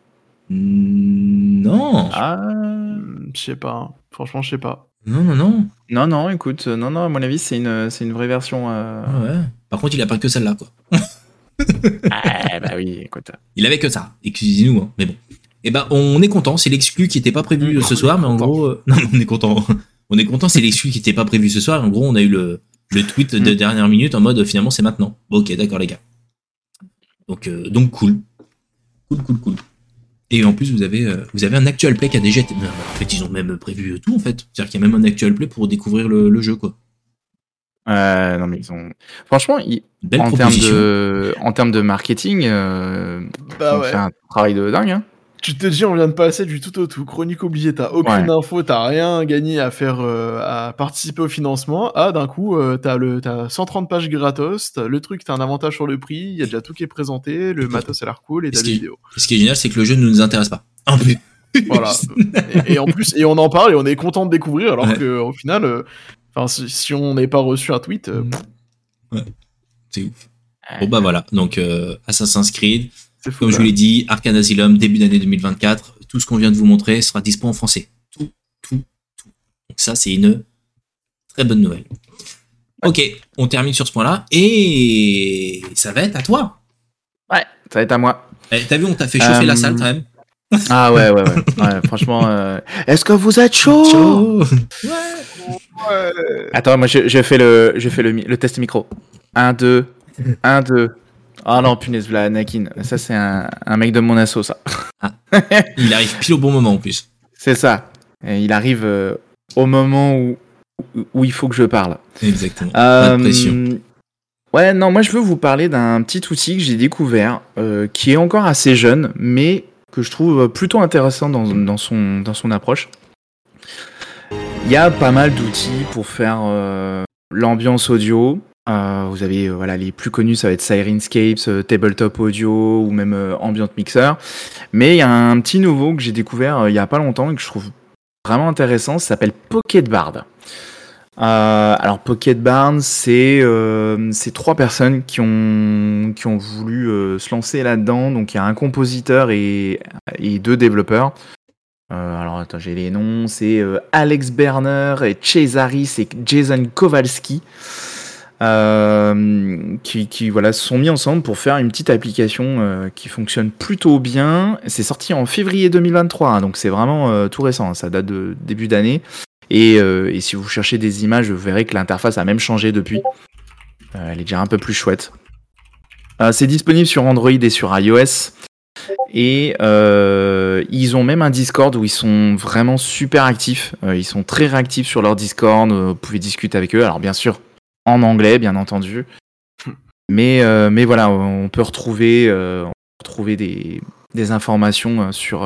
Non. Je sais pas. Franchement, je sais pas. Non, écoute, à mon avis, c'est une vraie version. Ouais. Par contre, il a pas que celle-là, quoi. Bah oui, écoute. Il avait que ça. Excusez-nous, hein. Mais bon. Eh ben, on est content. C'est l'exclu qui était pas prévu ce soir, mais en gros, non, on est content. On est content. C'est l'exclu qui était pas prévu ce soir. En gros, on a eu le tweet de dernière minute en mode finalement c'est maintenant. Bon, ok, d'accord les gars. Donc cool. Cool. Et en plus, vous avez un actual play qui a déjà été. En fait, ils ont même prévu tout en fait. C'est-à-dire qu'il y a même un actual play pour découvrir le jeu quoi. Non mais ils ont. Franchement, Belle en proposition. termes de marketing, ils ont fait un travail de dingue. Hein. Tu te dis, on vient de passer du tout au tout. Chronique oubliée, t'as aucune info, t'as rien gagné à faire, à participer au financement. Ah, d'un coup, t'as 130 pages gratos, t'as le truc, t'as un avantage sur le prix, il y a déjà tout qui est présenté, le matos a l'air cool et t'as des vidéos. Ce qui est génial, c'est que le jeu ne nous intéresse pas. En plus. Voilà. et en plus, et on en parle et on est content de découvrir, alors que au final, si on n'est pas reçu un tweet. Ouais. C'est ouf. Bon bah voilà, donc Assassin's Creed. Fou, comme je vous l'ai dit, Arkham Asylum, début d'année 2024, tout ce qu'on vient de vous montrer sera dispo en français. Tout. Donc ça, c'est une très bonne nouvelle. Ok, on termine sur ce point-là, et ça va être à toi. Ouais, ça va être à moi. T'as vu, on t'a fait chauffer la salle quand même. Ah ouais, franchement, est-ce que vous êtes chaud? Ouais. Attends, moi je fais le test micro. 1, 2. Oh non, punaise, là, Anakin. Ça, c'est un mec de mon asso, ça. Ah. Il arrive pile au bon moment, en plus. C'est ça. Et il arrive au moment où il faut que je parle. Exactement. Pas de pression. Ouais, non, moi, je veux vous parler d'un petit outil que j'ai découvert, qui est encore assez jeune, mais que je trouve plutôt intéressant dans son approche. Il y a pas mal d'outils pour faire l'ambiance audio. Vous avez les plus connus, ça va être Sirenscapes, Tabletop Audio ou même Ambient Mixer. Mais il y a un petit nouveau que j'ai découvert il y a pas longtemps et que je trouve vraiment intéressant, ça s'appelle Pocket Bard. Alors Pocket Bard, c'est 3 personnes qui ont voulu se lancer là-dedans. Donc il y a un compositeur et 2 développeurs. Alors attends, j'ai les noms, c'est Alex Berner et Chase Harris et Jason Kowalski. Qui se sont mis ensemble pour faire une petite application qui fonctionne plutôt bien. C'est sorti en février 2023, hein, donc c'est vraiment tout récent, hein, ça date de début d'année. Et si vous cherchez des images, vous verrez que l'interface a même changé depuis. Elle est déjà un peu plus chouette. C'est disponible sur Android et sur iOS. Et ils ont même un Discord où ils sont vraiment super actifs. Ils sont très réactifs sur leur Discord. Vous pouvez discuter avec eux. Alors bien sûr, en anglais, bien entendu. Mais voilà, on peut retrouver des informations sur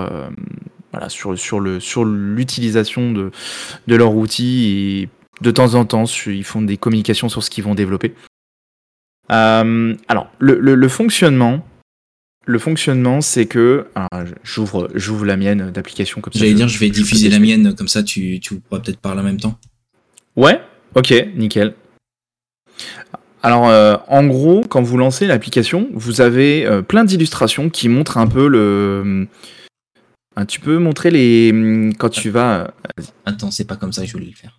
l'utilisation de leur outil. Et de temps en temps, ils font des communications sur ce qu'ils vont développer. Alors, le fonctionnement, c'est que... j'ouvre la mienne d'application comme ça. J'allais dire, je vais diffuser la mienne, comme ça tu pourras peut-être parler en même temps. Ouais, ok, nickel. Alors, en gros, quand vous lancez l'application, vous avez plein d'illustrations qui montrent un peu le... tu peux montrer les... Quand tu vas... Attends, c'est pas comme ça que je voulais le faire.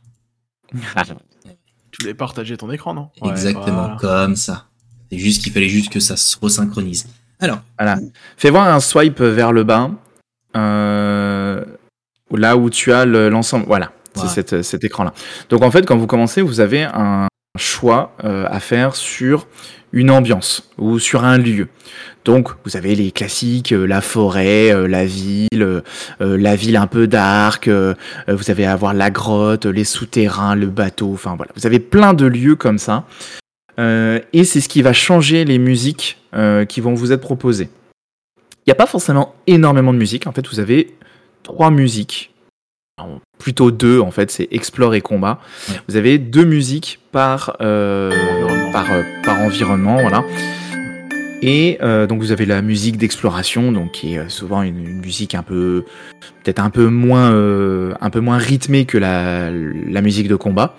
Tu voulais partager ton écran, non? Exactement, comme ça. C'est juste qu'il fallait juste que ça se resynchronise. Alors. Voilà. Fais voir un swipe vers le bas. Là où tu as l'ensemble. Voilà. C'est cet écran-là. Donc en fait, quand vous commencez, vous avez un choix à faire sur une ambiance ou sur un lieu. Donc vous avez les classiques, la forêt, la ville un peu dark, vous allez avoir la grotte, les souterrains, le bateau, enfin voilà. Vous avez plein de lieux comme ça. Et c'est ce qui va changer les musiques qui vont vous être proposées. Il n'y a pas forcément énormément de musique. En fait, vous avez 3 musiques. Alors, plutôt 2, en fait, c'est Explore et Combat. Ouais. Vous avez 2 musiques par environnement, voilà. Et donc vous avez la musique d'exploration, donc qui est souvent une musique peut-être un peu moins rythmée que la musique de combat.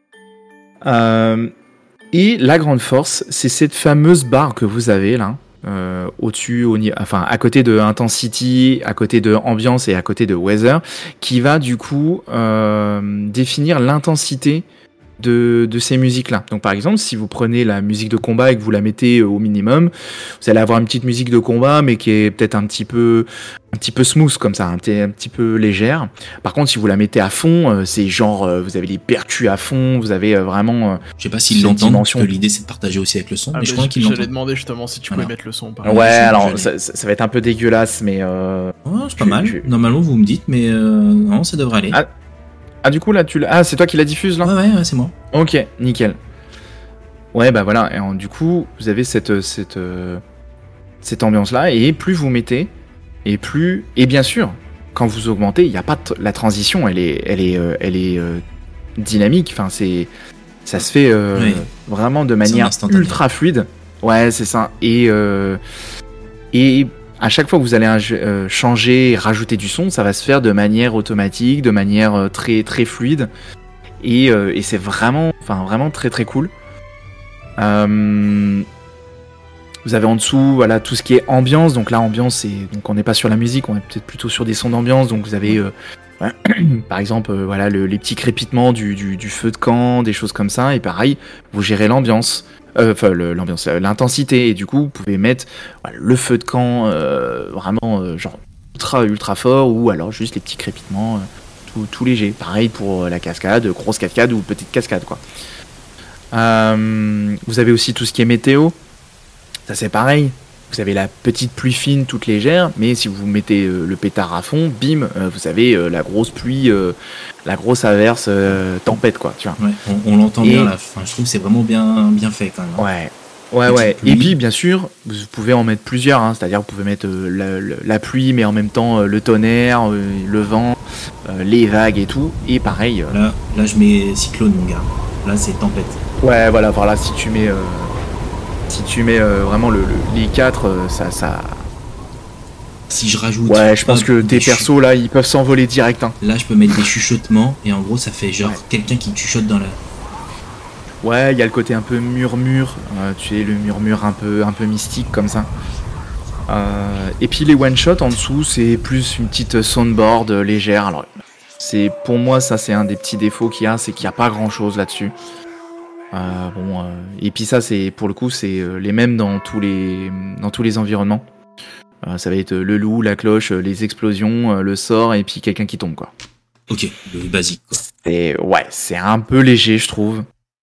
Et la grande force, c'est cette fameuse barre que vous avez là, au-dessus, à côté de Intensity, à côté de Ambiance et à côté de Weather, qui va du coup définir l'intensité de ces musiques-là. Donc par exemple, si vous prenez la musique de combat et que vous la mettez au minimum, vous allez avoir une petite musique de combat, mais qui est peut-être un petit peu smooth comme ça, un petit peu légère. Par contre, si vous la mettez à fond, c'est genre, vous avez les percus à fond, vous avez vraiment... Je sais pas s'ils l'entendent, parce que l'idée c'est de partager aussi avec le son, mais je crois qu'ils l'entendent. J'allais demander justement si tu pouvais mettre le son. Ouais, alors ça va être un peu dégueulasse, mais... Ouais, c'est pas mal. Normalement, vous me dites, mais non, ça devrait aller. Ah, du coup, là, c'est toi qui la diffuse, là ? Ouais, c'est moi. Ok, nickel. Ouais, bah voilà, et du coup, vous avez cette ambiance-là, et plus vous mettez, et bien sûr, quand vous augmentez, il y a pas la transition, elle est dynamique, enfin, ça se fait vraiment de manière ultra fluide. Ouais, c'est ça, et à chaque fois que vous allez changer et rajouter du son, ça va se faire de manière automatique, de manière très très fluide, et c'est vraiment très très cool. Vous avez en dessous, voilà, tout ce qui est ambiance. Donc là, ambiance, donc on n'est pas sur la musique, on est peut-être plutôt sur des sons d'ambiance. Donc vous avez, par exemple, voilà, les petits crépitements du feu de camp, des choses comme ça. Et pareil, vous gérez l'ambiance. L'intensité, et du coup vous pouvez mettre le feu de camp vraiment genre ultra fort, ou alors juste les petits crépitements tout légers. Pareil pour la cascade, grosse cascade ou petite cascade quoi. Vous avez aussi tout ce qui est météo, ça c'est pareil. Vous avez la petite pluie fine toute légère, mais si vous mettez le pétard à fond, bim, vous avez la grosse pluie, la grosse averse, tempête quoi, tu vois. Ouais, on l'entend bien là. Enfin, je trouve que c'est vraiment bien fait quand même. Ouais. Et puis bien sûr, vous pouvez en mettre plusieurs, hein, c'est-à-dire vous pouvez mettre la pluie, mais en même temps le tonnerre, le vent, les vagues et tout. Et pareil. Là, je mets cyclone, mon gars. Là, c'est tempête. Ouais, voilà. Si tu mets vraiment les 4, ça. Si je rajoute. Ouais, je pense que tes persos là, ils peuvent s'envoler direct. Hein. Là, je peux mettre des chuchotements, et en gros, ça fait genre quelqu'un qui chuchote dans la. Ouais, il y a le côté un peu murmure, tu sais, le murmure un peu mystique comme ça. Et puis les one shot en dessous, c'est plus une petite soundboard légère. Alors, pour moi, ça c'est un des petits défauts qu'il y a, c'est qu'il n'y a pas grand chose là-dessus. Et puis ça, c'est pour le coup, c'est les mêmes dans tous les environnements. Ça va être le loup, la cloche, les explosions, le sort, et puis quelqu'un qui tombe quoi. Ok, le basique quoi. C'est un peu léger, je trouve.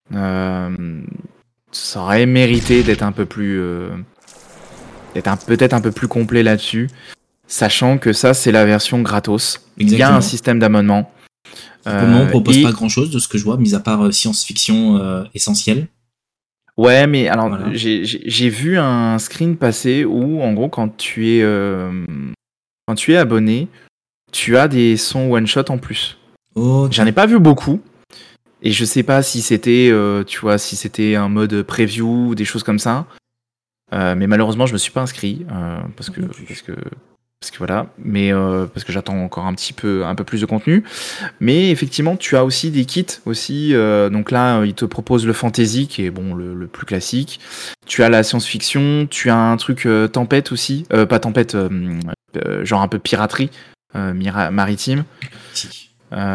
Ça aurait mérité d'être un peu plus peut-être un peu plus complet là-dessus, sachant que ça c'est la version gratos. Exactement. Il y a un système d'abonnement. Pour le moment on propose pas grand chose de ce que je vois, mis à part science-fiction essentielle. Ouais, mais alors voilà. J'ai vu un screen passer où en gros quand tu es abonné, tu as des sons one shot en plus. Okay. J'en ai pas vu beaucoup. Et je sais pas si c'était, si c'était un mode preview ou des choses comme ça. Mais malheureusement, je me suis pas inscrit parce que voilà. Mais parce que j'attends encore un peu plus de contenu. Mais effectivement, tu as aussi des kits aussi. Donc là, ils te proposent le fantasy qui est bon le plus classique. Tu as la science-fiction. Tu as un truc tempête aussi. Pas tempête, genre un peu piraterie maritime. Si.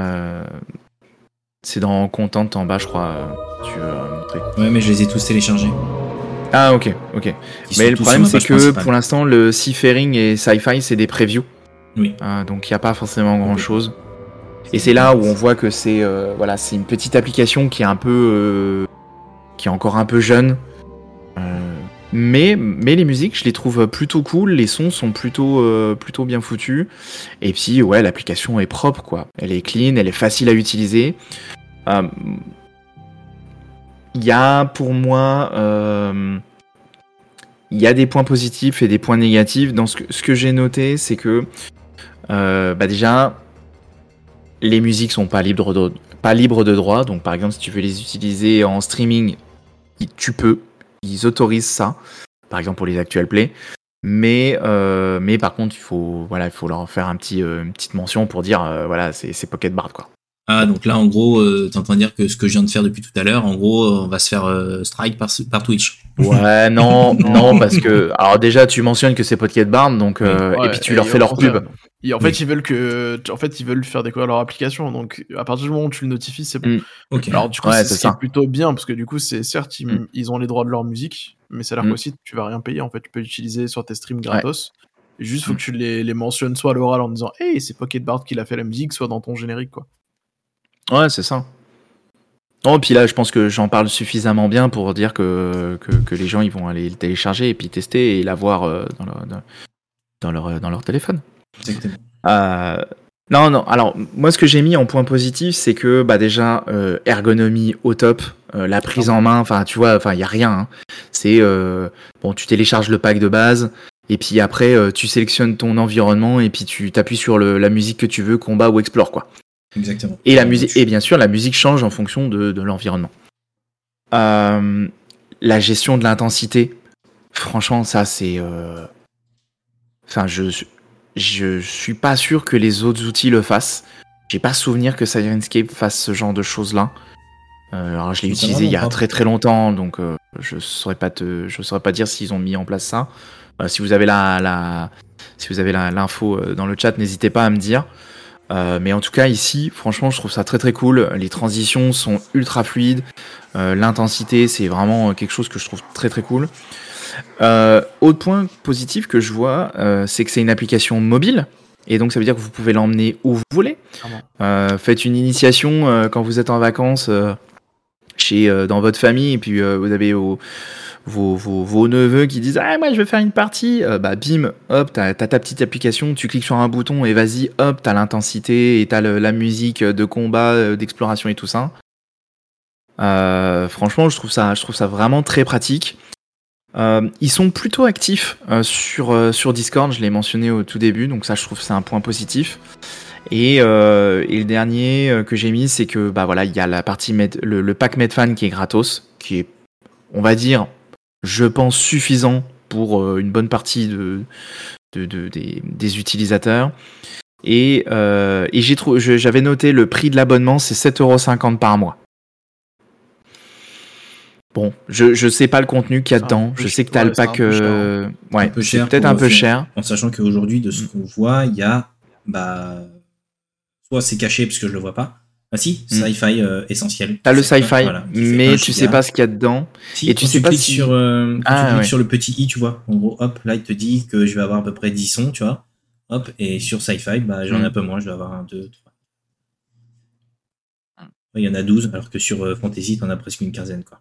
C'est dans Content en bas, je crois. Tu veux montrer. Ouais, mais je les ai tous téléchargés. Ah, ok. Mais le problème, c'est que pour l'instant, le Seafaring et Sci-Fi, c'est des previews. Oui. Donc, il n'y a pas forcément grand-chose. Et c'est là où on voit que c'est une petite application qui est qui est encore un peu jeune. Mais les musiques, je les trouve plutôt cool. Les sons sont plutôt bien foutus. Et puis, ouais, l'application est propre, quoi. Elle est clean, elle est facile à utiliser. Il y a pour moi il y a des points positifs et des points négatifs. Dans ce que j'ai noté, c'est que déjà les musiques sont pas libres de droit. Donc par exemple, si tu veux les utiliser en streaming, tu peux. Ils autorisent ça. Par exemple pour les actual play. Mais par contre, il faut leur faire une petite mention pour dire c'est Pocket Bard quoi. Ah, donc là, en gros, t'es en train de dire que ce que je viens de faire depuis tout à l'heure, en gros, on va se faire strike par Twitch. Ouais, non, parce que alors déjà tu mentionnes que c'est Pocket Barn, donc et puis tu leur fais leur pub. Et en fait, ils veulent faire découvrir leur application. Donc, à partir du moment où tu le notifies, c'est bon. Ok. Alors, du coup, Ouais, c'est c'est ce qui est ça. plutôt bien, parce que du coup, c'est certes, ils ont les droits de leur musique, mais ça a l'air Mm. qu'aussi, tu vas rien payer. En fait, tu peux l'utiliser sur tes streams gratos. Et juste, faut Mm. que tu les mentionnes soit à l'oral en disant, hey, c'est Pocket Bard qui l'a fait la musique, soit dans ton générique, quoi. Ouais, c'est ça. Oh, puis là, je pense que j'en parle suffisamment bien pour dire que les gens ils vont aller le télécharger et puis tester et l'avoir dans leur téléphone. Exactement. Non. Alors, moi, ce que j'ai mis en point positif, c'est que bah, déjà, ergonomie au top, la prise en main, enfin, tu vois, il n'y a rien. Hein. C'est, bon, tu télécharges le pack de base, et puis après, tu sélectionnes ton environnement, et puis tu t'appuies sur la musique que tu veux, combat ou explore, quoi. Exactement. Et, et bien sûr, la musique change en fonction de l'environnement. La gestion de l'intensité, franchement, ça, c'est... Enfin, je suis pas sûr que les autres outils le fassent. J'ai pas souvenir que Syrinscape fasse ce genre de choses-là. Alors je l'ai utilisé il y a très très longtemps, donc je saurais pas dire s'ils ont mis en place ça. Si vous avez l'info dans le chat, n'hésitez pas à me dire. Mais en tout cas ici, franchement, je trouve ça très très cool. Les transitions sont ultra fluides. L'intensité, c'est vraiment quelque chose que je trouve très très cool. Autre point positif que je vois, c'est que c'est une application mobile. Et donc ça veut dire que vous pouvez l'emmener où vous voulez. Faites une initiation quand vous êtes en vacances dans votre famille, et puis vous avez vos neveux qui disent ah moi je veux faire une partie, bah bim, hop, t'as ta petite application, tu cliques sur un bouton et vas-y, hop, t'as l'intensité et t'as la musique de combat, d'exploration et tout ça. Franchement, je trouve ça vraiment très pratique. Ils sont plutôt actifs sur Discord, je l'ai mentionné au tout début, donc ça je trouve que c'est un point positif. Et le dernier que j'ai mis, c'est que bah voilà, il y a la partie le pack Medfan qui est gratos, qui est, on va dire, je pense suffisant pour une bonne partie des utilisateurs. Et j'avais noté le prix de l'abonnement, c'est 7,50€ par mois. Bon, je sais pas le contenu qu'il y a dedans. Je sais que t'as le pack. Ouais, c'est peut-être un peu cher. En sachant qu'aujourd'hui, de ce qu'on voit, il y a soit c'est caché parce que je le vois pas. Ah si, Sci-Fi essentiel. T'as le Sci-Fi, voilà, mais tu sais pas ce qu'il y a dedans. Si, et tu sais pas si sur sur le petit i, tu vois. En gros, hop, là il te dit que je vais avoir à peu près 10 sons, tu vois. Hop, et sur Sci-Fi, bah j'en ai un peu moins, je vais avoir 1, 2, 3. Il y en a 12, alors que sur Fantasy, t'en as presque une quinzaine, quoi.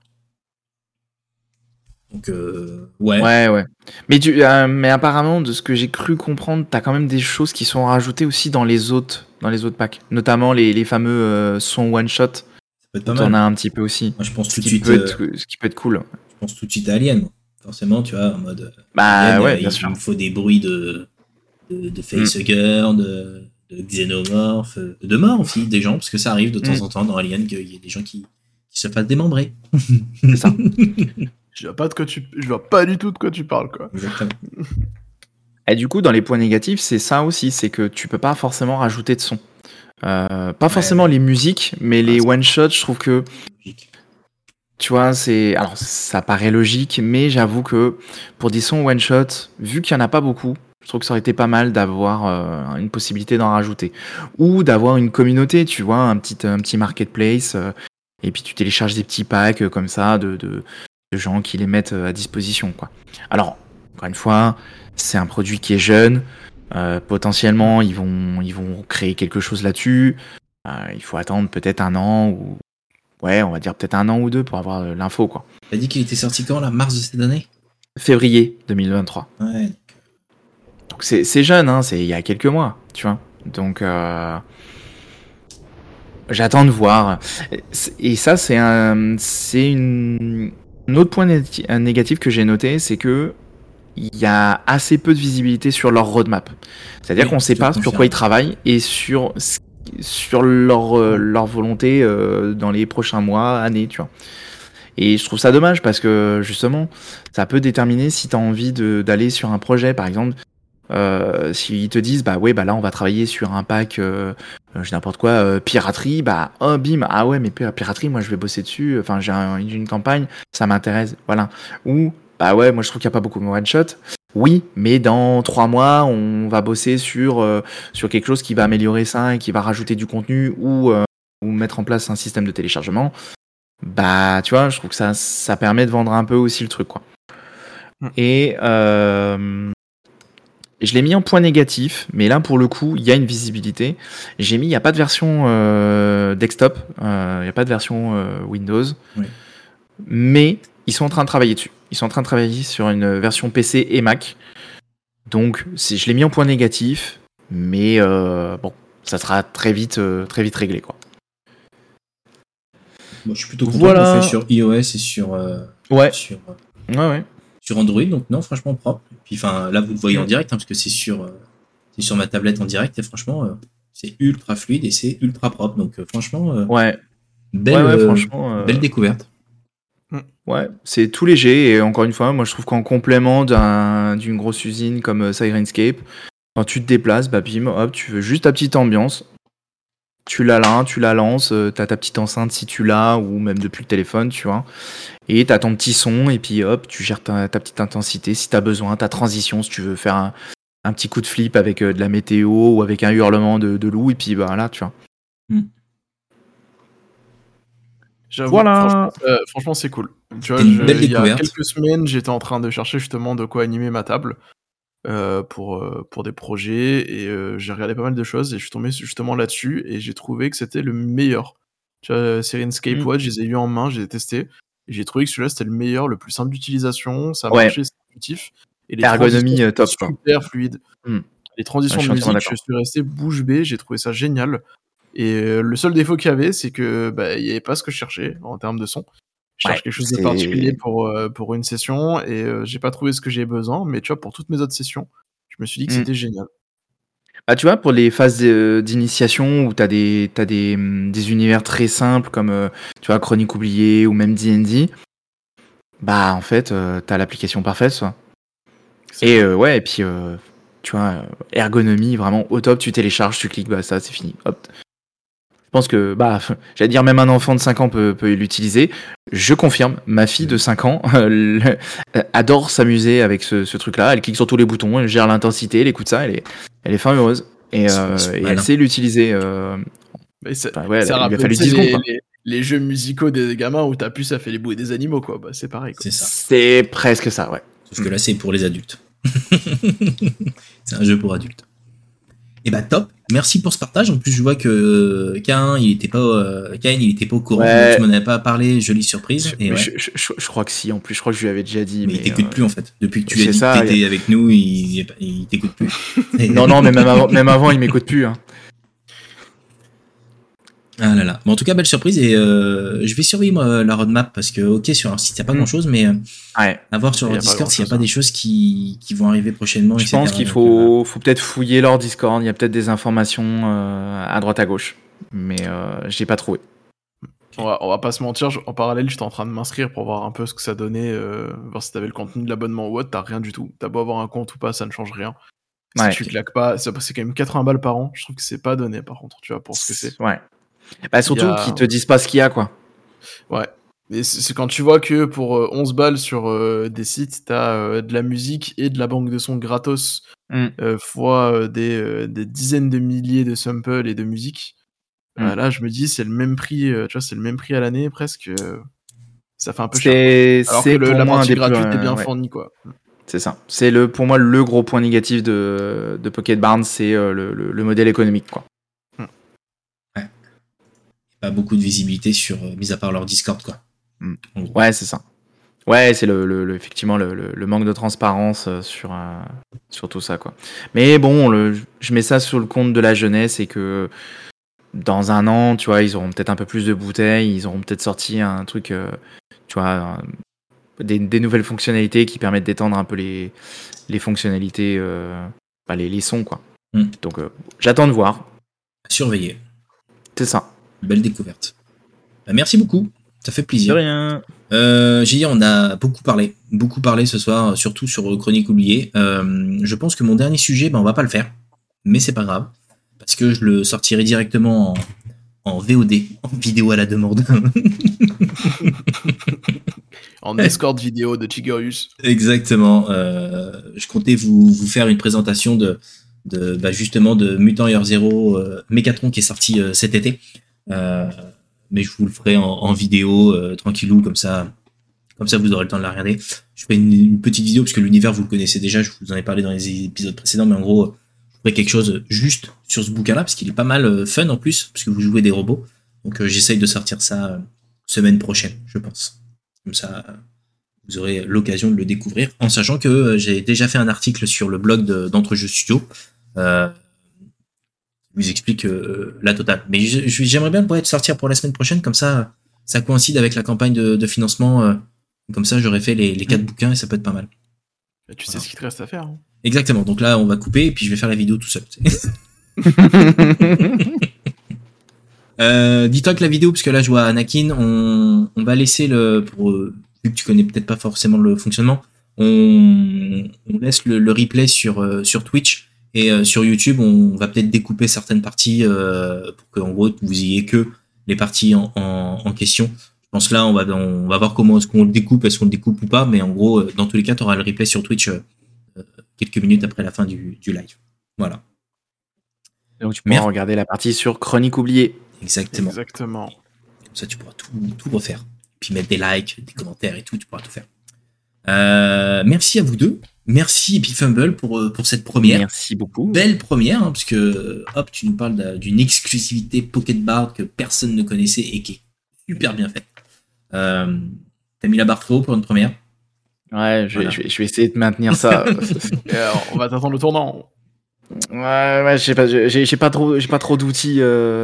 Donc, ouais. Mais apparemment, de ce que j'ai cru comprendre, t'as quand même des choses qui sont rajoutées aussi dans les autres packs. Notamment les fameux sons one-shot. Ça peut être pas mal. T'en as un petit peu aussi. Moi, je pense ce qui peut être cool. Je pense tout de suite à Alien. Forcément, tu vois, en mode. Alien, ouais, bien il sûr. me faut des bruits de facehugger, de xénomorphes, de morts aussi, des gens, parce que ça arrive de temps en temps dans Alien qu'il y ait des gens qui se fassent démembrer. C'est ça. Je vois pas du tout de quoi tu parles, quoi. Exactement. Et du coup, dans les points négatifs, c'est ça aussi, c'est que tu peux pas forcément rajouter de son. Pas forcément les musiques, mais les one-shots, je trouve que... Tu vois, alors ça paraît logique, mais j'avoue que pour des sons one-shot, vu qu'il y en a pas beaucoup, je trouve que ça aurait été pas mal d'avoir une possibilité d'en rajouter. Ou d'avoir une communauté, tu vois, un petit marketplace, et puis tu télécharges des petits packs comme ça de gens qui les mettent à disposition, quoi. Alors, encore une fois, c'est un produit qui est jeune, potentiellement ils vont créer quelque chose là-dessus, il faut attendre peut-être un an, ou ouais, on va dire peut-être un an ou deux pour avoir l'info, quoi. T'as dit qu'il était sorti quand, là, mars de cette année ? Février 2023. Ouais. Donc c'est jeune, hein, c'est il y a quelques mois, tu vois. Donc j'attends de voir. Et ça, c'est un autre point négatif que j'ai noté, c'est que il y a assez peu de visibilité sur leur roadmap. C'est-à-dire qu'on ne sait pas sur quoi ils travaillent et sur leur volonté dans les prochains mois, années, tu vois. Et je trouve ça dommage parce que justement, ça peut déterminer si tu as envie d'aller sur un projet, par exemple. S'ils te disent, bah ouais, bah là, on va travailler sur un pack, j'ai n'importe quoi, piraterie, bah, oh, bim, ah ouais, mais piraterie, moi, je vais bosser dessus, enfin, j'ai une campagne, ça m'intéresse, voilà. Ou, bah ouais, moi, je trouve qu'il n'y a pas beaucoup de one-shot. Oui, mais dans 3 mois, on va bosser sur quelque chose qui va améliorer ça et qui va rajouter du contenu ou mettre en place un système de téléchargement. Bah, tu vois, je trouve que ça permet de vendre un peu aussi le truc, quoi. Et je l'ai mis en point négatif, mais là, pour le coup, il y a une visibilité. Il n'y a pas de version desktop, il n'y a pas de version Windows, Oui. mais ils sont en train de travailler dessus. Ils sont en train de travailler sur une version PC et Mac. Donc, je l'ai mis en point négatif, mais bon, ça sera très vite réglé, quoi. Moi, je suis plutôt content Voilà. qu'on fait sur iOS et sur Ouais. sur Android, donc non, franchement propre. Et puis, enfin, là, vous le voyez en direct, parce que c'est sur ma tablette en direct, et franchement, c'est ultra fluide et c'est ultra propre. Donc, franchement, Ouais. belle, franchement, belle découverte. Ouais, c'est tout léger et encore une fois, moi je trouve qu'en complément d'une grosse usine comme Sirenscape, quand tu te déplaces, bah bim, hop, tu veux juste ta petite ambiance, tu l'as là, tu la lances, t'as ta petite enceinte si tu l'as ou même depuis le téléphone, tu vois, et t'as ton petit son et puis hop, tu gères ta petite intensité si t'as besoin, ta transition si tu veux faire un petit coup de flip avec de la météo ou avec un hurlement de loup et puis bah là, tu vois. J'avoue, Voilà. franchement, c'est cool. Tu vois, C'était une belle il y a découverte. quelques semaines, j'étais en train de chercher justement de quoi animer ma table pour des projets et j'ai regardé pas mal de choses et je suis tombé justement là-dessus et j'ai trouvé que c'était le meilleur. Tu vois, Sirenscape Watch, je les ai eu en main, je les ai testés et j'ai trouvé que celui-là c'était le meilleur, le plus simple d'utilisation, ça Ouais. marchait, c'est intuitif et les Ergonomie transitions top, sont quoi. super fluides. Les transitions Ouais, je de suis entièrement musique, je d'accord. suis resté bouche bée, j'ai trouvé ça génial. Et le seul défaut qu'il y avait, c'est que il y avait pas ce que je cherchais en termes de son. Je cherche Ouais, quelque chose de particulier pour une session et j'ai pas trouvé ce que j'ai besoin, mais tu vois, pour toutes mes autres sessions, je me suis dit que c'était génial. Bah, tu vois, pour les phases d'initiation où t'as des univers très simples comme tu vois, Chronique oubliée ou même D&D, bah en fait, t'as l'application parfaite, ça. Et ouais, et puis tu vois, ergonomie vraiment au top, tu télécharges, tu cliques, bah ça c'est fini. Hop. Je pense que, bah, j'allais dire même un enfant de 5 ans peut l'utiliser. Je confirme, ma fille de 5 ans adore s'amuser avec ce truc-là. Elle clique sur tous les boutons, elle gère l'intensité, elle écoute ça, elle est fin heureuse. Et elle sait l'utiliser. Ouais, Ça il lui a rappelle fallu 10 secondes, quoi. les jeux musicaux des gamins où t'appuies, ça fait les bruits des animaux, quoi. Bah, c'est pareil, quoi. C'est ça. C'est presque ça, ouais. Sauf que là, c'est pour les adultes. C'est un jeu pour adultes. Et bah top, merci pour ce partage. En plus, je vois que Cain, il était pas au courant. Ouais. Tu m'en avais pas parlé, jolie surprise. Et ouais. Je crois que si, en plus, je crois que je lui avais déjà dit. Mais il t'écoute plus en fait. Depuis que tu c'est as dit ça, que t'étais avec nous, il t'écoute plus. Non, mais même avant, il m'écoute plus. Hein. Ah là là. Bon, en tout cas, belle surprise et je vais surveiller moi la roadmap parce que ok sur leur site il n'y a pas grand chose, mais à voir sur leur Discord s'il n'y a pas des choses qui vont arriver prochainement. Je pense qu'il faut peut-être fouiller leur Discord. Il y a peut-être des informations à droite à gauche, mais je l'ai pas trouvé. On va pas se mentir, en parallèle, j'étais en train de m'inscrire pour voir un peu ce que ça donnait, voir si t'avais le contenu de l'abonnement ou autre, t'as rien du tout. T'as beau avoir un compte ou pas, ça ne change rien. Si tu claques pas, c'est quand même 80 balles par an, je trouve que c'est pas donné par contre, tu vois, pour ce que c'est. Ouais. Bah surtout qu'ils te disent pas ce qu'il y a, quoi. Ouais. Et c'est quand tu vois que pour 11 balles sur des sites, t'as de la musique et de la banque de sons gratos, fois des dizaines de milliers de samples et de musique. Là, je me dis, c'est le même prix, tu vois, c'est le même prix à l'année presque. Ça fait un peu cher. Alors que la partie gratuite est bien fournie, quoi. C'est ça. C'est pour moi le gros point négatif de Pocket Barn, c'est le modèle économique, quoi. Ouais. Pas beaucoup de visibilité sur, mis à part leur Discord, quoi. Ouais, c'est ça. Ouais, c'est effectivement le manque de transparence sur tout ça, quoi. Mais bon, je mets ça sur le compte de la jeunesse et que dans un an, tu vois, ils auront peut-être un peu plus de bouteilles, ils auront peut-être sorti un truc, tu vois, des nouvelles fonctionnalités qui permettent d'étendre un peu les fonctionnalités, les sons, quoi. Donc, j'attends de voir. À surveiller. C'est ça. Belle découverte. Bah, merci beaucoup. Ça fait De plaisir. rien. J'ai dit, on a beaucoup parlé ce soir, surtout sur Chronique oubliée. Je pense que mon dernier sujet, on va pas le faire, mais c'est pas grave, parce que je le sortirai directement en VOD, en vidéo à la demande. En escort vidéo de Tigurius. Exactement. Je comptais vous faire une présentation justement de Mutant Year Zero Mégatron qui est sorti cet été. Mais je vous le ferai en vidéo, tranquillou, comme ça vous aurez le temps de la regarder. Je ferai une petite vidéo, parce que l'univers vous le connaissez déjà, je vous en ai parlé dans les épisodes précédents, mais en gros, je ferai quelque chose juste sur ce bouquin-là, parce qu'il est pas mal fun en plus, parce que vous jouez des robots. Donc j'essaye de sortir ça semaine prochaine, je pense. Comme ça, vous aurez l'occasion de le découvrir, en sachant que j'ai déjà fait un article sur le blog d'Entrejeux Studio, vous explique la totale. Mais j'aimerais bien le sortir pour la semaine prochaine, comme ça coïncide avec la campagne de financement. Comme ça, j'aurais fait les 4 bouquins et ça peut être pas mal. Tu sais ce qu'il te reste à faire. Hein. Exactement. Donc là, on va couper et puis je vais faire la vidéo tout seul. Dis-toi que la vidéo, parce que là, je vois Anakin, on va laisser vu que tu connais peut-être pas forcément le fonctionnement, on laisse le replay sur Twitch. Et sur YouTube, on va peut-être découper certaines parties pour qu'en gros, vous ayez que les parties en question. Je pense là, on va voir comment est-ce qu'on le découpe, est-ce qu'on le découpe ou pas. Mais en gros, dans tous les cas, tu auras le replay sur Twitch quelques minutes après la fin du live. Voilà. Donc tu pourras regarder la partie sur Chronique oubliée. Exactement. Exactement. Comme ça, tu pourras tout refaire. Puis mettre des likes, des commentaires et tout, tu pourras tout faire. Merci à vous deux. Merci Epifumble pour cette première. Merci beaucoup. Belle première, parce que hop, tu nous parles d'une exclusivité Pocket Bard que personne ne connaissait et qui est super bien faite. T'as mis la barre trop haut pour une première. Ouais, je vais essayer de maintenir ça. On va t'attendre le tournant. Ouais, j'ai pas trop d'outils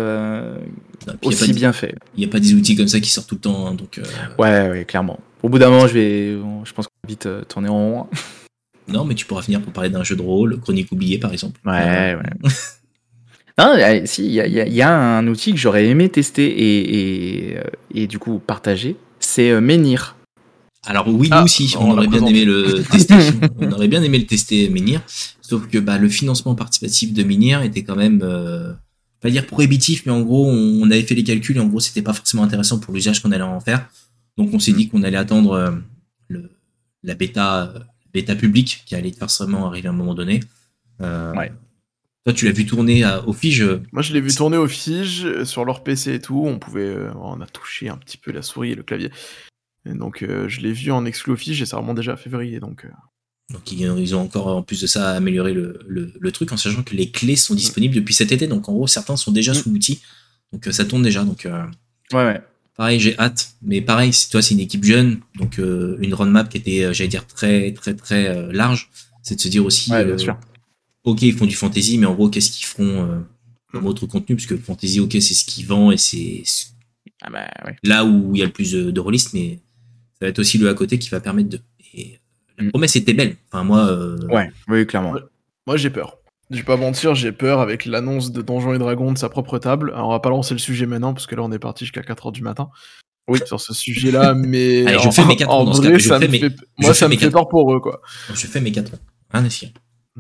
aussi bien faits. Il n'y a pas des outils comme ça qui sortent tout le temps, hein, donc. Ouais, clairement. Au bout d'un moment, je pense qu'on va vite tourner en rond. Non, mais tu pourras finir pour parler d'un jeu de rôle, Chronique oubliée par exemple. Ouais. Non, si, il y a un outil que j'aurais aimé tester et du coup partager, c'est Menhir. Alors oui, nous aussi, on aurait bien aimé le tester. On aurait bien aimé le tester, Menhir. Sauf que le financement participatif de Menhir était quand même, pas dire prohibitif, mais en gros, on avait fait les calculs et en gros, c'était pas forcément intéressant pour l'usage qu'on allait en faire. Donc on s'est dit qu'on allait attendre la bêta publique qui allait forcément arriver à un moment donné. Ouais. Toi, tu l'as vu tourner au Fige. Moi, je l'ai vu tourner au Fige, sur leur PC et tout. On a touché un petit peu la souris et le clavier. Et donc, je l'ai vu en exclu au Fige et ça remonte déjà à février. Donc ils ont encore, en plus de ça, amélioré le truc en sachant que les clés sont disponibles depuis cet été. Donc, en gros, certains sont déjà sous l'outil. Donc, ça tourne déjà. Donc, ouais. Pareil, j'ai hâte. Mais pareil, c'est une équipe jeune. Donc, une roadmap qui était, j'allais dire, très, très, très large. C'est de se dire aussi... Ouais, bien sûr. Ok, ils font du fantasy, mais en gros, qu'est-ce qu'ils feront comme autre contenu? Parce que le fantasy, ok, c'est ce qui vend et c'est ouais. là où il y a le plus de rôlistes, mais ça va être aussi le à côté qui va permettre de... Et la promesse était belle. Enfin, moi... Ouais, oui, clairement. Moi, j'ai peur. Je vais pas mentir, j'ai peur avec l'annonce de Donjons et Dragons de sa propre table. Alors, on va pas lancer le sujet maintenant, parce que là, on est parti jusqu'à 4h du matin. Oui, sur ce sujet-là, mais allez, je fais mes 4 ans dans ce cas. Ça me fait peur pour eux, quoi. Je fais mes 4 ans. Rien à cirer.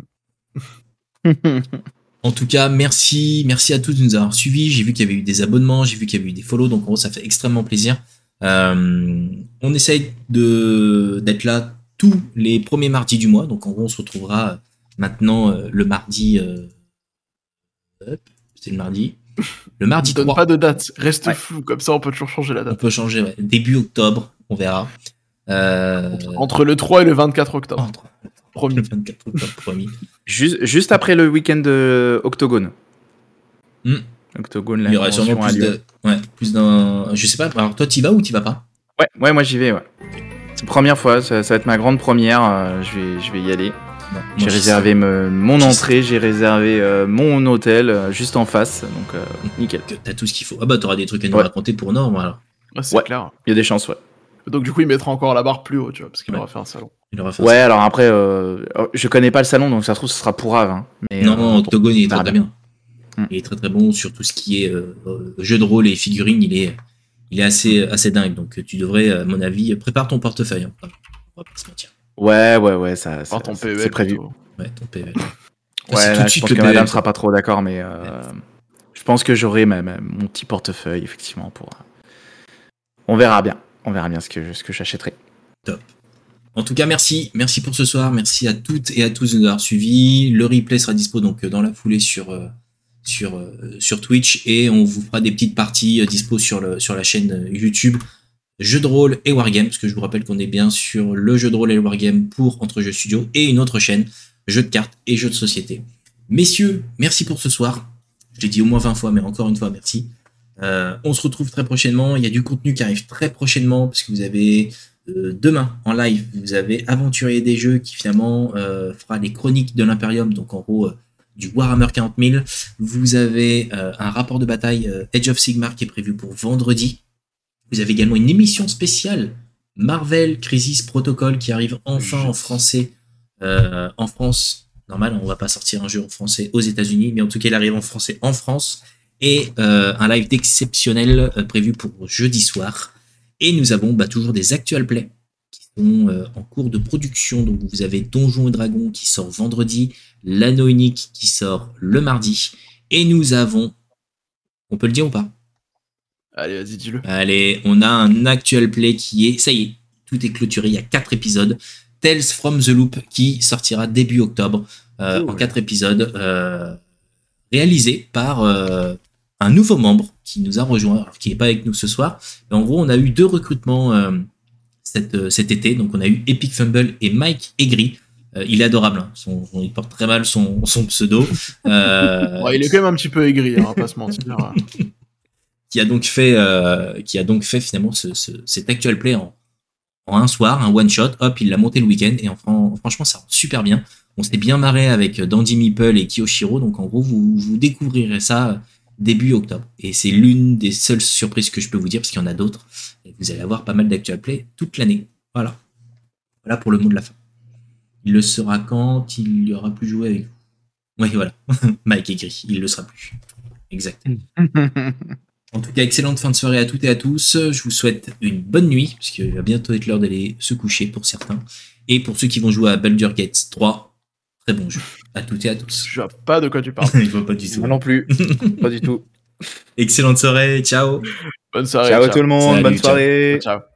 En tout cas, merci à tous de nous avoir suivis. J'ai vu qu'il y avait eu des abonnements, j'ai vu qu'il y avait eu des follow, donc en gros, ça fait extrêmement plaisir. On essaye d'être là tous les premiers mardis du mois, donc en gros, on se retrouvera maintenant le mardi. C'est le mardi. Le mardi 3. Donne pas de date, reste flou, comme ça on peut toujours changer la date. On peut changer, ouais. Début octobre, on verra. Entre le 3 et le 24 octobre. Promis. Le 24 octobre, promis. Juste après le week-end de Octogone. Octogone, il y aura sûrement plus d'un... Je sais pas, alors toi t'y vas ou t'y vas pas? Ouais, moi j'y vais, ouais. C'est la première fois, ça va être ma grande première, je vais y aller. Non, j'ai réservé mon entrée, j'ai réservé mon hôtel juste en face, donc nickel. T'as tout ce qu'il faut. Ah bah t'auras des trucs à nous raconter pour Norme alors. C'est clair. Il y a des chances, ouais. Donc du coup il mettra encore la barre plus haut, tu vois, parce qu'il aura fait un salon. Alors après, je connais pas le salon, donc ça se trouve ce sera pourrave. Hein, mais, non, Octogone il est très bien. Il est très très bon sur tout ce qui est jeu de rôle et figurines, il il est assez dingue. Donc tu devrais, à mon avis, prépare ton portefeuille. Hein. On va pas se mentir. Ouais, ça, Ton c'est PEL prévu. plutôt. Ouais, ton PEL. Ouais, là, je pense que madame sera pas trop d'accord, mais je pense que j'aurai mon petit portefeuille, effectivement, pour... On verra bien ce que j'achèterai. Top. En tout cas, merci pour ce soir. Merci à toutes et à tous de nous avoir suivis. Le replay sera dispo donc dans la foulée sur Twitch et on vous fera des petites parties dispo sur la chaîne YouTube Jeux de rôle et Wargame, parce que je vous rappelle qu'on est bien sur le jeu de rôle et le Wargame pour Entre Jeux Studio et une autre chaîne, Jeux de cartes et Jeux de société. Messieurs, merci pour ce soir. Je l'ai dit au moins 20 fois, mais encore une fois, merci. On se retrouve très prochainement. Il y a du contenu qui arrive très prochainement, parce que vous avez demain en live, vous avez Aventurier des Jeux qui finalement fera les chroniques de l'Imperium, donc en gros du Warhammer 40 000. Vous avez un rapport de bataille Age of Sigmar qui est prévu pour vendredi. Vous avez également une émission spéciale Marvel Crisis Protocol qui arrive enfin en français en France. Normal, on va pas sortir un jeu en français aux États-Unis, mais en tout cas, il arrive en français en France. Et un live d'exceptionnel prévu pour jeudi soir. Et nous avons toujours des actual plays qui sont en cours de production. Donc vous avez Donjons et Dragons qui sort vendredi, l'Anneau Unique qui sort le mardi. Et nous avons... On peut le dire ou pas ? Allez, vas-y, dis-le. Allez, on a un actual play qui est... Ça y est, tout est clôturé, il y a 4 épisodes. Tales from the Loop qui sortira début octobre en 4 épisodes. Réalisé par un nouveau membre qui nous a rejoint, alors qui n'est pas avec nous ce soir. Mais en gros, on a eu 2 recrutements cet été. Donc, on a eu Epic Fumble et Mike Aigri. Il est adorable. Hein. Il porte très mal son pseudo. Ouais, il est quand même un petit peu aigri, on va pas se mentir. Qui a donc fait finalement cet actual play en un soir, un one shot. Hop, il l'a monté le week-end et franchement, ça rend super bien. On s'est bien marré avec Dandy Meeple et Kiyoshiro, donc en gros, vous découvrirez ça début octobre. Et c'est l'une des seules surprises que je peux vous dire, parce qu'il y en a d'autres. Et vous allez avoir pas mal d'actual play toute l'année. Voilà pour le mot de la fin. Il le sera quand il y aura plus joué avec vous. Oui, voilà. Mike écrit, il le sera plus. Exact. En tout cas, excellente fin de soirée à toutes et à tous. Je vous souhaite une bonne nuit, puisqu'il va bientôt être l'heure d'aller se coucher pour certains. Et pour ceux qui vont jouer à Baldur's Gate 3, très bon jeu. À toutes et à tous. Je vois pas de quoi tu parles. Je vois pas du tout. Moi non plus. Pas du tout. Excellente soirée. Ciao. Bonne soirée. Ciao tout le monde. Salut, bonne soirée. Ciao.